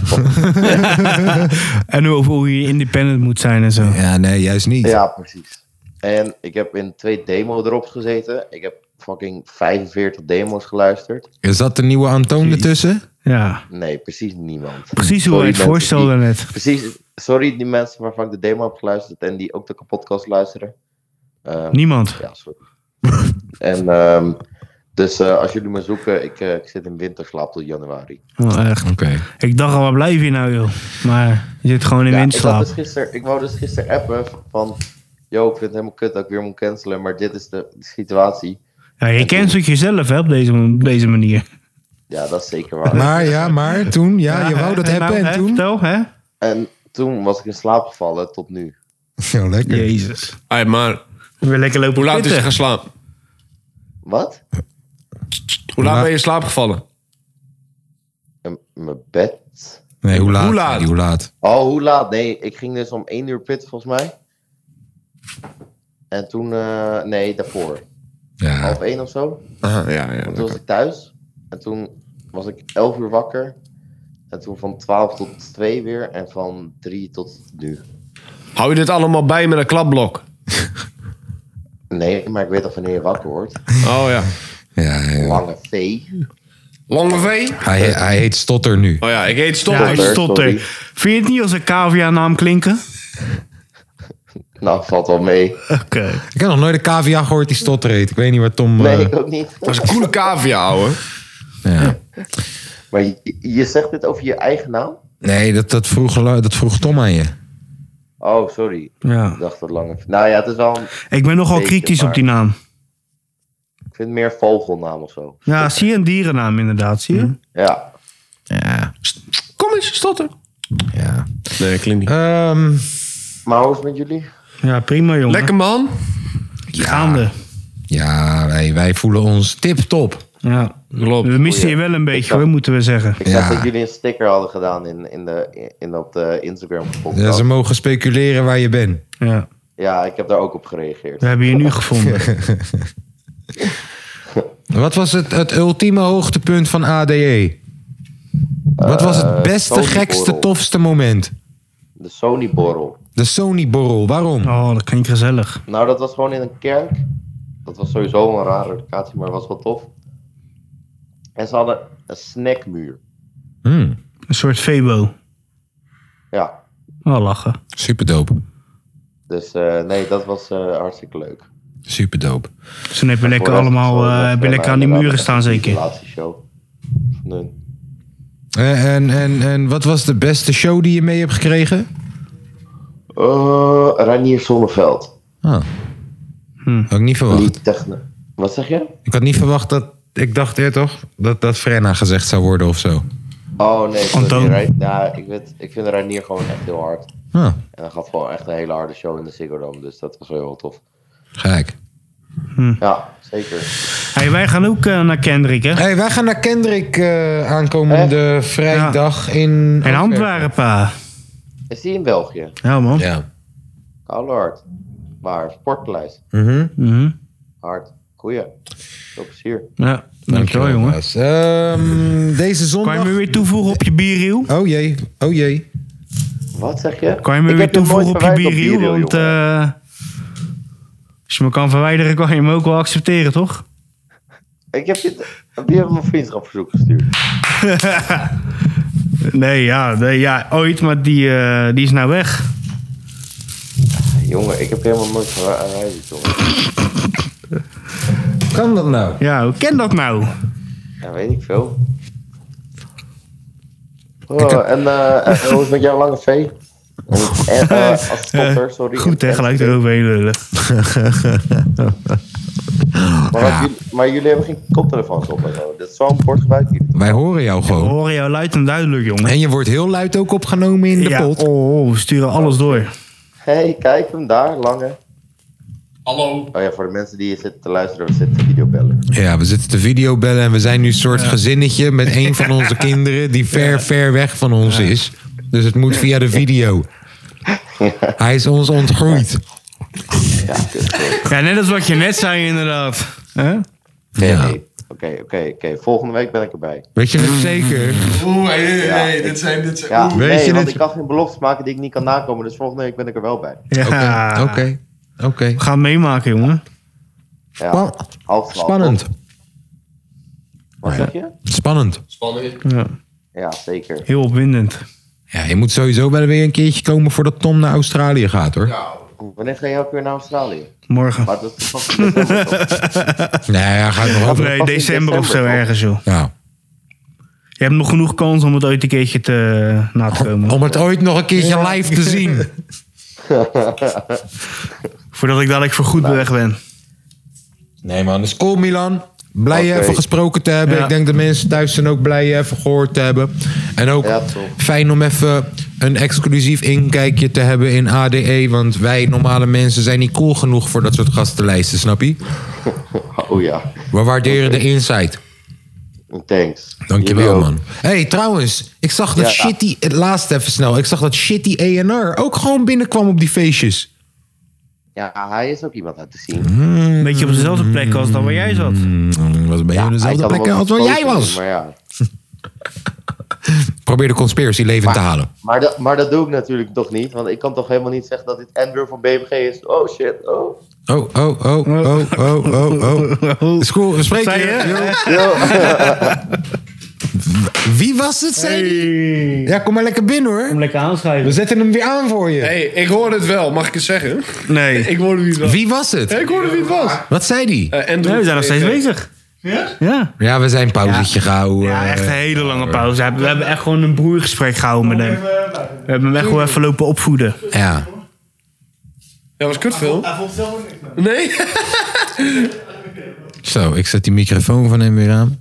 En over hoe je independent moet zijn en zo. Ja, nee, juist niet. Ja, precies. En ik heb in 2 demo-drops gezeten. Ik heb fucking 45 demo's geluisterd. Is dat de nieuwe Antoon ertussen? Ja. Nee, precies niemand. Precies hoe wij het voorstelden net. Precies. Sorry, die mensen waarvan ik de demo heb geluisterd en die ook de podcast luisteren. Niemand. Ja, sorry. En dus als jullie me zoeken, ik zit in winterslaap tot januari. Oh, echt. Oké. Ik dacht al, waar blijf je nou, joh? Maar je zit gewoon in winterslaap. Ik wou dus gisteren appen van... Yo, ik vind het helemaal kut dat ik weer moet cancelen, maar dit is de situatie. Ja, je cancelt jezelf hè, op deze manier. Ja, dat is zeker waar. Maar toen, je wou dat hebben en toen... Vertel, hè? En toen was ik in slaap gevallen tot nu. Zo lekker. Jezus. Hey, maar Weer lekker lopen hoe laat is pitten. je gaan slapen? Wat? Hoe laat ben je in slaap gevallen? Mijn bed? Nee, hoe laat? Hoe laat? Nee, hoe laat? Oh, hoe laat? Nee, ik ging dus om 1 uur pitten volgens mij. En toen, nee, daarvoor. Ja. 12:30 of zo. Aha, ja. En toen was ik thuis. En toen was ik 11 uur wakker. En toen van 12 tot 2 weer. En van 3 tot nu. Hou je dit allemaal bij met een klapblok? Nee, maar ik weet al wanneer je wakker wordt. Oh ja. Ja. Lange V. Lange V? Hij heet Stotter nu. Oh ja, ik heet Ja, Stotter. hij stotter. sorry. Vind je het niet als een cavia-naam klinken? Nou, valt wel mee. Oké. Ik heb nog nooit een cavia gehoord die Stotter heet. Ik weet niet waar Tom... Nee, ik ook niet. Dat is een coole cavia, ouwe. Ja. Maar je zegt dit over je eigen naam? Nee, dat vroeg Tom aan je. Oh, sorry. Ja. Ik dacht dat lange V. Nou ja, het is wel een... Ik ben nogal Beetje, kritisch op maar- die naam. Ik vind het meer vogelnaam of zo. Ja, zie je een dierennaam inderdaad, zie je? Ja. Ja. Kom eens, Stotter. Ja. Nee, klinkt niet. Maar hoe is het met jullie? Ja, prima jongen. Lekker man. Gaande. Ja, wij voelen ons tip-top. Ja. Klopt. We missen je wel een beetje hoor, moeten we zeggen. Ik zag dat jullie een sticker hadden gedaan op de Instagram podcast. Ja, ze mogen speculeren waar je bent. Ja. Ja, ik heb daar ook op gereageerd. We hebben je nu gevonden. Wat was het ultieme hoogtepunt van ADE? Wat was het beste, Sony gekste, borrel. tofste moment? De Sony-borrel. De Sony-borrel. Waarom? Oh, dat klinkt gezellig. Nou, dat was gewoon in een kerk. Dat was sowieso een rare locatie, maar was wel tof. En ze hadden een snackmuur. Hmm, Een soort Febo. Ja. Oh, lachen. super dope. Dus nee, dat was hartstikke leuk. Super dope. Dus dan heb je lekker Voor de rest allemaal was, heb je lekker aan die muren staan zeker. Relatieshow. Van hun. En wat was de beste show die je mee hebt gekregen? Reinier Zonneveld. Had ik niet verwacht. Die techno. Wat zeg je? Ik had niet verwacht dat... Ik dacht toch dat Frenna gezegd zou worden of zo. Oh nee, sorry. Antoon. Ik vind Reinier gewoon echt heel hard. Ah, En hij gaf gewoon echt een hele harde show in de Ziggo Dome. Dus dat was wel heel tof. gek. Ja, zeker. Hey, wij gaan ook naar Kendrick, hè? Hey, wij gaan naar Kendrick aankomende vrijdag in... En Antwerpen, pa. Is die in België? Ja, man. Ja. Koude hard. Maar Sportpaleis. Mhm. Hard. Goeie. Veel plezier. Ja, dankjewel, jongen. jongens. Deze zondag... Kan je me weer toevoegen op je bierriel? Oh jee, oh jee. Wat zeg je? Kan je me Ik weer heb hem toevoegen nooit op je verwijderd bierriel? Bierreel, Want jongen. als je me kan verwijderen, kan je me ook wel accepteren, toch? Ik heb je... Wie heeft me een vriendschapverzoek gestuurd? Nee, ooit, maar die is nou weg. Jongen, ik heb helemaal nooit gereisd, jongen. Kan dat nou? Ja, hoe ken dat nou? Ja, weet ik veel. En hoe is het met jouw lange vee? Als spotter, sorry. Goed, hè, gelijk eroverheen lullen. Maar jullie hebben geen koptelefoons op en zo. Dat is zo'n bord gebruiken jullie. Wij horen jou We gewoon. horen jou luid en duidelijk, jongen. En je wordt heel luid ook opgenomen in de pot. We sturen alles door. Hey, kijk hem daar, lange. Hallo. Oh ja, voor de mensen die zitten te luisteren, we zitten te videobellen. Ja, we zitten te videobellen en we zijn nu een soort gezinnetje met een van onze kinderen die ver weg van ons is. Dus het moet via de video. Hij is ons ontgroeid. Ja, kut. Ja, net als wat je net zei, inderdaad. Huh? Ja. Oké. Volgende week ben ik erbij. Weet je het zeker? Nee, dit zijn... Ja, Weet je want dit? ik kan geen beloftes maken die ik niet kan nakomen. Dus volgende week ben ik er wel bij. Ja. Oké. We gaan het meemaken, jongen. Ja, half 12. Spannend. Wat zeg je? Spannend. Ja. Ja, zeker. Heel opwindend. Ja, je moet sowieso wel weer een keertje komen voordat Tom naar Australië gaat, hoor. Wanneer ga je ook weer naar Australië? Morgen. Maar dat is vast in december, toch? Nee, hij gaat nog Of over. nee, vast in december of zo december, ergens, joh. Ja. Je hebt nog genoeg kans om het ooit een keertje na te komen. Om het ooit nog een keertje live te zien. Voordat ik dadelijk voorgoed weg ben. Nee, man. Dus cool, Milan. Blij je Oké. even gesproken te hebben. Ja. Ik denk dat mensen thuis zijn ook blij je even gehoord te hebben. En ook Ja, toch. fijn om even een exclusief inkijkje te hebben in ADE. Want wij normale mensen zijn niet cool genoeg voor dat soort gastenlijsten, snap je? Oh ja. We waarderen de insight. Thanks. Dankjewel, Jullie ook. man. Hey, trouwens, ik zag dat Ja. shitty... Het laatste even snel. Ik zag dat shitty A&R ook gewoon binnenkwam op die feestjes. Ja, hij is ook iemand uit te zien. Een beetje op dezelfde plek als dan waar jij zat. Was ben je op Hij dezelfde zal plek wel als waar iets jij foto's was. doen, Maar ja. Probeer de conspiracy levend te halen. Maar dat doe ik natuurlijk toch niet. Want ik kan toch helemaal niet zeggen dat dit Andrew van BMG is. Oh shit, oh. Is cool, we spreken Zei je? Wie was het, zei die? Ja, kom maar lekker binnen, hoor. Om lekker aanschrijven. We zetten hem weer aan voor je. Hey, ik hoorde het wel. Mag ik het zeggen? Nee. Ik hoorde wie het was. Wie was het? Ik hoorde wie het was. Wat zei die? Andrew. Nee, we zijn nog steeds bezig. Ja? Ja, we zijn pauzetje gehouden. Ja, echt een hele lange pauze. We hebben echt gewoon een broergesprek gehouden met hem. We hebben hem echt gewoon even lopen opvoeden. Ja. Ja, was kutfilm. Hij vond het zelf ook niks. Nee? Zo, ik zet die microfoon van hem weer aan.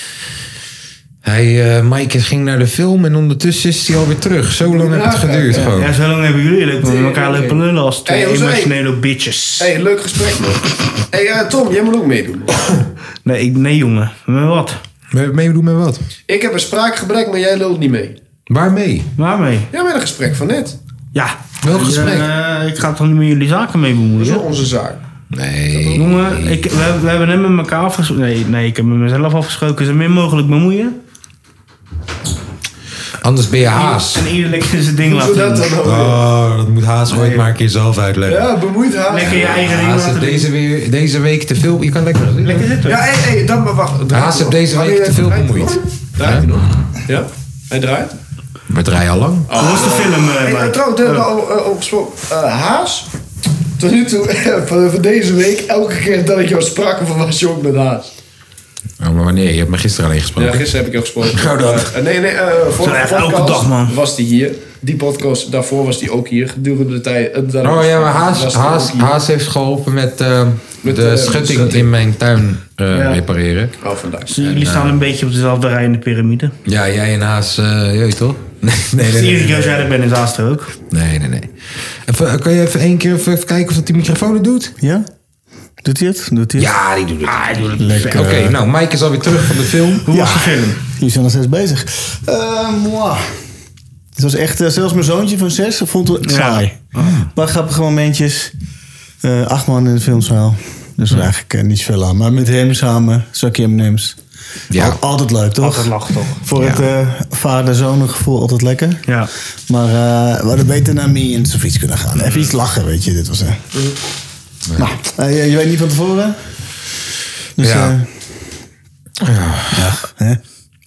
Mike ging naar de film en ondertussen is hij alweer terug. Zo lang heeft het geduurd gewoon. Ja, zo lang hebben jullie met elkaar lopen lullen als twee Hey, José. emotionele bitches. Hey, leuk gesprek, man. Hey, Tom, jij moet ook meedoen. Nee, jongen. Met wat? Meedoen met wat? Ik heb een spraakgebrek, maar jij lult niet mee. Waarmee? Waarmee? Ja, met een gesprek van net. Ja. Welk gesprek? Ik ga toch niet met jullie zaken mee Dat is bemoeien? wel onze zaak. Nee. Jongen, we hebben net met elkaar afgesproken. Nee, ik heb met mezelf afgesproken. Zo min mogelijk bemoeien. Anders ben je haas. En ieder lekker zijn ding Hoe laten dat doen. dan ook? Oh, dat moet haas ooit maar een keer zelf uitleggen. Ja, bemoeid haar. Lekker je eigen ding Haas laten heeft doen. deze week te veel... Je kan lekker zitten. Lekker zitten. Ja, hey, dan maar wacht. Haas heeft deze week te veel bemoeid. Draait hij nog? Ja? Hij draait? We draaien al lang. Hoe was de film, Hey, Mike? trouwens, over gesproken. Haas, tot nu toe, van deze week, elke keer dat ik jou sprak, of was je ook met Haas? Oh, maar wanneer? Je hebt me gisteren alleen gesproken. Ja, gisteren heb ik jou gesproken. Gauw dan. Nee, vorige echt elke podcast dag, man. was die hier. Die podcast, daarvoor was die ook hier. Gedurende de tijd. Oh ja, maar was die ook hier. Haas heeft geholpen met Met, de schutting schutting. in mijn tuin repareren. Oh, vandaag. Jullie staan een beetje op dezelfde rij in de piramide. Ja, jij en Haas, je weet toch? Nee. Iedere keer als jij er bent, is Haas er ook. Nee. Even, kan je even één keer even kijken of dat die microfoon het doet? Ja? Doet hij het? Doet hij het? Ja, die doet het. Lekker. Oké, nou, Mike is alweer terug van de film. Hoe was de film? Jullie zijn nog steeds bezig. Mwah. Het was echt, zelfs mijn zoontje van 6 vond het saai. Een paar grappige momentjes. 8 man in de filmzaal. Dus eigenlijk niet zoveel aan. Maar met hem samen, zakje M&M's. Ja. Altijd leuk, toch? Altijd lachen, toch? Voor het vader-zonen gevoel altijd lekker. Ja. Maar we hadden beter naar Me of iets kunnen gaan. Even iets lachen, weet je. Dit was... Nou, je weet niet van tevoren? Dus, Ja. hè?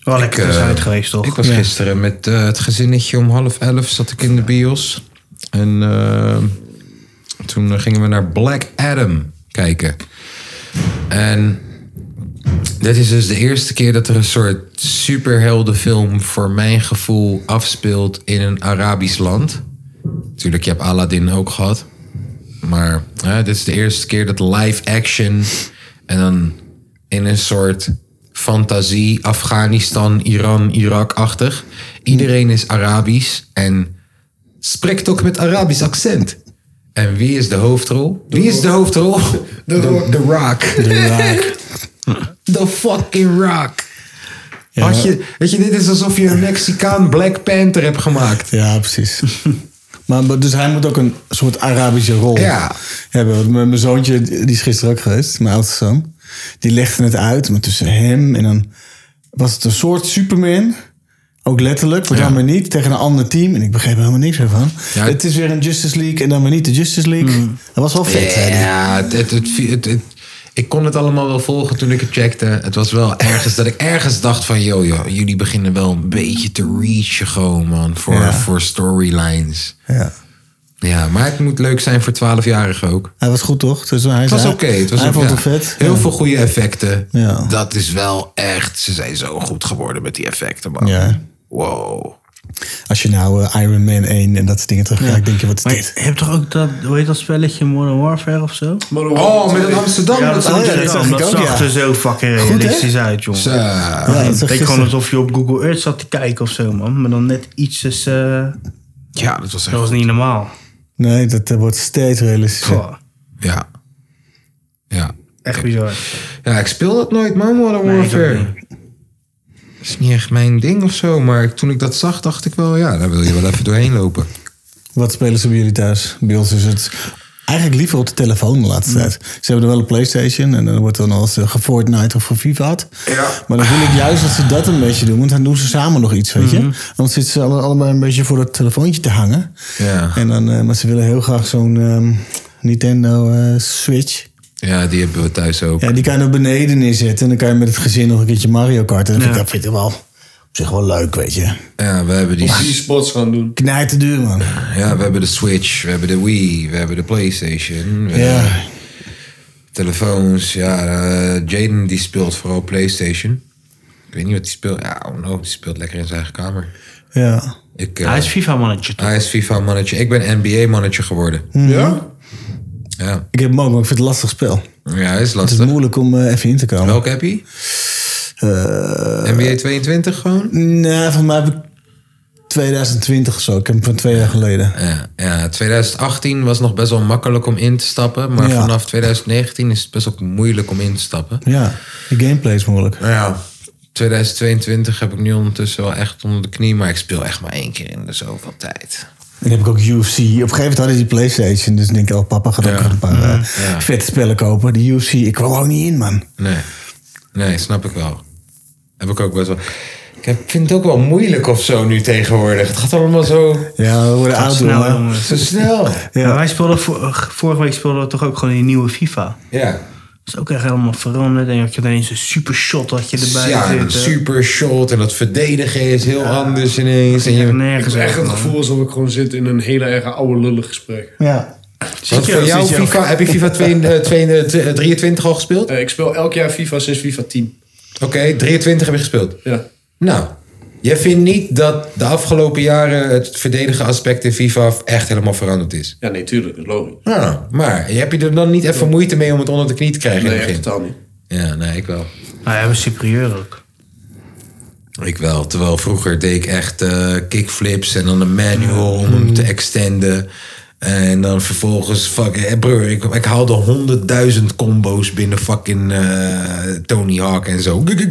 Wel lekker tussenuit geweest, toch? Ik was gisteren met het gezinnetje om 10:30 zat ik in de bios. En toen gingen we naar Black Adam kijken. En dit is dus de eerste keer dat er een soort superheldenfilm voor mijn gevoel afspeelt in een Arabisch land. Natuurlijk, je hebt Aladdin ook gehad. Maar dit is de eerste keer dat live action en dan in een soort fantasie, Afghanistan, Iran, Irak-achtig. Iedereen is Arabisch en spreekt ook met Arabisch accent. En wie is de hoofdrol? Wie is de hoofdrol? The Rock. The fucking Rock. Ja. Weet je, dit is alsof je een Mexicaan Black Panther hebt gemaakt. Ja, precies. Maar dus hij moet ook een soort Arabische rol hebben. Want mijn zoontje, die is gisteren ook geweest, mijn oudste zoon. Die legde het uit, maar tussen hem en dan was het een soort Superman. Ook letterlijk, maar dan maar niet, tegen een ander team. En ik begreep er helemaal niks meer van. Ja, het is weer een Justice League en dan maar niet de Justice League. Dat was wel vet. Ja, ik kon het allemaal wel volgen toen ik het checkte. Het was wel ergens dat ik ergens dacht van... jullie beginnen wel een beetje te reachen gewoon, man. Voor storylines. Ja, maar het moet leuk zijn voor 12-jarigen ook. Hij was goed, toch? Dus het was oké. Hij vond het vet. Heel veel goede effecten. Ja. Dat is wel echt... Ze zijn zo goed geworden met die effecten, man. Ja. Wow. Als je nou Iron Man 1 en dat soort dingen terugkijkt, denk je, wat is maar dit? Je hebt toch ook dat, hoe heet dat spelletje, Modern Warfare of zo? Met het Amsterdam. Ja, dat zag er zo fucking realistisch uit, jongen. Het leek gewoon alsof je op Google Earth zat te kijken of zo, man. Maar dan net iets dus... ja, dat was echt... Dat was niet normaal. Nee, dat wordt steeds realistischer. Ja. Echt bizar. Ja, ik speel dat nooit, man, Modern Warfare. Dat is niet echt mijn ding of zo, maar toen ik dat zag, dacht ik wel, daar wil je wel even doorheen lopen. Wat spelen ze bij jullie thuis? Bij ons is het eigenlijk liever op de telefoon de laatste tijd. Ze hebben er wel een PlayStation en dan wordt dan als geFortnite of voor FIFA. Ja. Maar dan wil ik juist dat ze dat een beetje doen, want dan doen ze samen nog iets, weet je. Dan zitten ze allemaal een beetje voor dat telefoontje te hangen. Ja. En dan, maar ze willen heel graag zo'n Nintendo Switch. Ja, die hebben we thuis ook. Ja, die kan je naar beneden neerzetten. En dan kan je met het gezin nog een keertje Mario Kart. En dat vind ik wel op zich wel leuk, weet je. Ja, we hebben die spots gaan doen. Knijt duur, man. Ja, we hebben de Switch, we hebben de Wii, we hebben de PlayStation. Telefoons, Jaden die speelt vooral PlayStation. Ik weet niet wat hij speelt. Ja, die speelt lekker in zijn eigen kamer. Ja. Hij is FIFA-manager, toch? Hij is FIFA-manager. Ik ben NBA-manager geworden. Ja? Ja. Ik heb hem ook, maar ik vind het een lastig spel. Ja, het is lastig. Het is moeilijk om even in te komen. Welke heb je? NBA 22 gewoon? Nee, van mij heb ik 2020 of zo. Ik heb hem van 2 jaar geleden. Ja, 2018 was nog best wel makkelijk om in te stappen. Maar vanaf 2019 is het best ook moeilijk om in te stappen. Ja, de gameplay is moeilijk. Ja, 2022 heb ik nu ondertussen wel echt onder de knie. Maar ik speel echt maar 1 keer in de zoveel tijd. En dan heb ik ook UFC. Op een gegeven moment hadden die PlayStation. Dus denk ik, papa gaat ook nog een paar vette spellen kopen. De UFC, ik kwam er ook niet in, man. Nee, snap ik wel. Heb ik ook best wel. Ik vind het ook wel moeilijk of zo nu tegenwoordig. Het gaat allemaal zo... Ja, we worden oud, snel. Zo snel. Ja. Wij speelden vorige week speelden we toch ook gewoon een nieuwe FIFA. Ja. Dat is ook echt helemaal veranderd. En je ineens een super shot dat je erbij zit. Een super shot. En dat verdedigen is heel anders ineens. En je nergens echt het gevoel alsof ik gewoon zit in een hele erg oude lullig gesprek. Ja. Wat voor jou FIFA? Heb je FIFA 23 al gespeeld? Ik speel elk jaar FIFA sinds FIFA 10. Oké, 23 heb je gespeeld? Ja. Nou, jij vindt niet dat de afgelopen jaren het verdedigen aspect in FIFA echt helemaal veranderd is? Ja, nee, tuurlijk. Dat is logisch. Nou, maar heb je er dan niet even moeite mee om het onder de knie te krijgen in het begin? Nee, totaal niet. Ja, nee, ik wel. Nou, hij was superieur ook. Ik wel, terwijl vroeger deed ik echt kickflips en dan een manual om hem te extenden. En dan vervolgens, broer, ik haalde 100.000 combo's binnen fucking Tony Hawk en zo. Nee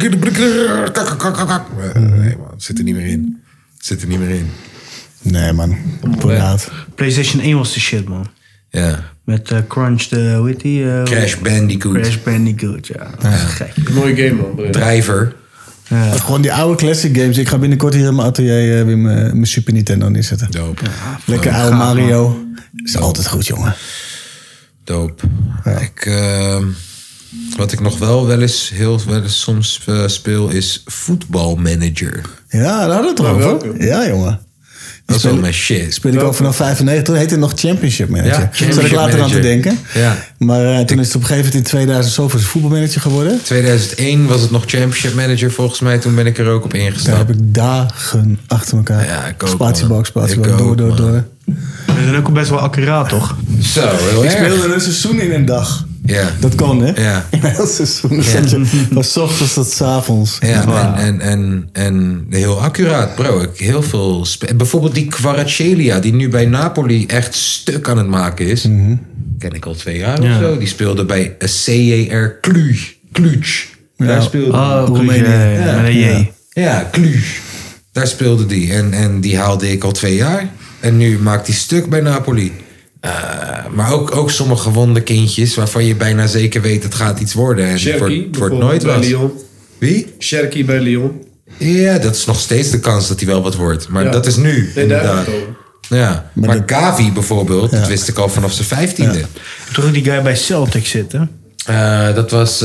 man, het zit er niet meer in. Het zit er niet meer in. Nee man, inderdaad. PlayStation 1 was de shit, man. Ja. Met Crunch, hoe heet die? Crash Bandicoot. Crash Bandicoot, ja. Dat is gek. Mooie game, man. Driver. Ja. Gewoon die oude classic games. Ik ga binnenkort hier in mijn atelier weer mijn Super Nintendo neerzetten. Dope. Ja, lekker oude Mario. Is altijd goed, jongen. Dope. Ja. Wat ik nog wel eens soms speel is voetbalmanager. Ja, daar hadden we het over. Ja, jongen. Dat is wel mijn shit. Speel ik ook vanaf 95. Toen heette het nog Championship Manager. Ja, Zat ik Championship later aan te Manager. denken. Ja. Maar toen is het op een gegeven moment in 2000 zoveel voetbalmanager geworden. 2001 was het nog Championship Manager volgens mij. Toen ben ik er ook op Daar ingestapt. heb ik dagen achter elkaar. Ja, ik ook, Spatiebox, man. spatiebox, Ik ook, door. man. Dat is ook best wel accuraat, toch? Zo, heel Ik erg. speelde een seizoen in een dag. Ja. Dat kon, hè? Ja. In een heel seizoen. Dan zat je van 's ochtends tot 's avonds. Ja, en heel accuraat, bro. Heel veel bijvoorbeeld die Kvaratskhelia, die nu bij Napoli echt stuk aan het maken is. Ken ik al 2 jaar of zo. Die speelde bij CJR Cluj. Daar speelde Roemenië. Met een J. Ja, Cluj. Daar speelde die. En die haalde ik al 2 jaar. En nu maakt hij stuk bij Napoli. Maar ook sommige wonderkindjes waarvan je bijna zeker weet het gaat iets worden. En het wordt nooit bij wat. Lyon. Wie? Cherki bij Lyon. Ja, dat is nog steeds de kans dat hij wel wat wordt. Maar Ja. dat is nu, inderdaad. Ja. Maar dat- Gavi bijvoorbeeld, dat wist ik al vanaf zijn 15e. Toch ook die guy bij Celtic zitten? Dat was,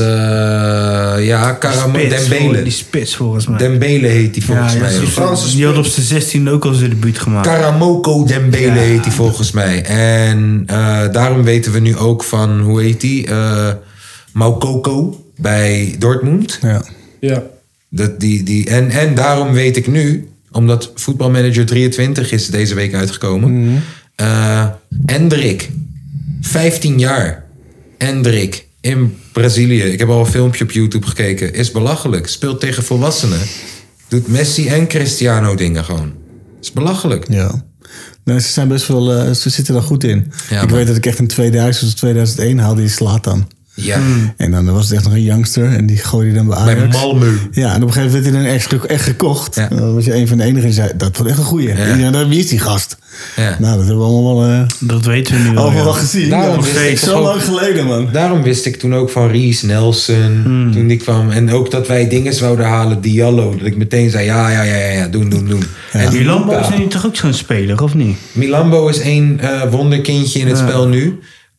Dembele. Die spits volgens mij. Dembele heet hij volgens mij. Die had op zijn 16 ook al zijn debuut gemaakt. Karamoko Dembele heet hij volgens mij. En daarom weten we nu ook van, hoe heet hij? Moukoko bij Dortmund. Ja. Ja. En daarom weet ik nu, omdat Voetbalmanager 23 is deze week uitgekomen. Endrick, 15 jaar. Endrick in Brazilië. Ik heb al een filmpje op YouTube gekeken. Is belachelijk. Speelt tegen volwassenen. Doet Messi en Cristiano dingen gewoon. Is belachelijk. Ja. Nee, ze zijn best wel, ze zitten er goed in. Ja, ik man. weet dat ik echt in 2000 of 2001 haalde die Zlatan. Ja. En dan was het echt nog een youngster en die gooide hij dan bij Bij Ajax. Malmö. Ja, en op een gegeven moment werd hij dan echt gekocht. Ja. Dan was je een van de enigen die zei, dat wordt echt een goeie. Ja. Wie is die gast? Ja. Nou, dat hebben we allemaal wel, Dat weten we nu wel. allemaal wel ja. gezien. Daarom Ja, wist ik zo ook- lang geleden, man. Daarom wist ik toen ook van Reece Nelson. Toen die kwam. En ook dat wij dingen zouden halen. Diallo. Dat ik meteen zei, ja, doen. En Die Lambo Luka. is nu toch ook zo'n speler, of niet? Milambo is één wonderkindje in het spel nu.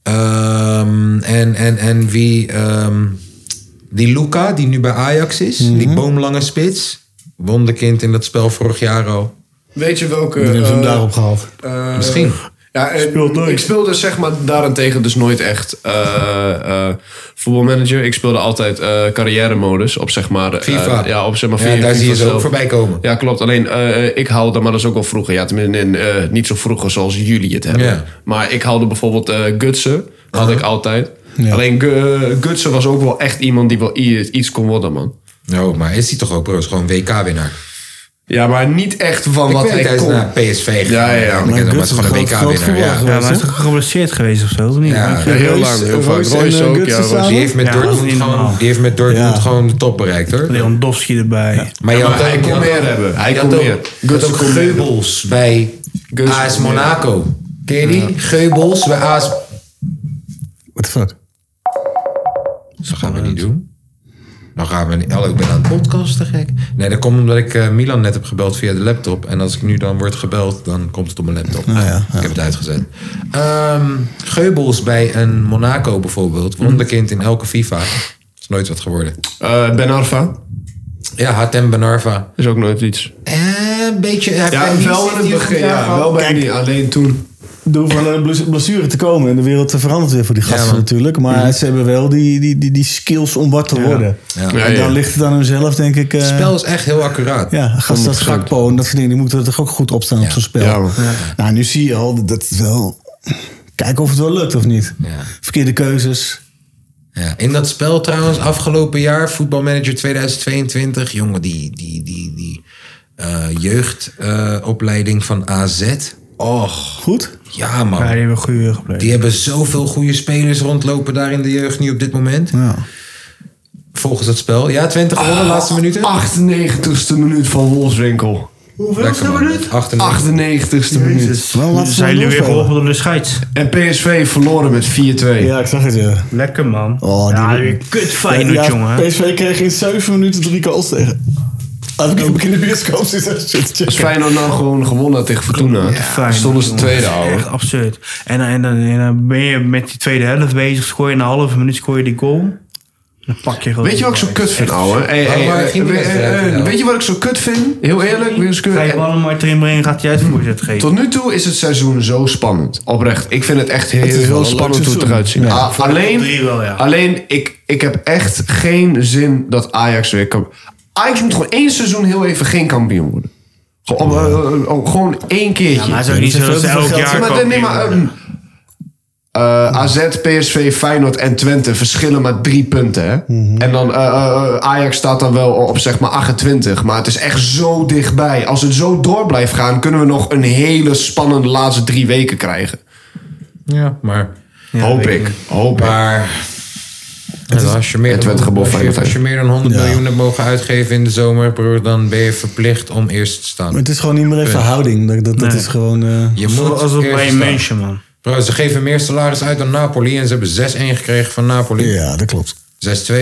En wie... die Luka, die nu bij Ajax is. Die boomlange spits. Wonderkind in dat spel vorig jaar al. Weet je welke... Die hebben ze hem daarop gehaald. Misschien. Ja, ik speelde zeg maar daarentegen dus nooit echt voetbalmanager. Ik speelde altijd carrière-modus op zeg maar... FIFA. Ja, op zeg maar Ja, daar zie je ze zelf. ook voorbij komen. Ja, klopt. Alleen ik haalde, maar dat is ook wel vroeger. Ja, tenminste niet zo vroeger zoals jullie het hebben. Ja. Maar ik haalde bijvoorbeeld Gutsen. Had ik altijd. Ja. Alleen Gutsen was ook wel echt iemand die wel iets kon worden, man. Nou, maar is hij toch ook, bro? Is gewoon WK-winnaar. Ja, maar niet echt van Ik wat weet, hij hij is kon. naar PSV gegaan. Ja, ja. Maar het is gewoon een groot WK-winnaar. voetbal Ja. geweest. Ja, maar hij is toch geblesseerd geweest of zo, of niet? Ja. Ja, heel lang, heel vaak. Royce en, Royce ook, Gutsen ja. samen? Die heeft met Ja, dat is Dortmund niet gewoon, normaal. die heeft met Dortmund Ja. gewoon de top bereikt, hoor. Lewandowski erbij. Maar je had hij ook- kon je had meer ook- hebben. Hij je kon had ook- meer. Je had ook Gutsen kon meer. Geubels bij Gutsen AS kon meer. Monaco. Ken je die? Geubels bij AS... What the fuck? Dat gaan we niet doen. Dan gaan we niet... Oh, ik ben aan het podcasten, gek. Nee, dat komt omdat ik Milan net heb gebeld via de laptop. En als ik nu dan word gebeld, dan komt het op mijn laptop. ja. Ik heb het uitgezet. Geubels bij een Monaco bijvoorbeeld. Wonderkind in elke FIFA. Is nooit wat geworden. Ben Arfa Ja, Hatem Ben Arfa. is ook nooit iets. Een beetje... hij heeft Ja, bij wel Nice in het heeft hij begin. een jaar Ja, gehad. wel bij Kijk. niet. Alleen toen. Er hoeft wel een blessure te komen en de wereld verandert weer voor die gasten man. natuurlijk. Maar ze hebben wel die skills om wat te worden. Ja. Ja, En dan ja. ligt het aan hunzelf, denk ik. Het spel is echt heel accuraat. Ja, gasten als Gakpo en dat soort dingen, die moeten er toch ook goed op staan op zo'n spel. Ja, man. Nou, nu zie je al dat het wel... Kijken of het wel lukt of niet. Ja. Verkeerde keuzes. Ja, in dat spel trouwens, afgelopen jaar, Voetbalmanager 2022, jongen, die jeugdopleiding van AZ. Och, Goed? ja man. Ja, die hebben goede gebleven. Die hebben zoveel goede spelers rondlopen daar in de jeugd nu op dit moment. Ja. Volgens het spel. Ja, 20 gewonnen, laatste minuten. 98ste minuut van Wolfswinkel. Lekker, man. 98. 98ste minuut. Wel, laten we Zijn jullie weer doorspelen. geholpen door de scheids? En PSV verloren met 4-2. Ja, ik zag het, ja. Lekker, man. Oh, die- ja, weer kut Feyenoord, Ja, jongen. PSV kreeg in 7 minuten 3 goals tegen. Als ik in de bioscoop zit, dan zit het Als Feyenoord nou gewoon gewonnen had tegen Fortuna, Feyenoord, stonden ze jongen. tweede, Dat is ouwe. echt absurd. En dan ben je met die tweede helft bezig, scoor je in een halve minuut scoor je die goal. Dan pak je gewoon... Weet je wat ik zo kut vind, ouwe? Weet je wat ik zo kut vind? Heel eerlijk. Ga je ballen maar erin brengen, gaat hij uit voorzet geven. Tot nu toe is het seizoen zo spannend. Oprecht. Ik vind het echt heel spannend hoe het eruit ziet. Ja, Alleen, ik heb echt geen zin dat Ajax weer kan... Ajax moet gewoon 1 seizoen heel even geen kampioen worden. Gewoon 1 keertje. Ja, maar zo niet zo dat ze elk jaar AZ, PSV, Feyenoord en Twente verschillen maar 3 punten. Hè? En dan Ajax staat dan wel op zeg maar 28. Maar het is echt zo dichtbij. Als het zo door blijft gaan, kunnen we nog een hele spannende laatste 3 weken krijgen. Ja, maar... Hoop ik. Maar... Als je meer dan 100 miljoen hebt mogen uitgeven in de zomer, broer, dan ben je verplicht om eerst te staan. Maar het is gewoon niet meer in verhouding. Dat is gewoon... Je moet als op eerst bij een mensje, man. Bro, ze geven meer salaris uit dan Napoli en ze hebben 6-1 gekregen van Napoli. Ja, dat klopt. 6-2, 6-1. 6-1.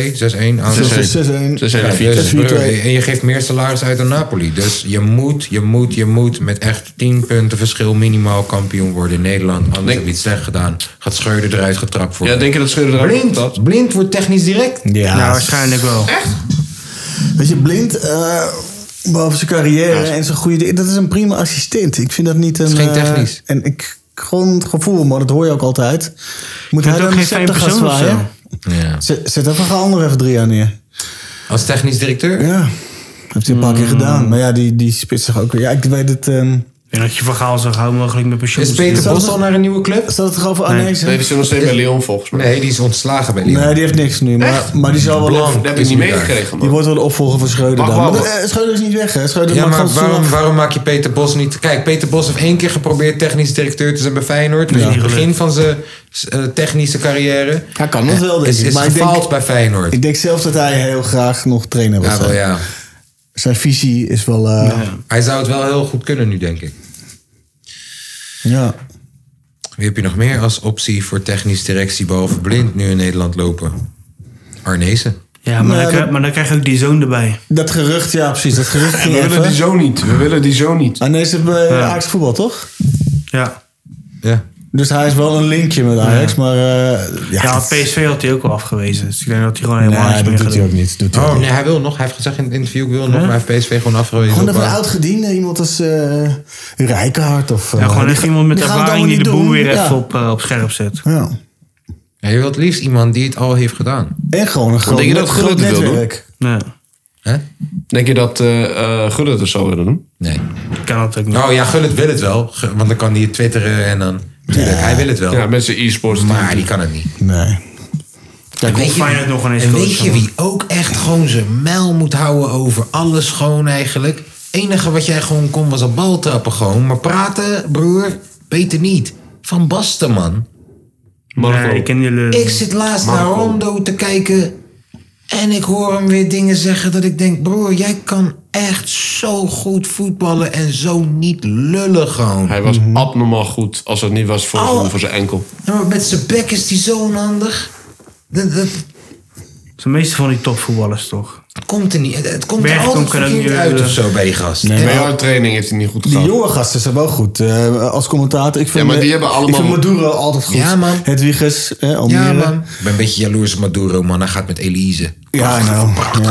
En je geeft meer salaris uit dan Napoli. Dus je moet met echt 10 punten verschil minimaal kampioen worden in Nederland. Anders heb je iets slecht gedaan. Gaat Schreuder eruit getrapt worden. Ja, denk je dat Schreuder eruit getrapt? Blind wordt technisch direct? Ja, Nou, waarschijnlijk wel. Echt? Weet je, Blind, behalve zijn carrière en zijn goede... Dat is een prima assistent. Ik vind dat niet een... is geen technisch. Gewoon het gevoel, maar dat hoor je ook altijd. Moet hij ook dan geen een fijn scepter gaan persoon of zwaaien? Ja. Zet even een ander even 3 jaar neer. Als technisch directeur? Ja, heeft hij een paar keer gedaan. Maar ja, die spitst zich ook weer. Ja, ik weet het... En dat je Van Gaal zo gauw mogelijk met pensioen. Is Peter Bos al naar een nieuwe club? Staat het toch over Arnees? Nee, die zit nog steeds bij Lyon volgens mij. Nee, die is ontslagen bij Lyon. Nee, die heeft niks nu. Maar die zal wel... Dat heb ik niet meegekregen, Die man. wordt wel de opvolger van Schreuder dan. Wacht. Maar Schreuder is niet weg, hè? Schreuder Ja, maakt maar gewoon zo'n- waarom maak je Peter Bos niet... Kijk, Peter Bos heeft 1 keer geprobeerd technisch directeur te zijn bij Feyenoord. Dus in het begin van zijn technische carrière. Hij kan het wel, denk ik. Is Maar ik gefaald denk, bij Feyenoord. ik denk zelf dat hij heel graag nog trainer wil Ja, zijn. wel ja. Zijn visie is wel... Hij zou het wel heel goed kunnen nu, denk ik. ja. Wie heb je nog meer als optie voor technisch directie behalve Blind nu in Nederland lopen? Arnezen. Ja, maar, Nou, maar dan krijg je ook die zoon erbij. Dat gerucht, ja precies. Dat gerucht ging We willen die zo niet. We willen die zo niet. Arnees heeft bij Ajax voetbal, toch? Ja. Ja. Dus hij is wel een linkje met Ajax, maar... Ja, PSV had hij ook al afgewezen. Dus ik denk dat hij gewoon helemaal nee, niks meer dat doet hij gaat ook niet. Doet hij ook Oh niet. nee, hij wil nog. Hij heeft gezegd in het interview, ik wil nog. Maar hij heeft PSV gewoon afgewezen. Gewoon op, even een oud-gediende, iemand als Rijkaard of... Ja, gewoon echt iemand met die gaan het ervaring die de allemaal boel niet weer doen. even op scherp zet. Ja. Ja, je wilt liefst iemand die het al heeft gedaan. En gewoon een groot, denk je dat groot Gullit het wil doen? netwerk. Nee, Hè? Denk je dat Gullit het zo willen doen? Nee. ik kan dat ook niet. Oh ja, Gullit wil het wel. Want dan kan hij het twitteren en dan... Tuurlijk, hij wil het wel. Ja, met zijn e-sports. Maar die kan het niet. Nee. Kijk, weet of je- Feyenoord nog ineens En coach weet je dan. wie ook echt gewoon zijn muil moet houden over alles gewoon eigenlijk? Het enige wat jij gewoon kon was een bal trappen gewoon. Maar praten, broer, beter niet. Van Basten, man. Nee, ik ken jullie... Ik zit laatst naar Rondo te kijken en ik hoor hem weer dingen zeggen dat ik denk... Broer, jij kan echt zo goed voetballen en zo niet lullen gewoon. Hij was abnormaal goed als het niet was voor zijn enkel. Ja, maar met zijn bek is hij zo onhandig. Dat De meeste van die topvoetballers toch? komt er niet. Het komt er Bergkamp altijd kan ook verkeerd niet, uit of zo bij die gast. Nee, Bij maar jouw training heeft hij niet goed die gedaan. jonge gasten zijn wel goed. Als commentator. Ik vind, Ja, maar die hebben allemaal- Ik vind Maduro altijd goed. Ja, man. Hedwiges, Almere. Ja, man. Ik ben een beetje jaloers op Maduro, man. Hij gaat met Elise. Ja, nou.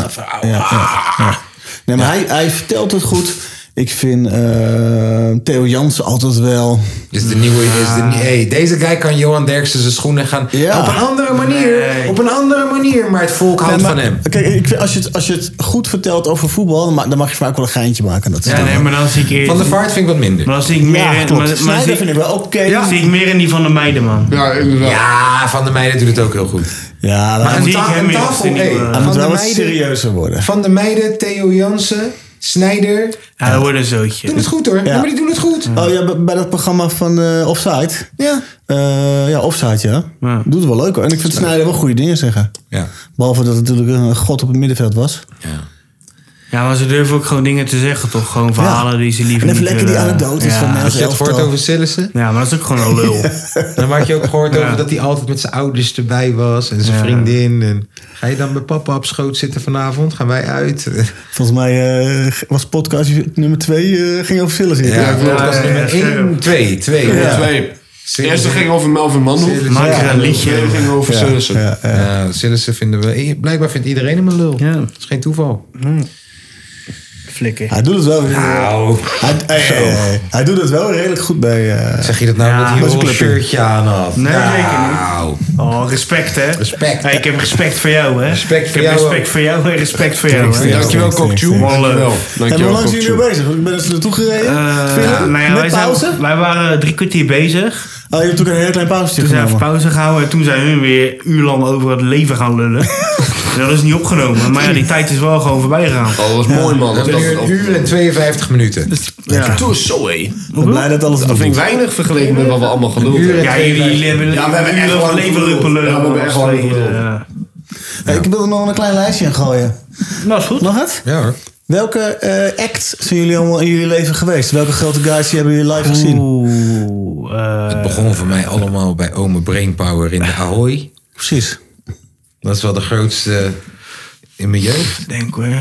Ja. Nee, maar hij vertelt het goed. Ik vind Theo Jansen altijd wel. Is de nieuwe... Hey, deze guy kan Johan Derksen zijn schoenen gaan... Ja. Op een andere manier. Nee. Op een andere manier. Maar het volk houdt Nee, maar- van hem. Kijk, ik vind, als je het goed vertelt over voetbal, dan mag je vaak wel een geintje maken. Dat is Ja, dan nee, wel. maar dan zie ik eerst... Van de Vaart vind ik wat minder. Maar dan zie ik meer Ja, in... klopt. Maar Sneijder zie, vind ik wel oké. zie ik meer in die van de meiden, man. Ja, inderdaad. Ja, Van der Meijden doet het ook heel goed. Ja, Maar hij een moet, zie ik hem een weer als tafel... de nieuwe- hey, Hij hij Van moet der wel wat Meijden... serieuzer worden. Van der Meijden, Theo Jansen, Snijder. Ja, dat wordt een zootje. Doen het goed hoor. Ja, maar die doen het goed. Oh ja, bij dat programma van Offside. Ja. Ja, Offside, ja. Ja. Doet het wel leuk hoor. En ik vind Sneijder wel goede dingen zeggen. Ja. Behalve dat het natuurlijk een god op het middenveld was. Ja, maar ze durven ook gewoon dingen te zeggen, toch? Gewoon verhalen die ze liever En even niet lekker die willen. anekdotes van Had mensen. je het gehoord over Sillissen? Ja, maar dat is ook gewoon een lul. Dan had je ook gehoord Ja. over dat hij altijd met zijn ouders erbij was. En zijn Ja. vriendin. En ga je dan bij papa op schoot zitten vanavond? Gaan wij uit? Volgens mij was podcast nummer 2 ging over Sillis. Ja, podcast ja, nummer ja, 1, 2. Ja. 2. De eerste ging over Melvin Manhoef. Maak er een liedje. De tweede ging over Sillissen. Ja, Sillissen vinden we... Blijkbaar vindt iedereen hem een lul. Ja. Dat is geen toeval. Flikker. Hij doet het wel weer. Nou, Hij doet het wel redelijk goed bij... zeg je dat nou dat hij bij een zijn roze club. shirtje aan had? Nee, zeker niet. Nou, Oh, respect hè. Respect. Hey, ik heb respect voor jou hè. Respect voor ik heb jou respect voor jou en respect voor jou hè. Dankjewel, Kokju. Dankjewel. En hoe lang zijn jullie bezig? Ik ben er naartoe gereden. Met pauze? Wij waren 3 kwartier bezig. Oh, je hebt natuurlijk een heel klein pauzetje Toen zijn we genomen. pauze gehouden en toen zijn hun weer uurlang over het leven gaan lullen. En dat is niet opgenomen. Maar ja, die tijd is wel gewoon voorbij gegaan. Oh, dat was mooi, man. we Dat hebben nu 1 uur en 52 minuten. Ja. Toen is zo, hé. Ik ben blij dat alles Dat nog vind ik doet. weinig vergeleken met wat we allemaal geluld Een uur hebben. en Ja, jullie hebben Ja, we hebben echt uren van lang leven geluld. lullen. Ja, we hebben echt lang geluld. Ja. Hey, ik wil er nog een klein lijstje in gooien. Nou, is goed. Mag het? Ja hoor. Welke acts zijn jullie allemaal in jullie leven geweest? Welke grote guys hebben jullie live gezien? Het begon voor mij allemaal bij Ome Brainpower in de Ahoy. Precies. Dat is wel de grootste in mijn jeugd. Denk hoor.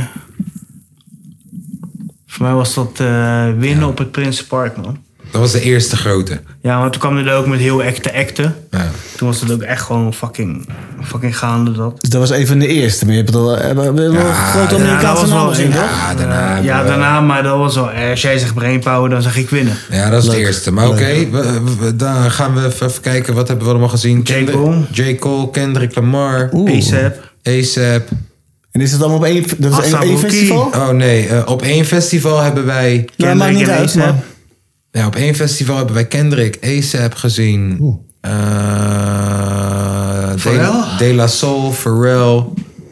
Voor mij was dat winnen op het Prinsenpark, man. Dat was de eerste grote. Ja, maar toen kwam er ook met heel acten. Ja. Toen was het ook echt gewoon fucking gaande dat. Dus dat was een van de eerste. Maar je hebt wel grote Amerikaanse dat was wel namen gezien, een- toch? Ja, daarna. Ja, hebben we- daarna, maar dat was wel... als jij zegt Brainpower, dan zeg ik winnen. Ja, dat is de eerste. Maar oké, dan gaan we even kijken. Wat hebben we allemaal gezien? J. Cole, Kendrick Lamar, ASAP. A$AP. En is het allemaal op één... Dat is Assa één Rocky. festival? Oh nee, op 1 festival hebben wij... Ja, maakt niet en uit, A$AP. maar... Ja, op 1 festival hebben wij Kendrick, A$AP gezien. De La Soul, Pharrell.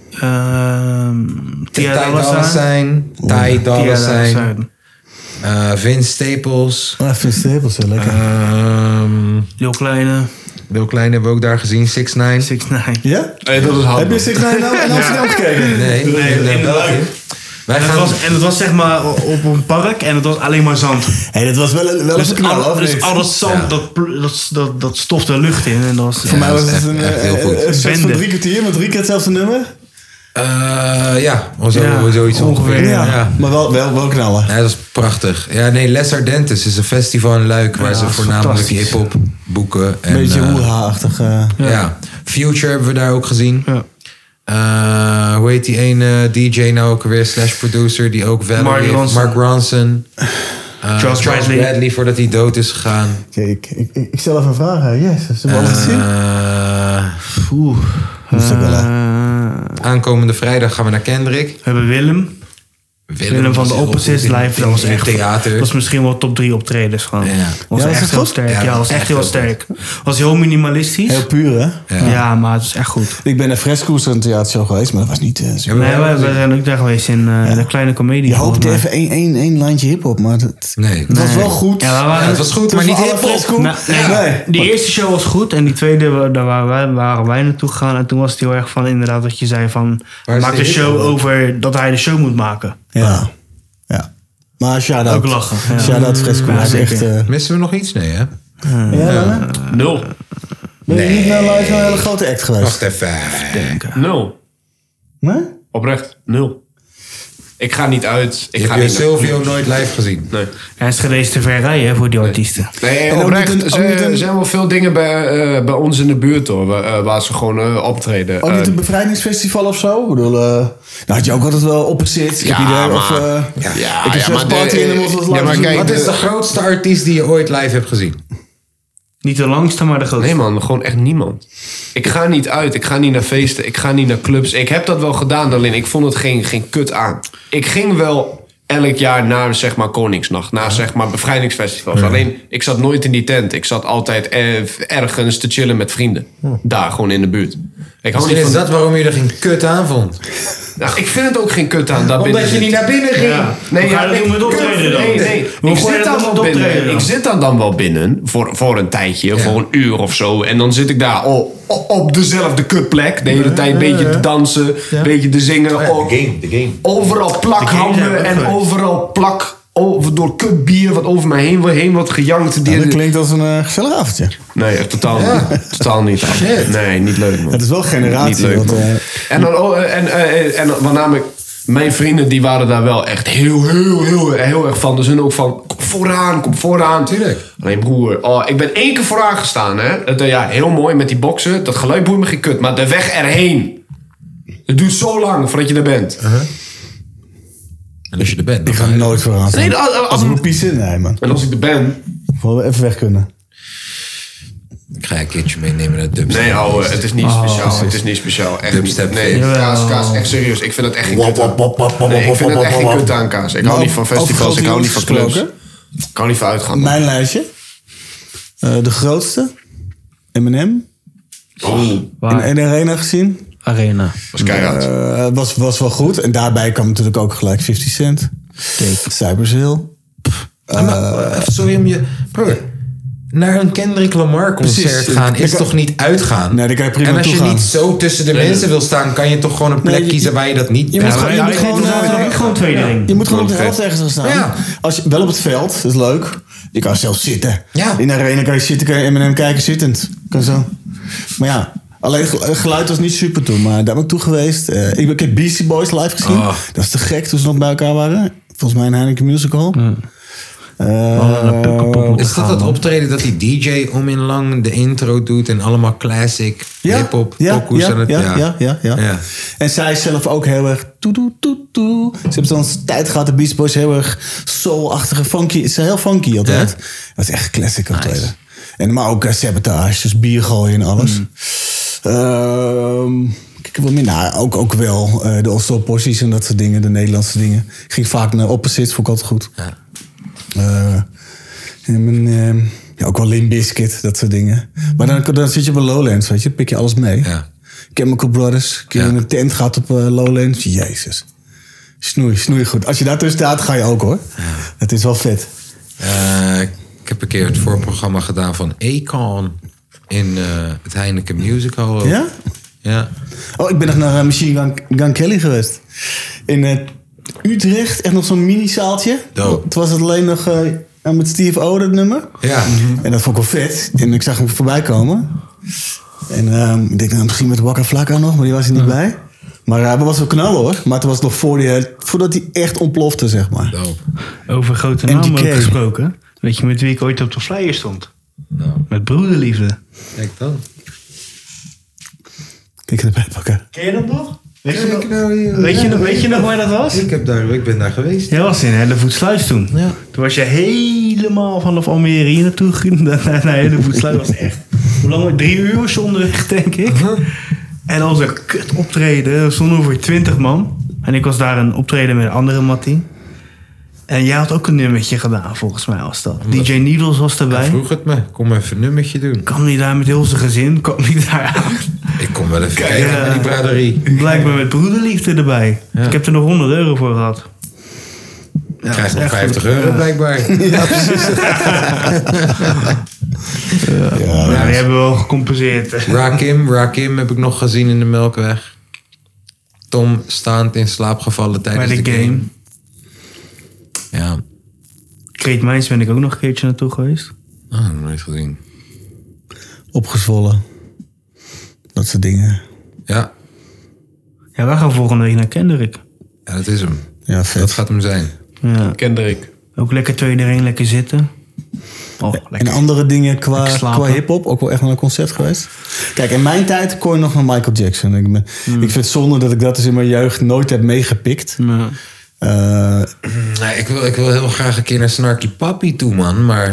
Tia Dolla Sign. Ty Dolla Tia Dolla Sign. Sign. Vince Staples. Ah, ik vind het heel zo lekker. Lil Kleine. Lil Kleine hebben we ook daar gezien, 6ix9ine. 6ix9ine. Ja? Hey, dat is Heb handig. je 6ix9ine nou in Amsterdam gekeken? Nee, in België. Wij gaan... En het was zeg maar op een park en het was alleen maar zand. Hé, dat was wel een Dus, knal, of dus niet? al dat zand, dat stof de lucht in. En dat was, Voor mij was dat is het echt heel goed. een set van Bende. 3 kwartier met 3 keer hetzelfde nummer. Ja, Ja, zoiets ongeveer. ongeveer, Ja. Maar wel knallen. Ja, dat is prachtig. Ja, nee, Les Ardentes is een festival in Luik waar ze dat is voornamelijk fantastisch. hip-hop boeken. En, Een beetje hoeha-achtig. ja. Future hebben we daar ook gezien. Ja. Hoe heet die ene DJ nou ook weer, /producer, die ook Valerie Mark heeft? Ronson. Mark Ronson. Charles Bradley. voordat hij dood is gegaan. Kijk, ik stel even een vraag. Hè. Yes, ze hebben alles gezien. Dat is ook wel, hè. Aankomende vrijdag gaan we naar Kendrick. We hebben Willem van was de heel Opposites goed in- live. Dat was in echt theater. Dat was misschien wel top 3 optredens gewoon. Ja. Was Ja, was echt het heel goed? sterk. Ja, Ja, dat was was echt echt heel heel sterk. Was heel minimalistisch. Heel puur, hè? Ja, maar het is echt goed. Ik ben naar Fresco's een theatershow geweest, maar dat was niet... zo. Nee, we zijn ook daar geweest in de kleine comedie. Je hoopte volgens mij. even één lijntje hiphop, maar het Nee. was wel goed. Ja, we waren- Ja, het was goed, maar niet alle hip-hop. Fresco. Nou, Nee. Die eerste show was goed en die tweede, daar waren wij naartoe gegaan. En toen was het heel erg van inderdaad wat je zei van... Waar is maak die de show hip-hop? over dat hij de show moet maken. Ja. Ja. Maar shout-out. Ook lachen, ja. Shout-out Fresco. Ja, Hij is echt... zeker. Missen we nog iets? Nee, hè? ja, dan, 0. ben je niet naar live naar een hele grote act geweest? Wacht even. 0. Nee? Oprecht, 0. Ik ga niet uit. Ik Ik ga heb niet Silvio nooit live gezien. Nee. Ja, het is te ver rijden hè, voor die artiesten. Nee, En ook oprecht. niet een- Er zijn wel veel dingen bij ons in de buurt hoor, waar ze gewoon optreden. Ook niet een bevrijdingsfestival of zo? Ik bedoel, nou had je ook altijd wel Opposites. Ik heb idee, of... ik heb zelfs Party in de Moslims ja, maar live kijk, Wat is de grootste artiest die je ooit live hebt gezien? Niet de langste, maar de grootste. Nee man, gewoon echt niemand. Ik ga niet uit, ik ga niet naar feesten, ik ga niet naar clubs. Ik heb dat wel gedaan, alleen ik vond het geen kut aan. Ik ging wel elk jaar naar zeg maar Koningsnacht, naar zeg maar bevrijdingsfestivals. Alleen ik zat nooit in die tent. Ik zat altijd ergens te chillen met vrienden. Daar, gewoon in de buurt. Ik hou Misschien niet is van... dat waarom je er geen kut aan vond. Nou, ik vind het ook geen kut aan. Daar Omdat je niet naar binnen ging. Ja. Nee, Hoe ga je dat doen met optreden dan? Nee. Hoe Ik gooi je zit, dat dan met wel binnen. optreden dan? Ik zit dan wel binnen voor een tijdje, voor een uur of zo. En dan zit ik daar op dezelfde kutplek. De hele tijd een beetje te dansen, een beetje te zingen. The game. Overal plak De games handen hebben we en geweest. overal plak door kutbier wat over mij heen wordt gejankt. Dat klinkt als een gezellig avondje. Nee, echt totaal niet. Nee, niet leuk man. Het is wel generatie. Niet leuk, want, man. En dan, en wat namelijk mijn vrienden die waren daar wel echt heel erg van. Dus hun ook van, kom vooraan. Tuurlijk. Alleen broer, ik ben 1 keer vooraan gestaan. Hè? Heel mooi met die boksen. Dat geluid boeit me geen kut. Maar de weg erheen. Het duurt zo lang voordat je er bent. En als je er bent, dan Ik ga nooit vooraan staan. Nee, Als ik moet pissen, nee man. En als ik er ben... Wil even weg kunnen. Ik ga je een keertje meenemen naar dubstep. Nee, het is niet speciaal. Het is niet speciaal. Echt Dubstep. niet. Nee, kaas, echt serieus. Ik vind het echt geen kut aan. Nee, ik vind het echt geen kut aan, kaas. Ik hou niet van festivals, ik hou niet van clubs. Ik hou niet van uitgaan. Mijn lijstje. De grootste. Eminem. In de arena gezien. Arena. Was keihard. Was wel goed. En daarbij kwam natuurlijk ook gelijk 50 Cent. Cypress Hill. Sorry om je... Broer, naar een Kendrick Lamar concert Precies. gaan is toch niet uitgaan? Nee, daar kan je prima en als je naartoe niet gaan. zo tussen de mensen wil staan, kan je toch gewoon een plek kiezen waar je dat niet... Je moet gewoon, je moet gewoon tweede ding. je moet gewoon op de helft ergens gaan staan. Ja. Als je, wel op het veld, dat is leuk. Je kan zelfs zitten. Ja. In de arena kan je zitten, kan je M&M kijken zittend. Kan zo. Maar ja, alleen het geluid was niet super toen. Maar daar ben ik toe geweest. Ik heb Beastie Boys live gezien. Dat is te gek toen ze nog bij elkaar waren. Volgens mij een Heineken Musical. Is dat het optreden dat die DJ om in lang de intro doet en allemaal classic hip-hop pokoes aan het... Ja. En zij is zelf ook heel erg toe. Ze hebben zo'n tijd gehad, de Beast Boys, heel erg soul-achtige funky. Het is heel funky altijd. Dat is echt classic optreden. En maar ook Sabotage, dus bier gooien en alles. Kijk, wat meer. Nou, ook wel de Oslo Porties en dat soort dingen, de Nederlandse dingen. Ik ging vaak naar Opposites, vond ik altijd goed. Ja. Ook wel Limp Bizkit, dat soort dingen. Maar dan zit je op een Lowlands, weet je. Pik je alles mee. Ja. Chemical Brothers. Een keer in een tent gaat op Lowlands. Jezus. Snoei goed. Als je daar tussen staat, ga je ook hoor. Ja. Het is wel vet. Ik heb een keer het voorprogramma gedaan van Akon in het Heineken Musical. Ja? Ja. Oh, ik ben nog naar Machine Gun Kelly geweest. In Utrecht, echt nog zo'n mini-zaaltje. Dope. Toen was het alleen nog met Steve O, dat nummer. Ja. En dat vond ik wel vet. En ik zag hem voorbij komen. En ik denk, misschien met Waka Flocka nog, maar die was er niet bij. Maar hij was wel knallen hoor. Maar het was nog voordat hij echt ontplofte, zeg maar. Dope. Over grote namen ook gesproken. Weet je met wie ik ooit op de flyer stond? Nou. Met Broederliefde. Kijk dan. Kijk erbij pakken. Ken je dat nog? Weet je nog waar dat was? Ik ben daar geweest. Jij was in Hellevoetsluis toen. Ja. Toen was je helemaal vanaf Almere hier naartoe gegaan. Naar Hellevoetsluis was echt... Hoe lang? 3 uur zonderweg, denk ik. En dat was een kut optreden. We stonden voor 20 man. En ik was daar een optreden met een andere Mattie. En jij had ook een nummertje gedaan, volgens mij was dat. DJ Needles was erbij. Hij vroeg het me. Kom even een nummertje doen. Kwam niet daar met heel zijn gezin? Kwam niet daar aan? Ik kom wel even kijken naar die braderie. Blijkbaar met Broederliefde erbij. Ja. Ik heb er nog €100 voor gehad. Ik krijg nog €50 blijkbaar. Ja, precies. Ja, die hebben we wel gecompenseerd. Rakim heb ik nog gezien in de Melkweg. Tom staand in slaap gevallen tijdens Bij de game. Ja. Great Minds ben ik ook nog een keertje naartoe geweest. Nooit gezien. Opgezwollen. Dat soort dingen. Ja. Ja, wij gaan volgende week naar Kendrick. Ja, dat is hem. Ja, vet. Dat gaat hem zijn. Ja. Kendrick. Ook lekker 2-1, lekker zitten. Oh, lekker. En andere dingen qua slapen. hip-hop, ook wel echt naar een concert geweest. Kijk, in mijn tijd kon je nog naar Michael Jackson. Ik vind het zonde dat ik dat dus in mijn jeugd nooit heb meegepikt. Ja. Nee, ik wil heel graag een keer naar Snarky Papi toe, man. Maar...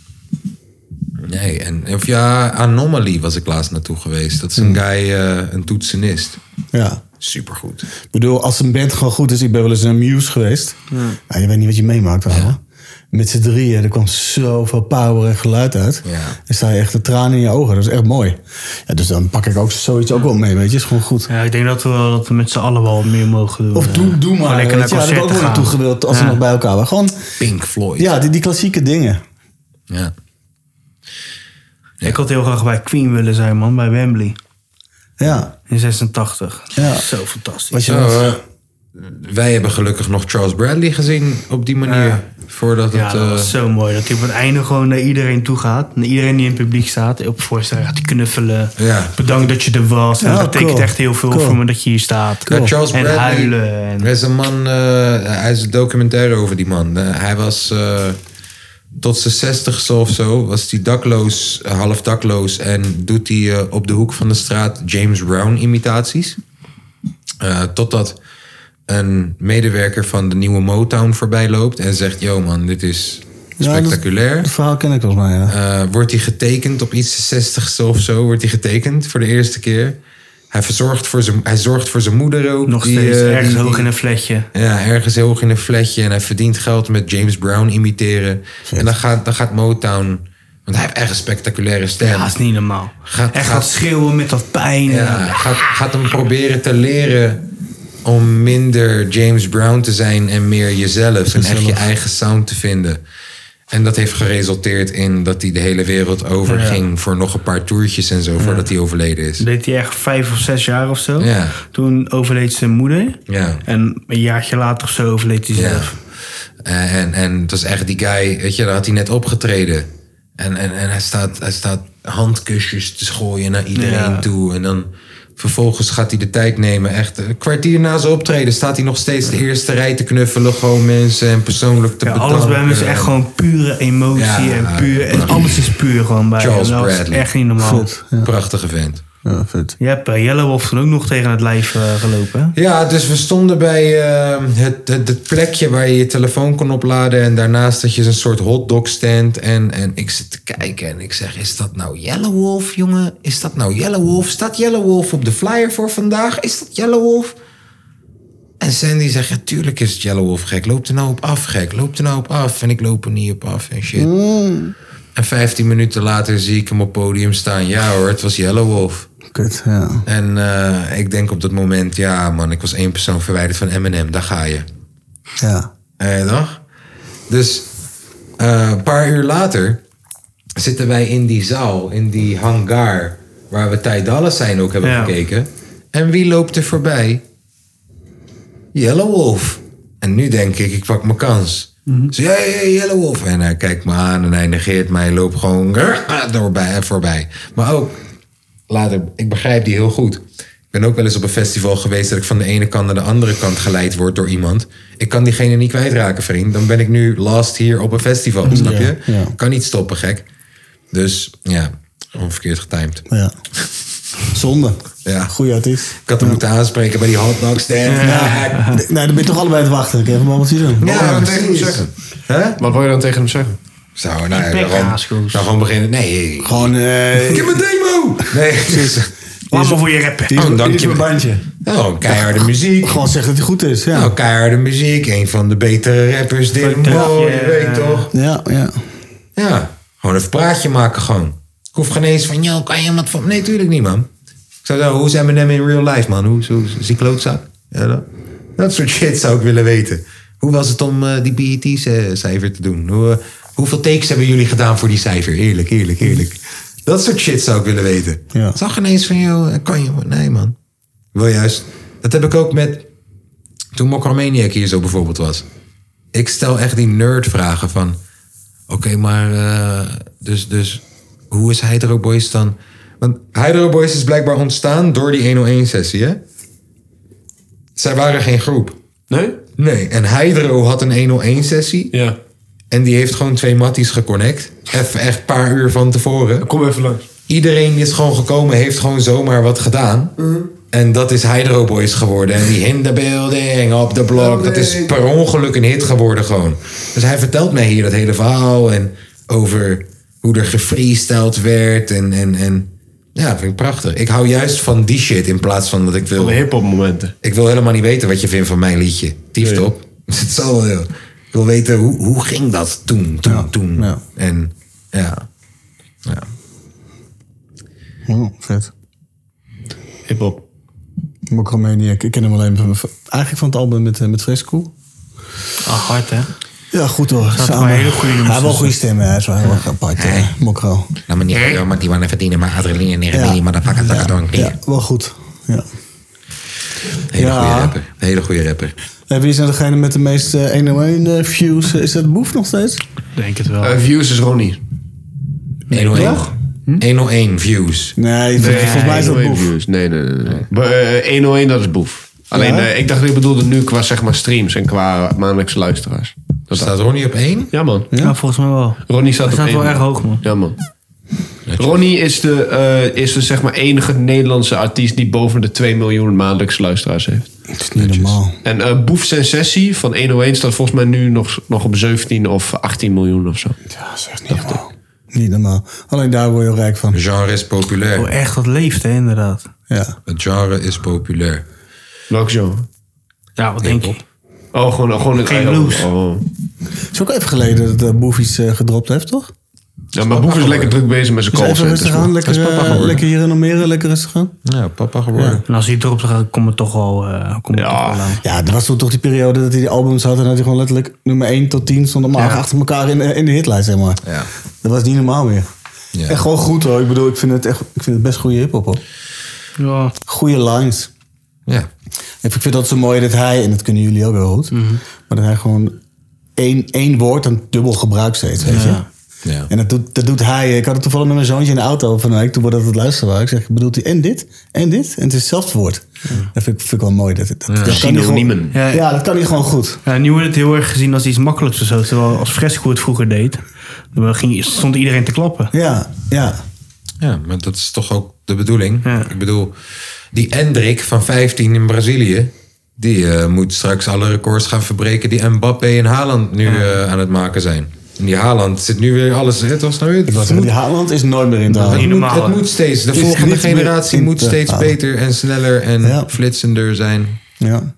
Nee, of ja, Anomaly was ik laatst naartoe geweest. Dat is een guy, een toetsenist. Ja. Supergoed. Ik bedoel, als een band gewoon goed is... Ik ben wel eens naar Muse geweest. Ja, je weet niet wat je meemaakt, ouwe. Met z'n drieën, er kwam zoveel power en geluid uit. Ja. Dan sta je echt de tranen in je ogen. Dat is echt mooi. Ja, dus dan pak ik ook zoiets ook wel mee, weet je. Is gewoon goed. Ja, ik denk dat we met z'n allen wel wat meer mogen doen. Of doe maar. lekker naar weet je. Ja, dat heb ik ook wel naartoe gewild als we nog bij elkaar waren. Gewoon, Pink Floyd. ja, die klassieke dingen. Ja. Ik had heel graag bij Queen willen zijn, man. Bij Wembley. Ja. In 86. Ja. Zo fantastisch. Was je Zo, wij hebben gelukkig nog Charles Bradley gezien op die manier. Ja. Voordat Ja, het... dat was zo mooi. Dat hij op het einde gewoon naar iedereen toe gaat. Naar iedereen die in het publiek staat. Op voorstelling gaat hij knuffelen. Ja. Bedankt dat je er was. En Ja, dat betekent cool. echt heel veel Cool. voor me dat je hier staat. Ja, Charles en Bradley, huilen. En... Er is een man, hij is een documentaire over die man. Hij was tot zijn 60ste of zo, was hij dakloos, half dakloos. En doet hij op de hoek van de straat James Brown imitaties. Totdat een medewerker van de nieuwe Motown voorbij loopt en zegt: yo man, dit is spectaculair. Het verhaal ken ik volgens mij, ja. Wordt hij getekend op iets 60ste of zo? Wordt hij getekend voor de eerste keer? Hij zorgt voor zijn moeder ook. Nog steeds ergens hoog in een flatje. Ja, ergens hoog in een flatje. En hij verdient geld met James Brown imiteren. En dan gaat Motown... Want hij heeft echt een spectaculaire stem. Ja, dat is niet normaal. Gaat schreeuwen met dat pijn. Ja, gaat hem proberen te leren om minder James Brown te zijn en meer jezelf. En echt je eigen sound te vinden. En dat heeft geresulteerd in dat hij de hele wereld over ging voor nog een paar toertjes en zo, voordat hij overleden is. Deed hij echt 5 of 6 jaar of zo. Ja. Toen overleed zijn moeder. Ja. En een jaartje later of zo overleed hij zelf. En het was echt die guy, weet je, daar had hij net opgetreden. En hij staat handkusjes te gooien naar iedereen toe. En dan vervolgens gaat hij de tijd nemen. Echt een kwartier na zijn optreden staat hij nog steeds de eerste rij te knuffelen. Gewoon mensen en persoonlijk te bedanken. Alles bij hem is echt gewoon pure emotie. En alles is puur gewoon bij Charles hem. Dat is Bradley. echt niet normaal. Prachtige vent. Ja, vet. Je hebt Yellow Wolf toen ook nog tegen het lijf gelopen. Hè? Ja, dus we stonden bij het plekje waar je je telefoon kon opladen. En daarnaast had je een soort hotdog-stand. En ik zit te kijken en ik zeg: is dat nou Yellow Wolf, jongen? Is dat nou Yellow Wolf? Staat Yellow Wolf op de flyer voor vandaag? Is dat Yellow Wolf? En Sandy zegt: ja, tuurlijk is het Yellow Wolf, gek. Loop er nou op af, gek. Loop er nou op af. En ik loop er niet op af en shit. En 15 minuten later zie ik hem op het podium staan. Ja hoor, het was Yellow Wolf. Kut, ja. En ik denk op dat moment, ja man, ik was 1 persoon verwijderd van Eminem. Daar ga je. Ja. Toch? Dus een paar uur later zitten wij in die zaal, in die hangar, waar we Ty Dolla $ign ook hebben gekeken. En wie loopt er voorbij? Yellow Wolf. En nu denk ik pak mijn kans. Dus hey, Yellow Wolf. En hij kijkt me aan en hij negeert mij. Loopt gewoon voorbij. Maar ook, later, ik begrijp die heel goed. Ik ben ook wel eens op een festival geweest dat ik van de ene kant naar de andere kant geleid word door iemand. Ik kan diegene niet kwijtraken, vriend. Dan ben ik nu last hier op een festival, snap je? Ja. Kan niet stoppen, gek. Dus ja, onverkeerd getimed. Ja. Zonde. Ja. Goeie artiest. Ik had hem moeten aanspreken bij die hotdog stand. Ja, Nee, dan ben je toch allebei te wachten. Ik heb hem allemaal zien doen. Ja, tegen hem precies. zeggen. Hè? Wat wil je dan tegen hem zeggen? Zou gewoon beginnen. Nee, Gewoon, ik heb een demo! Nee, precies. Laat maar voor je rappen. die is, Oh, dank die is je. mijn bandje. Oh, keiharde muziek. Gewoon zeggen dat hij goed is. Ja. Nou, keiharde muziek. Een van de betere rappers. Dit je weet toch? Ja, ja. Ja, gewoon even een praatje maken gewoon. Ik hoef geen eens van, joh, kan je wat van... Nee, tuurlijk niet, man. Ik zou zeggen, hoe is Eminem in real life, man? Hoe is die klootzak? Ja, dat soort shit zou ik willen weten. Hoe was het om die BET-cijfer te doen? Hoeveel takes hebben jullie gedaan voor die cijfer? Eerlijk. Dat soort shit zou ik willen weten. Ja. Zag geen eens van, joh, kan je... Nee, man. Ik wil juist... Dat heb ik ook met... Toen Mokromaniac hier zo bijvoorbeeld was. Ik stel echt die nerdvragen van... Oké, maar... Dus hoe is Hydro Boys dan... Want Hydro Boys is blijkbaar ontstaan door die 101-sessie, hè? Zij waren geen groep. Nee? Nee, en Hydro had een 101-sessie. Ja. En die heeft gewoon 2 matties geconnect. Even echt een paar uur van tevoren. Kom even langs. Iedereen die is gewoon gekomen, heeft gewoon zomaar wat gedaan. En dat is Hydro Boys geworden. En die in the building, op de blok. Dat is per ongeluk een hit geworden gewoon. Dus hij vertelt mij hier dat hele verhaal. En over hoe er gefreestyled werd. En ja, vind ik prachtig. Ik hou juist van die shit in plaats van dat ik wil... Van de hip-hop momenten. Ik wil helemaal niet weten wat je vindt van mijn liedje. Tief op. Het zal wel heel. Ik wil weten, hoe ging dat toen? Ja. En ja. Oh, vet. Hip-hop. Mokromaniac. Ik ken hem alleen eigenlijk van het album met Fresco. Ach, hard hè? Ja, goed hoor. Zat wel hele goede nummers Hij heeft wel een goede tussen. stem. Hij is wel heel erg apart. Mokro. Laat me niet gaan, maar die waren verdienen maar adrenaline en maar dat pakken dat dan. Ja, wel goed. Ja. Hele goede rapper. Wie is nou degene met de meeste 101 views? Is dat Boef nog steeds? Denk het wel. Views is Ronnie. 101. Ja? 101 views. Nee, volgens mij is dat Boef. Views. Nee. 101, dat is Boef. Alleen, ik dacht dat je bedoelde nu qua zeg maar streams en qua maandelijkse luisteraars. Staat Ronnie op 1? Ja, man. Ja, volgens mij wel. Ronnie staat Hij op staat 1. wel erg hoog, man. Ja, man. Ronnie is de zeg maar enige Nederlandse artiest die boven de 2 miljoen maandelijkse luisteraars heeft. Dat is niet normaal. En Boef Sensessie van 101 staat volgens mij nu nog op 17 of 18 miljoen of zo. Ja, dat is echt niet normaal. Niet normaal. Alleen daar word je rijk van. Het genre is populair. Oh, echt, dat leeft, hè, inderdaad. Ja. Het genre is populair. Welk genre? Ja, wat denk je? Oh, gewoon Geen blues. Oh. Het is ook even geleden dat Boef iets gedropt heeft, toch? Ja, maar Boef is lekker druk bezig met zijn Dus even callcenters. rustig aan. man. Lekker hier en Almere. Lekker rustig aan. Ja, papa geworden. En als hij erop gaat, komt het toch wel aan. Ja, er was toen toch die periode dat hij die albums had en dat hij gewoon letterlijk nummer 1 tot 10 stonden maar achter elkaar in de hitlijst, zeg maar. Ja. Dat was niet normaal meer. Ja. Echt gewoon goed hoor. Ik bedoel, ik vind het best goede hiphop hoor. Ja. Goede lines. Ja. Ik vind dat zo mooi dat hij, en dat kunnen jullie ook wel goed, maar dat hij gewoon één woord dan dubbel gebruikt steeds, weet je. Ja. En dat doet hij. Ik had het toevallig met mijn zoontje in de auto van de week, toen we dat het luisteren waren. Ik zeg, bedoelt hij en dit? En dit? En het is hetzelfde woord. Dat vind ik wel mooi. Dat kan hij gewoon, Synoniemen. ja, dat kan hij gewoon goed. Ja, nu wordt het heel erg gezien als iets makkelijks of zo. Terwijl als Fresco het vroeger deed, dan stond iedereen te klappen. Ja. Ja, maar dat is toch ook de bedoeling. Ja. Ik bedoel, die Endrick van 15 in Brazilië, die moet straks alle records gaan verbreken die Mbappé en Haaland nu aan het maken zijn. En die Haaland zit nu weer alles... Het was nou weer... Die Haaland is nooit meer in te halen. Het moet steeds. De Is volgende niet meer generatie in moet te steeds halen. beter en sneller en flitsender zijn. Ja.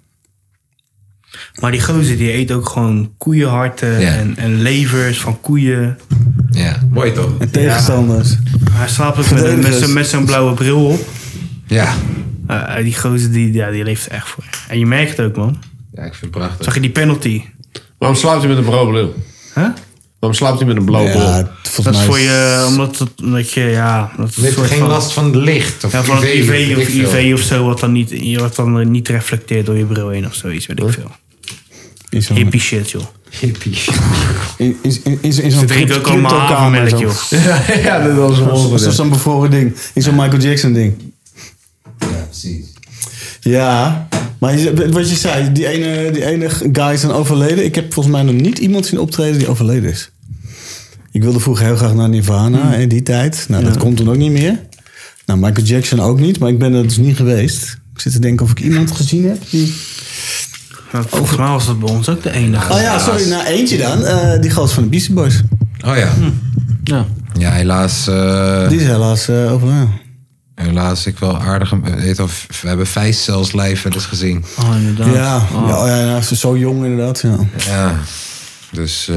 Maar die gozer die eet ook gewoon koeienharten Ja. en levers van koeien. Ja, mooi toch? En tegenstanders. Hij slaapt ook met zo'n blauwe bril op. Ja. Die gozer die leeft er echt voor. En je merkt het ook, man. Ja, ik vind het prachtig. Zag je die penalty? Waarom slaapt hij met een blauwe bril? Huh? Waarom slaapt hij met een blauwe bril? Ja, volgens Dat is mij voor je, omdat je, ja... Dat is Je hebt geen last van het licht of ja, van het IV, IV weet of ik veel. IV of zo, wat dan niet reflecteert door je bril heen of zoiets, weet ik veel. in zo'n... Hippie shit, joh. In zo'n Ze drinken ook allemaal havermelk, joh. Ja, dat was Dat is zo'n bevroren ding. In zo'n Michael Jackson ding. Ja, precies. Ja, maar wat je zei, die ene guy is dan overleden. Ik heb volgens mij nog niet iemand zien optreden die overleden is. Ik wilde vroeger heel graag naar Nirvana in die tijd. Nou, dat komt toen ook niet meer. Nou, Michael Jackson ook niet, maar ik ben er dus niet geweest. Ik zit te denken of ik iemand gezien heb die... Nou, volgens mij was dat bij ons ook de enige. Oh ja, sorry, nou eentje dan. Die gast van de Beastie Boys. Oh ja. Ja. Ja, helaas... Die is helaas overleden. Helaas, ik wel aardig... We hebben Vijs zelfs live wel eens gezien. Oh, inderdaad. Ja, ze is zo jong inderdaad. Ja. Ja, dus...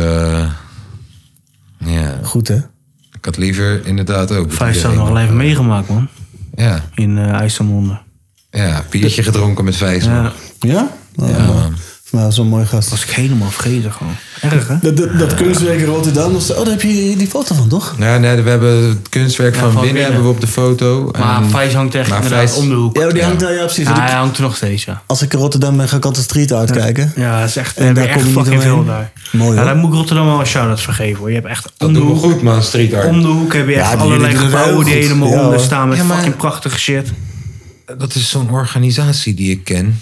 ja, Goed hè? ik had liever inderdaad ook... dat Vijf zou iedereen nog wel even meegemaakt, man. Ja, In IJsselmonde. ja, biertje gedronken met Vijs. Ja. man. Ja? Ja, man. Nou, zo'n mooi gast. Was ik helemaal vergeten, gewoon. Erg, hè? Dat kunstwerk in Rotterdam. Daar heb je die foto van, toch? Ja, nee, we hebben het kunstwerk van van binnen binnen. hebben we op de foto. Maar En- Vijs hangt echt maar inderdaad Vijs- om de hoek. Ja, die hangt daar, ja precies. Ja, hij hangt er nog steeds, ja. Als ik in Rotterdam ben, ga ik altijd street art kijken. Ja, dat is echt, En heb daar je kom echt je niet fucking veel omheen. daar. Mooi, Ja, hoor. daar moet ik Rotterdam wel een shout-out voor geven, hoor. Je hebt echt Dat om de doen we hoek, goed, man, street art. om de hoek heb je echt Ja, allerlei jullie doen het gebouwen heel die goed. helemaal Ja, onder hoor. staan met Ja, maar- fucking prachtige shit. Dat is zo'n organisatie die ik ken.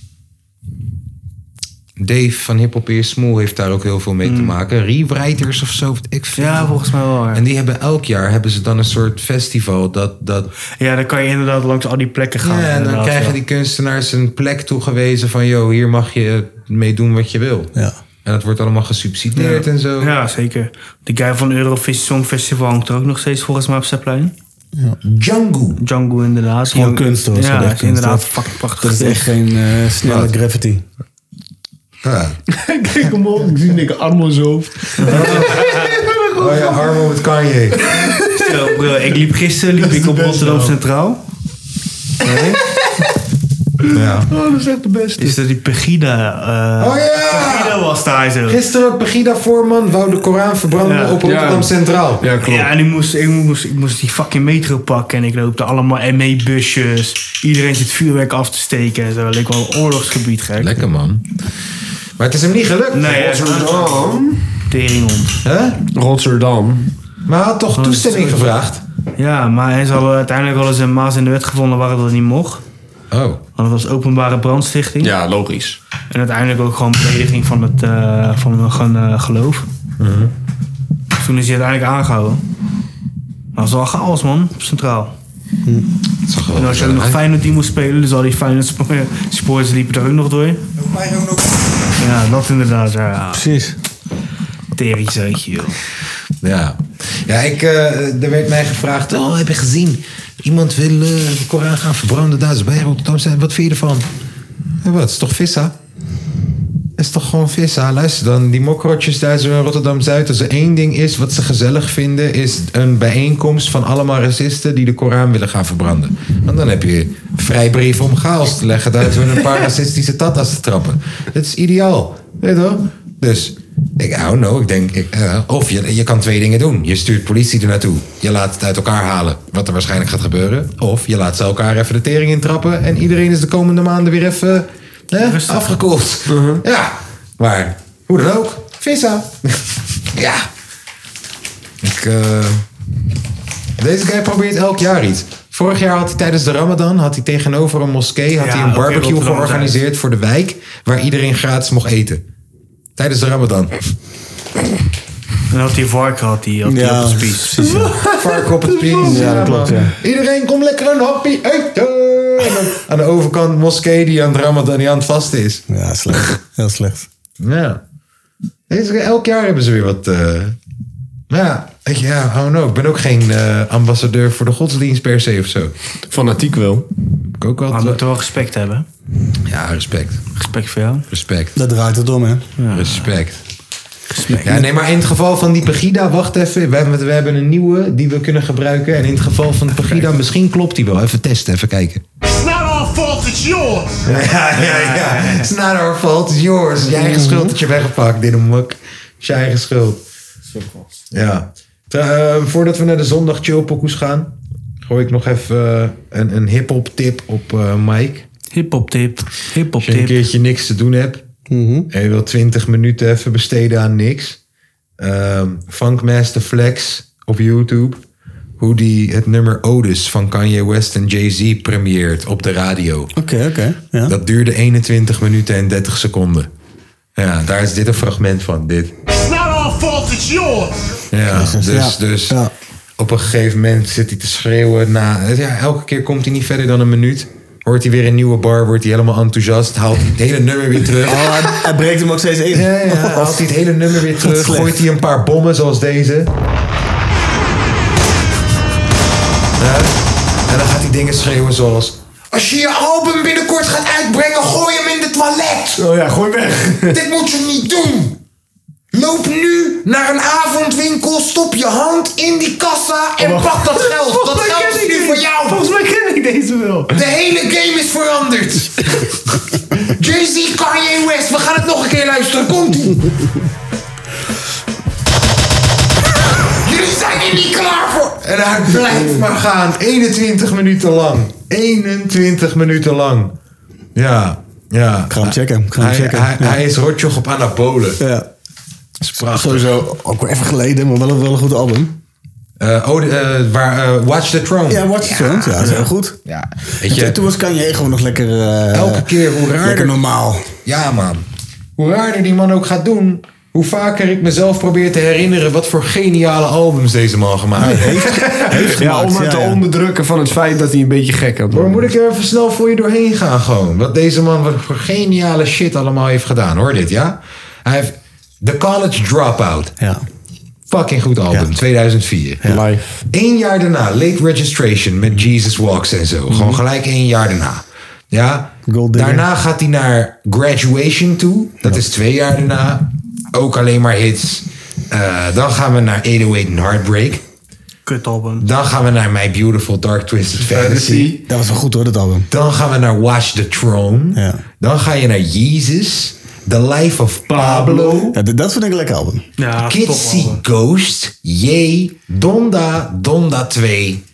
Dave van Hip Hop Is Small heeft daar ook heel veel mee te maken. Rewriters of zo, weet ik veel. Ja, volgens mij wel. Ja. En die hebben elk jaar hebben ze dan een soort festival. Dat Ja, dan kan je inderdaad langs al die plekken gaan. ja, en dan inderdaad, krijgen ja. die kunstenaars een plek toegewezen van... joh, hier mag je mee doen wat je wil. Ja. En dat wordt allemaal gesubsidieerd en zo. Ja, zeker. De guy van Eurovisie Songfestival hangt er ook nog steeds volgens mij op zijn plein. Django. Django inderdaad. Gewoon kunst, hoor. Dat is Ja, wel echt is inderdaad kunst, fucking prachtig. Dat is echt geen snelle Wat? graffiti. Ja. Kijk hem op, ik zie niks arm zo. Oh ja, Armo met Kanye. Stel, bro, gisteren liep ik op Rotterdam Centraal. Ja. Oh, dat is echt de beste. Is dat die Pegida? Oh ja! Hallo was daar zo. Gisteren ook Pegida Voorman wou de Koran verbranden Ja. op Rotterdam Centraal. Ja, klopt. Ja, en ik moest die fucking metro pakken en ik loopte allemaal ME-busjes. Iedereen zit vuurwerk af te steken en zo. Dat leek wel een oorlogsgebied, gek. Lekker man. Maar het is hem niet gelukt. Nee, Rotterdam. Teringhond. Huh? Rotterdam. Maar hij had toch toestemming gevraagd? Ja, maar uiteindelijk hadden ze een maas in de wet gevonden waar dat niet mocht. Oh. Want het was openbare brandstichting. Ja, logisch. En uiteindelijk ook gewoon belediging van het geloof. Dus toen is hij uiteindelijk aangehouden. Maar dat was wel chaos, man, op Centraal. Het zag er En wel als je ook nog uit. Feyenoord die moest spelen, dus al die Feyenoord supporters liepen er ook nog door. Ja, dat inderdaad, ja. Precies. Teringzeutje, joh. Ja, er werd mij gevraagd, heb je gezien? Iemand wil de Koran gaan verbranden daar is bij Rotterdam zijn. Wat vind je ervan? Ja, wat, het is toch vissa? Het is toch gewoon vissa? Luister dan, die mokrotjes daar zo in Rotterdam-Zuid. Als er één ding is wat ze gezellig vinden, is een bijeenkomst van allemaal racisten die de Koran willen gaan verbranden. Want dan heb je vrijbrief om chaos te leggen. Daar we een paar racistische tatas te trappen. Dat is ideaal, weet je wel? Dus ik denk, of je kan twee dingen doen. Je stuurt politie er naartoe. Je laat het uit elkaar halen, wat er waarschijnlijk gaat gebeuren. Of je laat ze elkaar even de tering intrappen en iedereen is de komende maanden weer even afgekoeld. Ja, maar hoe dan ook, vissa. Ja. Deze guy probeert elk jaar iets. Vorig jaar had hij tijdens de Ramadan tegenover een moskee Ja, een ook in barbecue Rotterdam georganiseerd voor de wijk, waar iedereen gratis mocht eten. Tijdens de Ramadan. En had hij vark had hij op de spies. Precies, ja. Varken op het spies. Ja, dat klopt, ja. Iedereen kom lekker een happy eten. En dan aan de overkant moskee die aan het Ramadan die aan het vasten is. Ja, slecht. Heel slecht. Ja. Elk jaar hebben ze weer wat. Ja, weet je, I don't know. Ik ben ook geen ambassadeur voor de godsdienst per se of zo. Fanatiek wel. Ik ook Maar we altijd. moeten wel respect hebben. Ja, respect. Respect voor jou. Respect. Dat draait het om, hè? Respect. Respect. Ja, nee, maar in het geval van die Pegida, wacht even. We hebben een nieuwe die we kunnen gebruiken. En in het geval van de Pegida, misschien klopt die wel. Even testen, even kijken. It's not our fault, it's yours. Ja. It's not our fault, it's yours. Het is je eigen schuld dat je weggepakt, dit om ook. Het is je eigen schuld. Ja. Voordat we naar de zondag chillpokoes gaan, gooi ik nog even een hip-hop tip op Mike. Hip-hop tip. Hip-hop Als je een tip. keertje niks te doen hebt en je wil 20 minuten even besteden aan niks. Funkmaster Flex op YouTube. Hoe die het nummer Otis van Kanye West en Jay-Z premieert op de radio. Oké. Ja. Dat duurde 21 minuten en 30 seconden. Ja, daar is dit een fragment van. Dit. It's not our fault, it's yours. Ja, dus Ja. op een gegeven moment zit hij te schreeuwen. Elke keer komt hij niet verder dan een minuut. Hoort hij weer een nieuwe bar, wordt hij helemaal enthousiast. Haalt hij het hele nummer weer terug. Oh, hij breekt hem ook steeds in. Ja, haalt hij het hele nummer weer terug. slecht. Gooit hij een paar bommen zoals deze. Ja, en dan gaat hij dingen schreeuwen zoals... Als je je album binnenkort gaat uitbrengen, gooi hem in de toilet. Oh ja, gooi weg. Dit moet je niet doen. Loop nu naar een avondwinkel, stop je hand in die kassa en pak dat geld. Dat geld is nu voor jou. Volgens mij ken ik deze wel. De hele game is veranderd. Jay-Z, Kanye West, we gaan het nog een keer luisteren. Komt-ie. Jullie zijn er niet klaar voor. En hij blijft maar gaan. 21 minuten lang. 21 minuten lang. Ja. Ik ga hem checken. Hij is rotjoch op anabolen. Ja. Dat is prachtig. Sowieso ook wel even geleden, maar wel een goed album. Watch the Throne. Ja, Watch the Throne. Ja, dat is heel goed. Ja, weet je, Toen was Kanye gewoon nog lekker... elke keer hoe lekker raarder... normaal. Ja, man. Hoe raarder die man ook gaat doen... hoe vaker ik mezelf probeer te herinneren... wat voor geniale albums deze man gemaakt heeft. Ja, om het te onderdrukken van het feit dat hij een beetje gek had. Waar moet ik er even snel voor je doorheen gaan gewoon? Wat deze man wat voor geniale shit allemaal heeft gedaan. Hoor dit, ja? Hij heeft The College Dropout. Ja. Fucking goed album, 2004. Live. 1 jaar daarna, Late Registration met Jesus Walks en zo. Gewoon gelijk 1 jaar daarna. Ja? Gold Digger. Daarna gaat hij naar Graduation toe. Dat is 2 jaar daarna. Ook alleen maar hits. Dan gaan we naar 808 and Heartbreak. Kut album. Dan gaan we naar My Beautiful Dark Twisted Fantasy. Dat was wel goed hoor, dat album. Dan gaan we naar Watch the Throne. Ja. Dan ga je naar Jesus. The Life of Pablo. Ja, dat vind ik een lekker album. Ja, Kids See Ghost. Jee. Donda 2.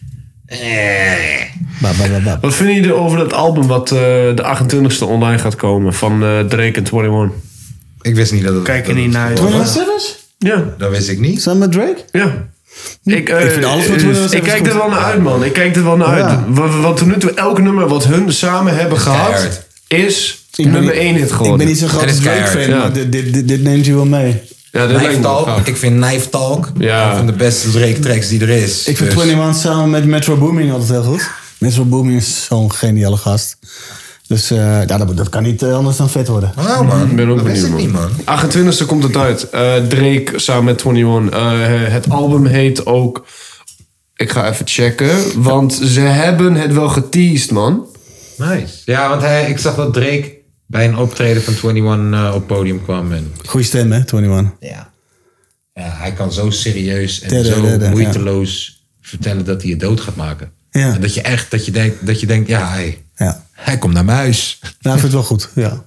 Wat vinden jullie over dat album wat de 28e online gaat komen van Drake en 21? Ik wist niet dat het... Kijk er niet naar uit. 21 Savage? Ja. Dat wist ik niet. Samen met Drake? Ja. Ik vind alles wat 21 ik kijk goed. er wel naar uit, man. Ik kijk er wel naar uit. Want tot nu toe, elk nummer wat hun samen hebben gehad, keihard. is Ik ben nummer niet- 1 hit Ik geworden. ben niet zo'n grote Het is Drake-fan, keihard. Ja. maar dit neemt hij wel mee. Ja, dat lijkt Knife me wel Talk. gaaf. Ik vind Knife Talk Ja. een van de beste Drake tracks die er is. Ik vind Dus- 21 samen met Metro Boomin altijd heel goed. Metro Boomin is zo'n geniale gast. Dus dat kan niet anders dan vet worden. Oh man, Ik ben ook dat wist benieuwd, ik niet, man. 28e komt het uit. Drake samen met 21. Het album heet ook... Ik ga even checken. Want ze hebben het wel geteased, man. Nice. Ja, want ik zag dat Drake bij een optreden van 21 op podium kwam. En Goeie stem, hè, 21. ja, hij kan zo serieus en Derde, zo moeiteloos vertellen dat hij je dood gaat maken. Ja. En dat je denkt, ja, Ja. hij komt naar mijn huis. Nou, ik vind het wel goed, ja.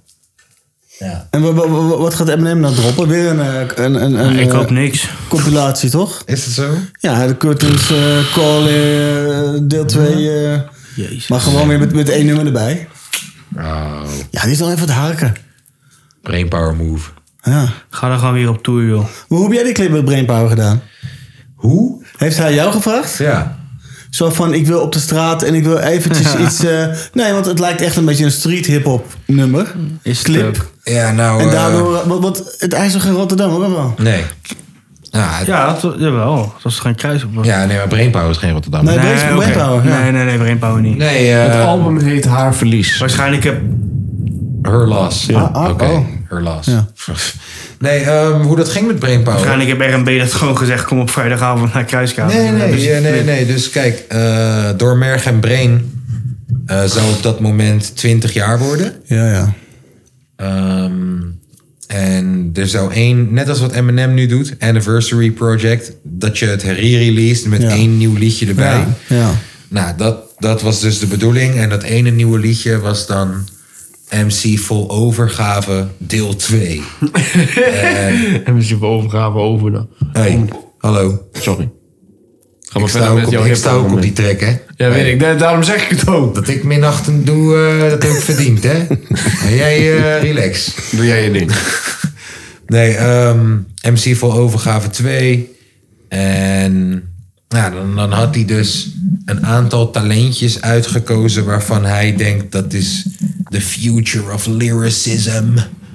Ja. En wat gaat Eminem nou droppen? Weer een Ik hoop niks. compilatie, toch? Is het zo? Ja, de Curtains Call deel 2. Jezus. Maar gewoon weer met 1 nummer erbij. Oh, Ja, die is al even het harken. brainpower move. Ja. Ga dan gewoon weer op tour, joh. Hoe heb jij die clip met Brainpower gedaan? Hoe? Heeft hij jou gevraagd? Ja. Zo van, ik wil op de straat en ik wil eventjes iets... nee, want het lijkt echt een beetje een street hip-hop nummer. Is Clip. Ja, nou... En daardoor... hij is toch in Rotterdam, hoor? Wel? Nee. Ja, jawel. Dat was geen kruis op. Ja, nee, maar brainpower is geen Rotterdam. Nee, Nee, deze oké. Brainpower. Ja. Nee, Brainpower niet. Nee, Het album heet Haar Verlies. Waarschijnlijk heb... Her Loss. Oké, oh. Her Loss. Ja. Nee, hoe dat ging met brainpower... Waarschijnlijk heb R&B dat gewoon gezegd... kom op vrijdagavond naar Kruiskamer. Nee. Dus kijk, door Merg en Brain zou op dat moment 20 jaar worden. Ja. En er zou net als wat Eminem nu doet, Anniversary Project, dat je het re-released met 1 nieuw liedje erbij. Ja. Nou, dat was dus de bedoeling. En dat ene nieuwe liedje was dan MC Vol Overgave deel 2. En we zitten overgave over dan. Hey, hallo. Sorry. Ga maar Ik sta verder ook met jouw ik sta ook op die hip-hop. track, hè? Ja, weet ik. Daarom zeg ik het ook. Dat ik minachtend doe, dat heb ik verdiend, hè? En jij relax. Doe jij je ding. Nee, MC Vol Overgave 2. En ja, dan had hij dus een aantal talentjes uitgekozen waarvan hij denkt dat is the future of lyricism.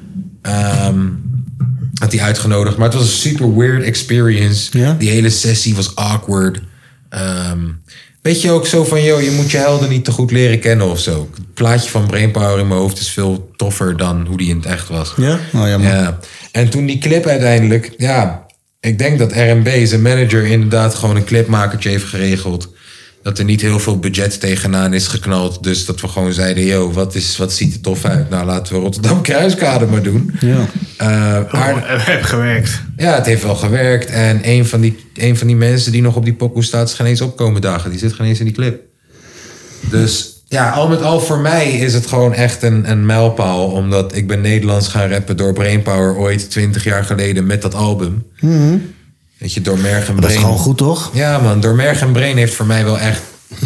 Had hij uitgenodigd. Maar het was een super weird experience. Ja? Die hele sessie was awkward. Weet je ook zo van, joh, je moet je helden niet te goed leren kennen of zo. Het plaatje van Brainpower in mijn hoofd is veel toffer dan hoe die in het echt was. Ja? Oh, jammer. Ja. En toen die clip uiteindelijk, ja, ik denk dat R&B zijn manager inderdaad gewoon een clipmakertje heeft geregeld. Dat er niet heel veel budget tegenaan is geknald. Dus dat we gewoon zeiden, yo, wat ziet er tof uit? Nou, laten we Rotterdam Kruiskade maar doen. Ja. Het heeft gewerkt. Ja, het heeft wel gewerkt. En een van die mensen die nog op die pokoe staat, is geen eens opkomen dagen. Die zit geen eens in die clip. Dus ja, al met al voor mij is het gewoon echt een mijlpaal. Omdat ik ben Nederlands gaan rappen door Brainpower ooit 20 jaar geleden met dat album. Weet je, door Merg en Brain. Dat is gewoon goed, toch? Ja man, door Merg en Brain heeft voor mij wel echt...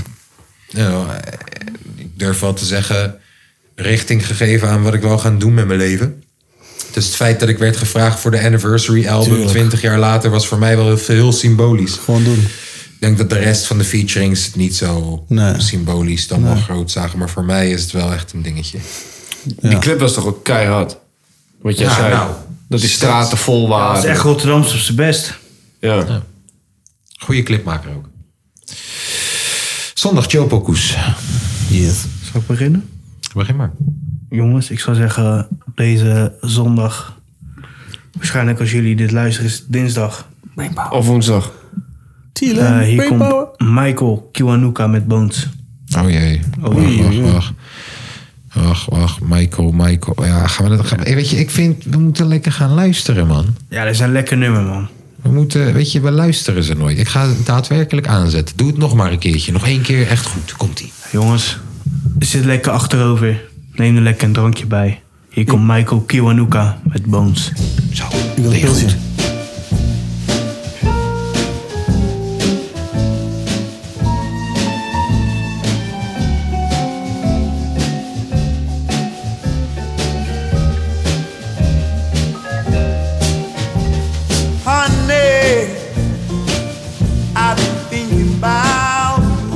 ik durf wel te zeggen... richting gegeven aan wat ik wil gaan doen met mijn leven. Dus het feit dat ik werd gevraagd voor de Anniversary album... Tuurlijk. 20 jaar later was voor mij wel heel symbolisch. Gewoon doen. Ik denk dat de rest van de featurings het niet zo symbolisch dan wel groot zagen. Maar voor mij is het wel echt een dingetje. Die clip was toch ook keihard? Wat jij Ja, zei. nou, dat die straten vol Dat waren. is echt Rotterdams op zijn best. Ja. Goeie clipmaker ook. Zondag Chopokoes. Yes. Zal ik beginnen? Begin maar. Jongens, ik zou zeggen, deze zondag... Waarschijnlijk als jullie dit luisteren is het dinsdag. Of woensdag. Hier komt Michael Kiwanuka met Bones. Oh jee. Wacht. Michael. Ja, weet je, ik vind, we moeten lekker gaan luisteren, man. Ja, dat is een lekker nummer, man. We moeten, weet je, we luisteren ze nooit. Ik ga het daadwerkelijk aanzetten. Doe het nog maar een keertje. Nog 1 keer echt goed. Komt-ie. Jongens, zit lekker achterover. Neem er lekker een drankje bij. Hier komt Michael Kiwanuka met Bones. Zo, Ik wil een pilsje. Honey, I've been thinking about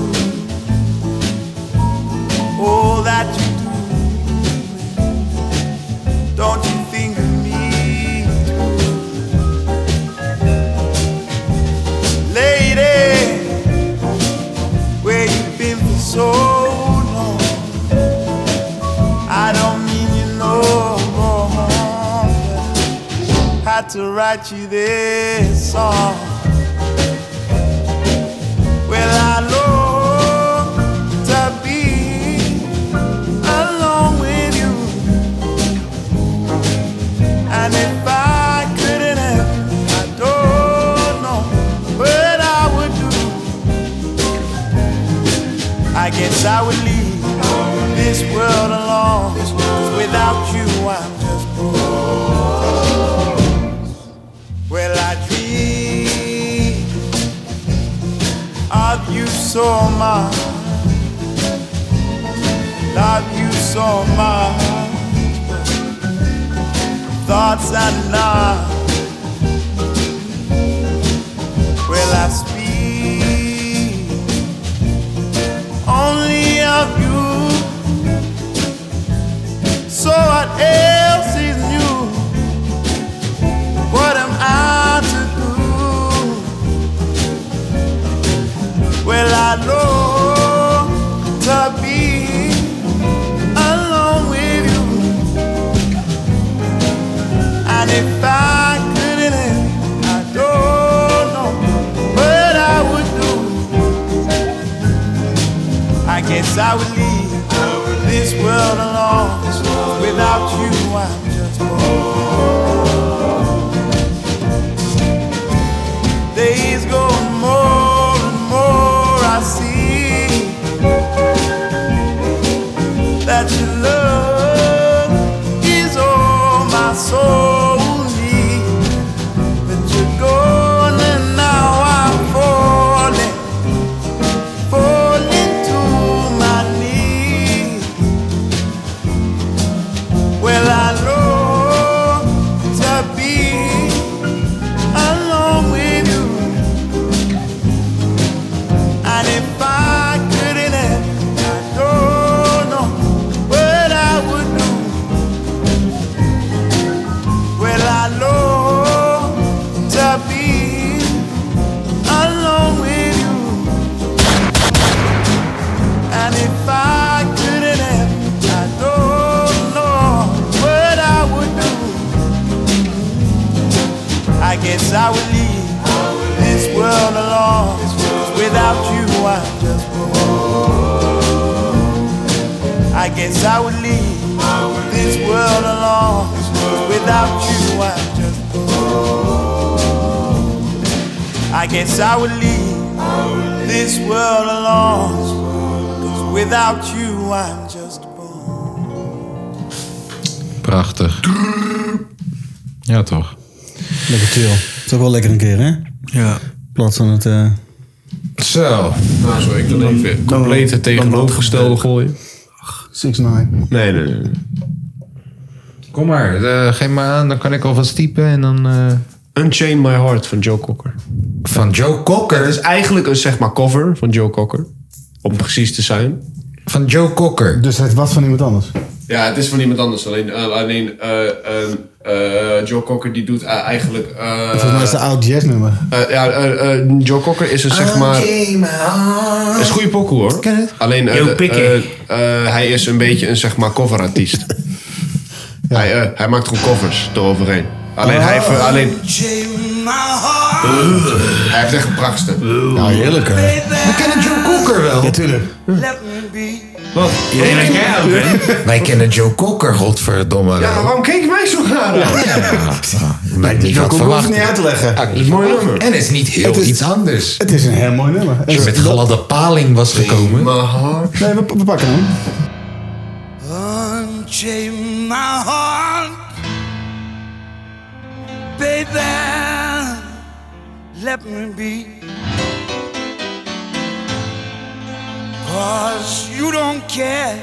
all that you do. Don't you think of me too? Lady, where you been for so long? I don't mean you no wrong, but had to write you this song. Well, I long to be alone with you, and if I couldn't have you, I don't know what I would do. I guess I would leave this world alone, 'cause without you I'm just broke. Well, I dream of you so much, love you so much, but thoughts are not. Well, I speak only of you, so what else is new? What am I to do? Well, I long to be alone with you, and if I couldn't have you, I don't know what I would do. I guess I would leave this world alone. Without you, I'm just bored. Days go more and more, I see that your love is all my soul needs. But you're gone and now I'm falling to my knees. Well, I long to be alone with you, and if I couldn't have you, I don't know what I would do. Well, I long to be alone with you, and if I couldn't have you, I don't know what I would do. I guess I would leave this world alone, 'cause without you I'm just bored. I guess I would leave this world alone, 'cause without you I'm just bored. I guess I would leave this world alone, 'cause without you I'm just bored. Prachtig. Ja, toch? Lekker chill. Het is ook wel lekker een keer, hè? Ja. In plaats van het... Zo. Nou, zo ik dan even compleet het tegenovergestelde gooien. 6ix9ine. Nee. Kom maar, geef maar aan, dan kan ik alvast typen en dan... Unchain My Heart van Joe Cocker. Van Joe Cocker? Dat is eigenlijk een zeg maar cover van Joe Cocker. Om precies te zijn. Van Joe Cocker? Dus het was van iemand anders? Ja, het is van iemand anders. Alleen Joe Cocker die doet eigenlijk... Volgens mij is het een oud jazznummer. Joe Cocker is een zeg maar... Het is een goede pokoe hoor. Ken het? Alleen hij is een beetje een zeg maar coverartiest. Ja. Hij maakt gewoon covers eroverheen. Alleen hij heeft echt een prachtstem. Ja, heerlijk hè. We kennen Joe Cocker wel. Natuurlijk. Wat? Wij kennen Joe Cocker, godverdomme. Ja, maar waarom keek je mij zo raar? Niet wat verwacht. Niet uit te leggen. Ja, Dat is een mooi nummer. en het is niet heel iets anders. Het is een heel mooi nummer. Als je met gladde paling was gekomen. Maar hard. Nee, we pakken hem. Unchain my heart, baby, let me be. 'Cause you don't care.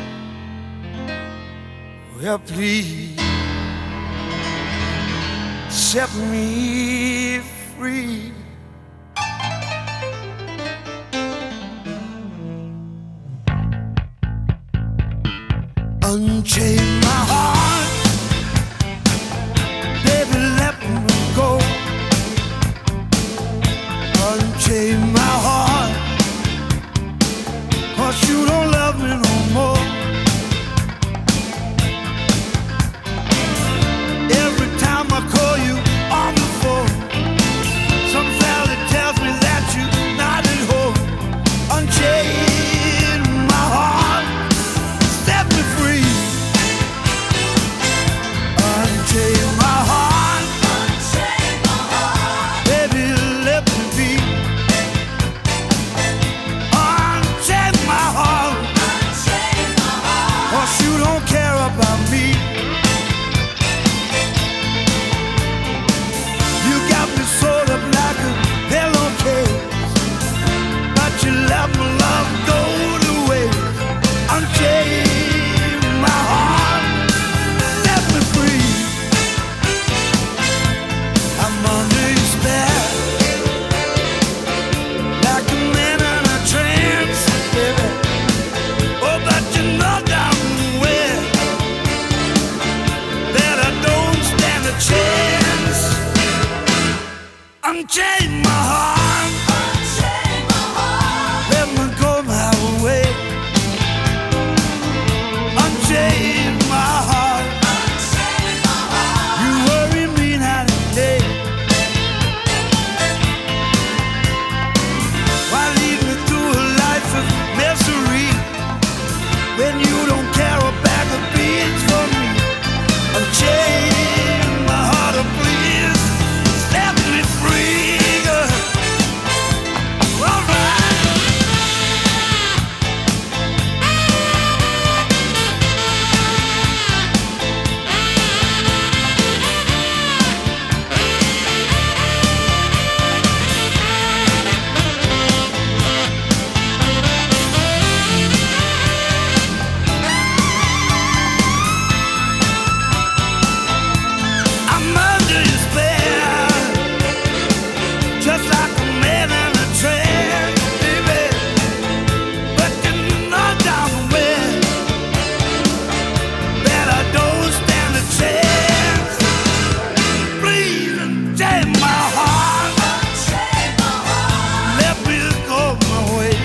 Well, please set me free. Unchain my heart, baby, let me go. Unchain my heart, 'cause you don't love me no more. Every time I call you on the phone, some fella tells me that you're not at home. Unchain my heart, set me free. Unchain my heart, baby, let me be. Unchain my heart, 'cause you don't care about me. You got me sewed up like a pillowcase, but you let my love go to waste. Unchain my heart, set me free. I'm under your spell, like a man in a trance, baby. Oh, but you know damn well that I don't stand a chance. Unchain my heart, let me go my way. Unchain my heart, you worry me night and day. Why lead me through a life of misery when you don't care a bag of beans for me? Unchain my heart, oh please, set me free, girl. All right. I'm under your spell, just like a man in a trance, baby. But you know damn well that I don't stand a chance. Please unchain my heart, let me go my way.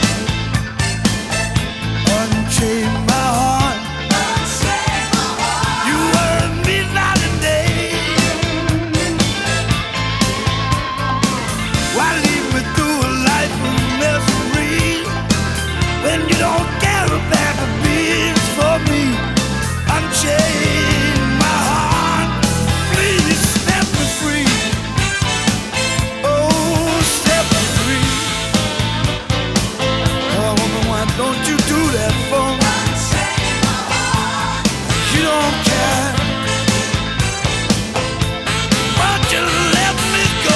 Unchain my heart, you worry me night and day. Why lead me through a life of misery when you don't care a bag of beans for me? Unchain my heart, please set me free. Oh, set me free. Oh, woman, why don't you do that for me? You don't care. Why'd you let me go?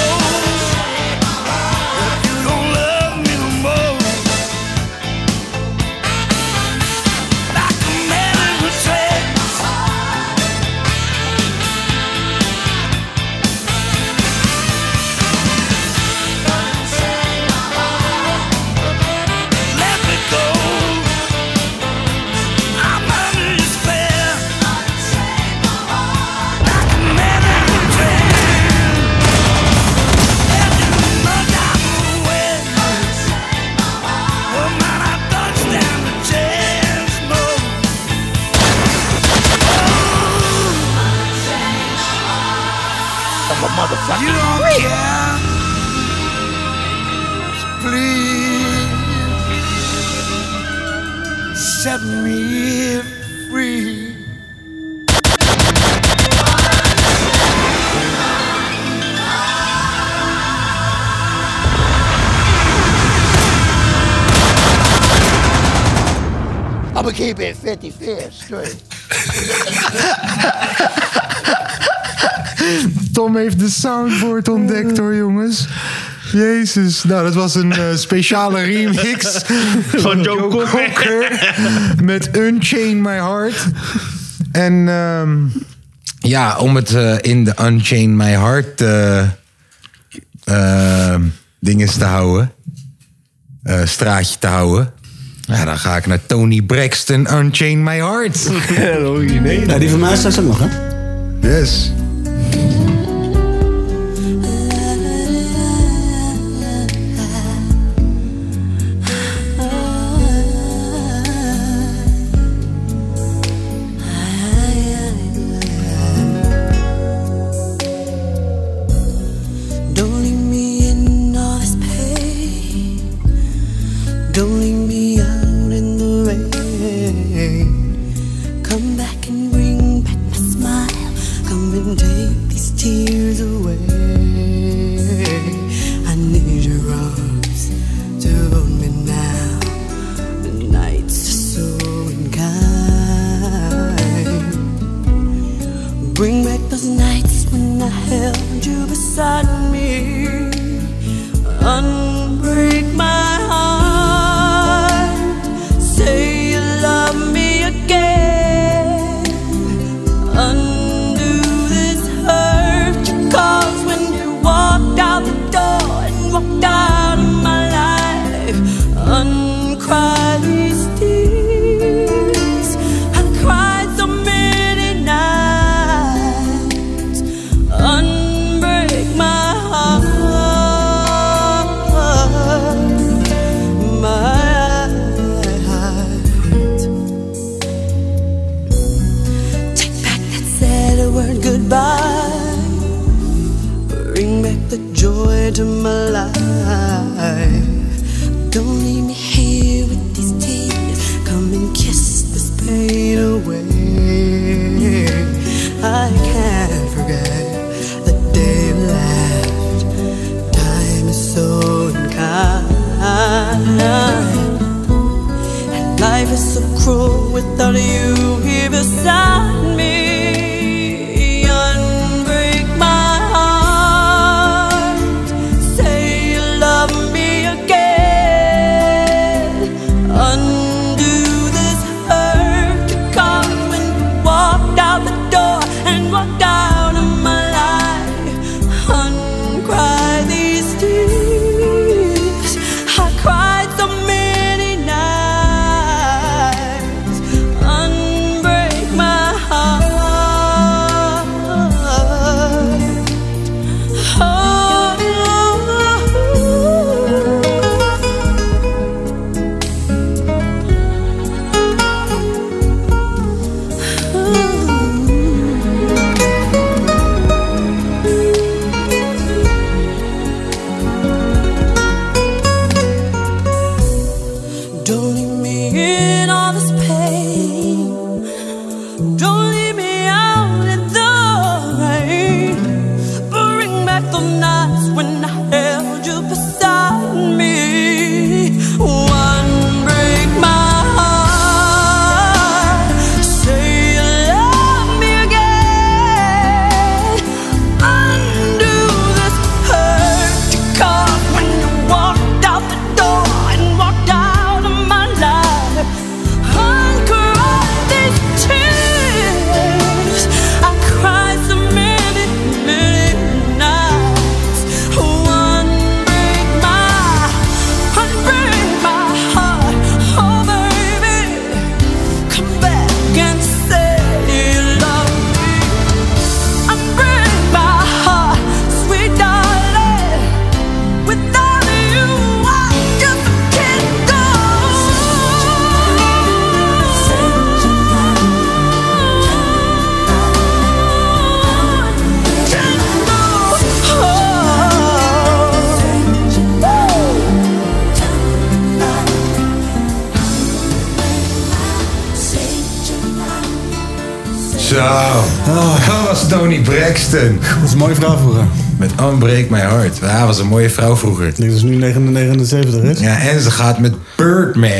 If you don't love me no more, like a man in a trance. Let me go. I'm under your spell, like a man in a trance. And you know damn well, oh man, I don't stand a chance, no. You don't care. So please set me free. I'm gonna keep it 50-50 straight. Tom heeft de soundboard ontdekt hoor, jongens. Jezus. Nou, dat was een speciale remix van Joe Cocker met Unchain My Heart. En ja, om het in de Unchain My Heart dinges te houden. Straatje te houden. Ja, dan ga ik naar Tony Braxton, Unchain My Heart. Ja, die van mij straks ook nog, hè? Yes. Don't leave me in all this pain. Don't leave me out in the rain. Come back and bring back my smile. Come and take these tears away. I need your arms to hold me now. The nights are so unkind. Bring back those nights when I held you beside me. Unbreak my heart. Say you love me again. Undo this hurt you caused when you walked out the door and walked out of my life. Uncry these tears. I cried so many nights. Unbreak my heart. Word goodbye. Bring back the joy to my life. Don't leave me here with these tears. Come and kiss this pain away. I can't forget the day you left. Time is so unkind, and life is so cruel without you here beside me. Dat was Tony Braxton. Dat was een mooie vrouw vroeger. Met Unbreak My Heart. Ja, was een mooie vrouw vroeger. Ik denk dat ze nu 79 is. Ja, en ze gaat met Birdman.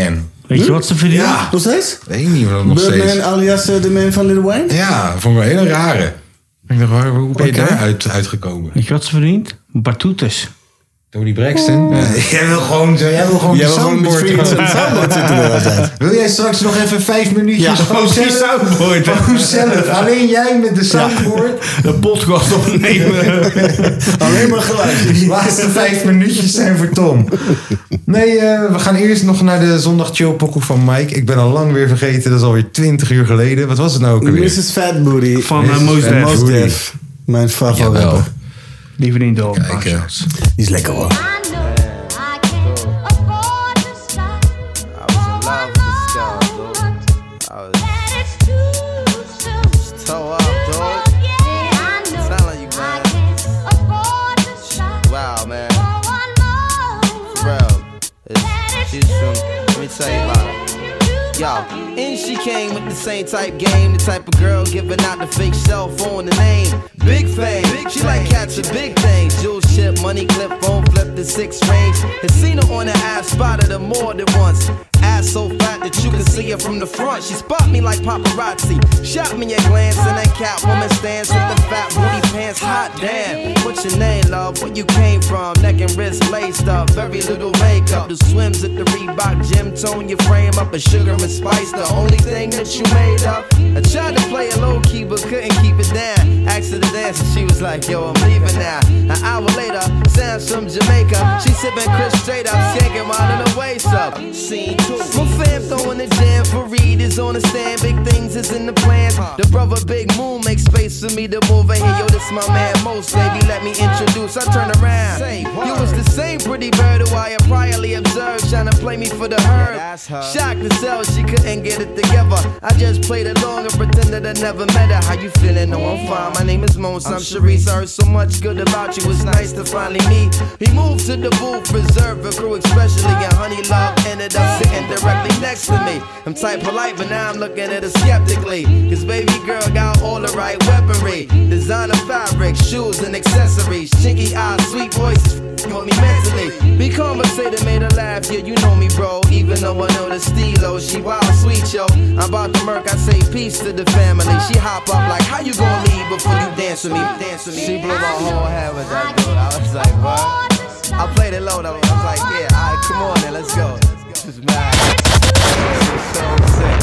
Weet je wat ze verdienen? Ja. Nog steeds? Weet niet of dat nog Birdman steeds. alias de man van Lil Wayne? Ja, vond ik wel een hele rare. Ik dacht, hoe ben je daar uitgekomen? Weet je wat ze verdient? Batoetes. Tony Braxton? Jij wil gewoon Jij wil gewoon met vrienden zo'n soundboard zitten de hele tijd. Wil jij straks nog even 5 minuutjes gewoon soundboard? Gewoon zelf. Alleen jij met de soundboard. Een podcast opnemen. Alleen maar geluidjes. De laatste 5 minuutjes zijn voor Tom. Nee, we gaan eerst nog naar de zondag chill pokoe van Mike. Ik ben al lang weer vergeten. Dat is alweer 20 uur geleden. Wat was het nou ook alweer? Mrs. Fat Booty. Van Mos Def. Mos Def. Mijn favoriet. Jawel. Die verdient al. Kijk, Die is lekker hoor. Yo, and she came with the same type game, the type of girl giving out the fake cell phone, the name Big Fame. She like catching big things, jewel ship, money clip, phone flip, the 6 range. And seen her on the ass, spotted her more than once. Ass so fat that you can see her from the front. She spot me like paparazzi, shot me a glance, and that Catwoman stands with the fat booty pants. Hot damn, what's your name, love? Where you came from? Neck and wrist laced up, very little makeup. The swims at the Reebok gym, tone your frame up, a sugar and spice, the only thing that you made up. I tried to play it low key, but couldn't keep it down. Asked her to dance, and she was like, yo, I'm leaving now. An hour later, Sam's from Jamaica. She sipping Chris straight up, skanking while in her waist up. Scene 2. My fam throwing the jam for Reed is on the stand. Big things is in the plans. The brother Big Moon makes space for me to move in here. Yo, this my man Most, baby, let me introduce. I turn around. You was the same pretty bird who I had priorly observed, trying to play me for the herd. Shocked to sell, she couldn't get it together. I just played along and pretended I never met her. How you feeling? No, I'm fine. My name is Mons. I'm Sharice. I heard so much good about you. It's nice to finally meet. He moved to the booth, reserved for crew, especially and Honey Love ended up sitting directly next to me. I'm type polite, but now I'm looking at her skeptically. Cause baby girl got all the right weaponry. Designer fabric, shoes and accessories. Chinky eyes, sweet voice, got me mentally. Be conversated, made her laugh. Yeah, you know me, bro. Even though I know the stilo, she wild sweet, yo. I'm about to murk, I say peace to the family. She hop up like, how you gonna leave before you dance with me? Dance with me. She blew my whole head with that dude. I was like, what? I played it low though. I was like, yeah, alright, come on then, let's go. This is mad. So sick.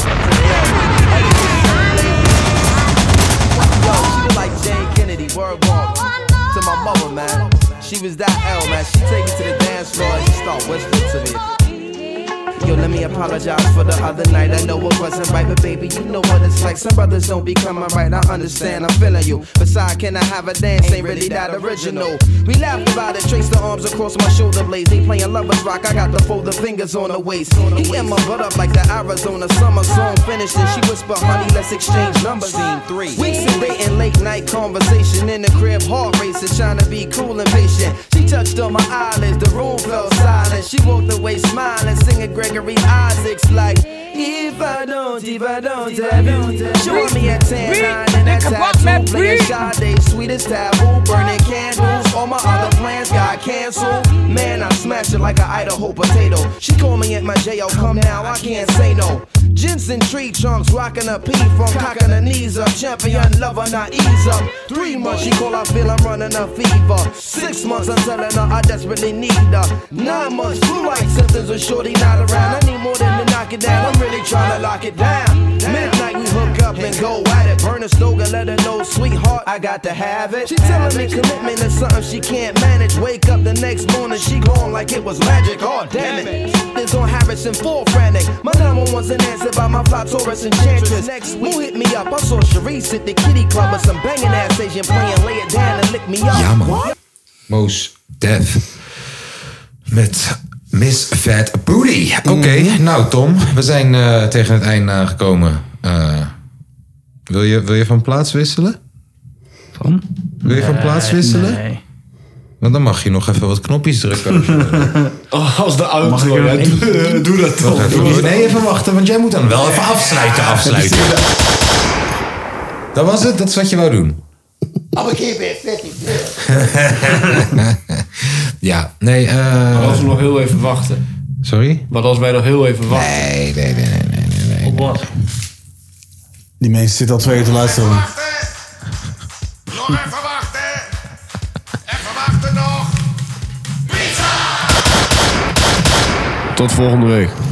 Yo, she was like Jane Kennedy, word walk. To my mother, man. She was that L, man. She take me to the dance floor and she start whispering to me. Yo, let me apologize for the other night. I know it wasn't right, but baby, you know what it's like. Some brothers don't be coming right. I understand, I'm feeling you. Besides, can I have a dance? Ain't really that original. We laughed about it, traced the arms across my shoulder blades. They playing lovers rock. I got to fold the fingers on the waist. He in my butt up like the Arizona summer song finished, and she whispered, honey, let's exchange numbers. Scene 3. Weeks of dating, late night conversation in the crib, heart racing, trying to be cool and patient. She touched on my eyelids, the room fell silent. She walked away smiling, singing Gregory Isaacs like, if I don't have you. Showing me a 10-9 and a tattoo, playing Sade, sweetest taboo, burning candles. All my other plans got canceled. Man, I smashed it like an Idaho potato. She called me at my J.O. Come now, I can't say no. Jensen tree trunks, rocking a P from cocking her knees up. Champion lover, not ease up. 3 months, she call, I feel I'm running a fever. 6 months, I'm telling her I desperately need her. 9 months, flu-like symptoms with shorty not around. I need more than to knock it down, I'm really trying to lock it down. Midnight, we hook up and go at it. Burn a stove and let her know, sweetheart, I got to have it. She telling me commitment is something she can't manage. Wake up the next morning, she gone like it was magic. Oh, damn it. It's on Harrison 4 frantic. My number one's an answer by my fly Taurus enchantress. Next week, who hit me up? I saw Sharice at the kitty club with some banging ass Asian playing Lay It Down and Lick Me Up. Ja man. Mos Def. Met Miss Fat Booty. Oké, nou Tom, we zijn tegen het einde aangekomen. Wil je van plaats wisselen? Van? Wil je van plaats wisselen? Nee. Want dan mag je nog even wat knopjes drukken. Als de outro, ja, doe dat toch. Nee, even wachten, want jij moet dan wel even afsluiten. Dat was het, dat is wat je wou doen. I'm keep it 50. Ja, nee. Als we nog heel even wachten. Sorry? Wat als wij nog heel even wachten? Nee. Op wat? Die mensen zitten al 2 uur te luisteren. Nog even wachten. Even wachten nog. Tot volgende week.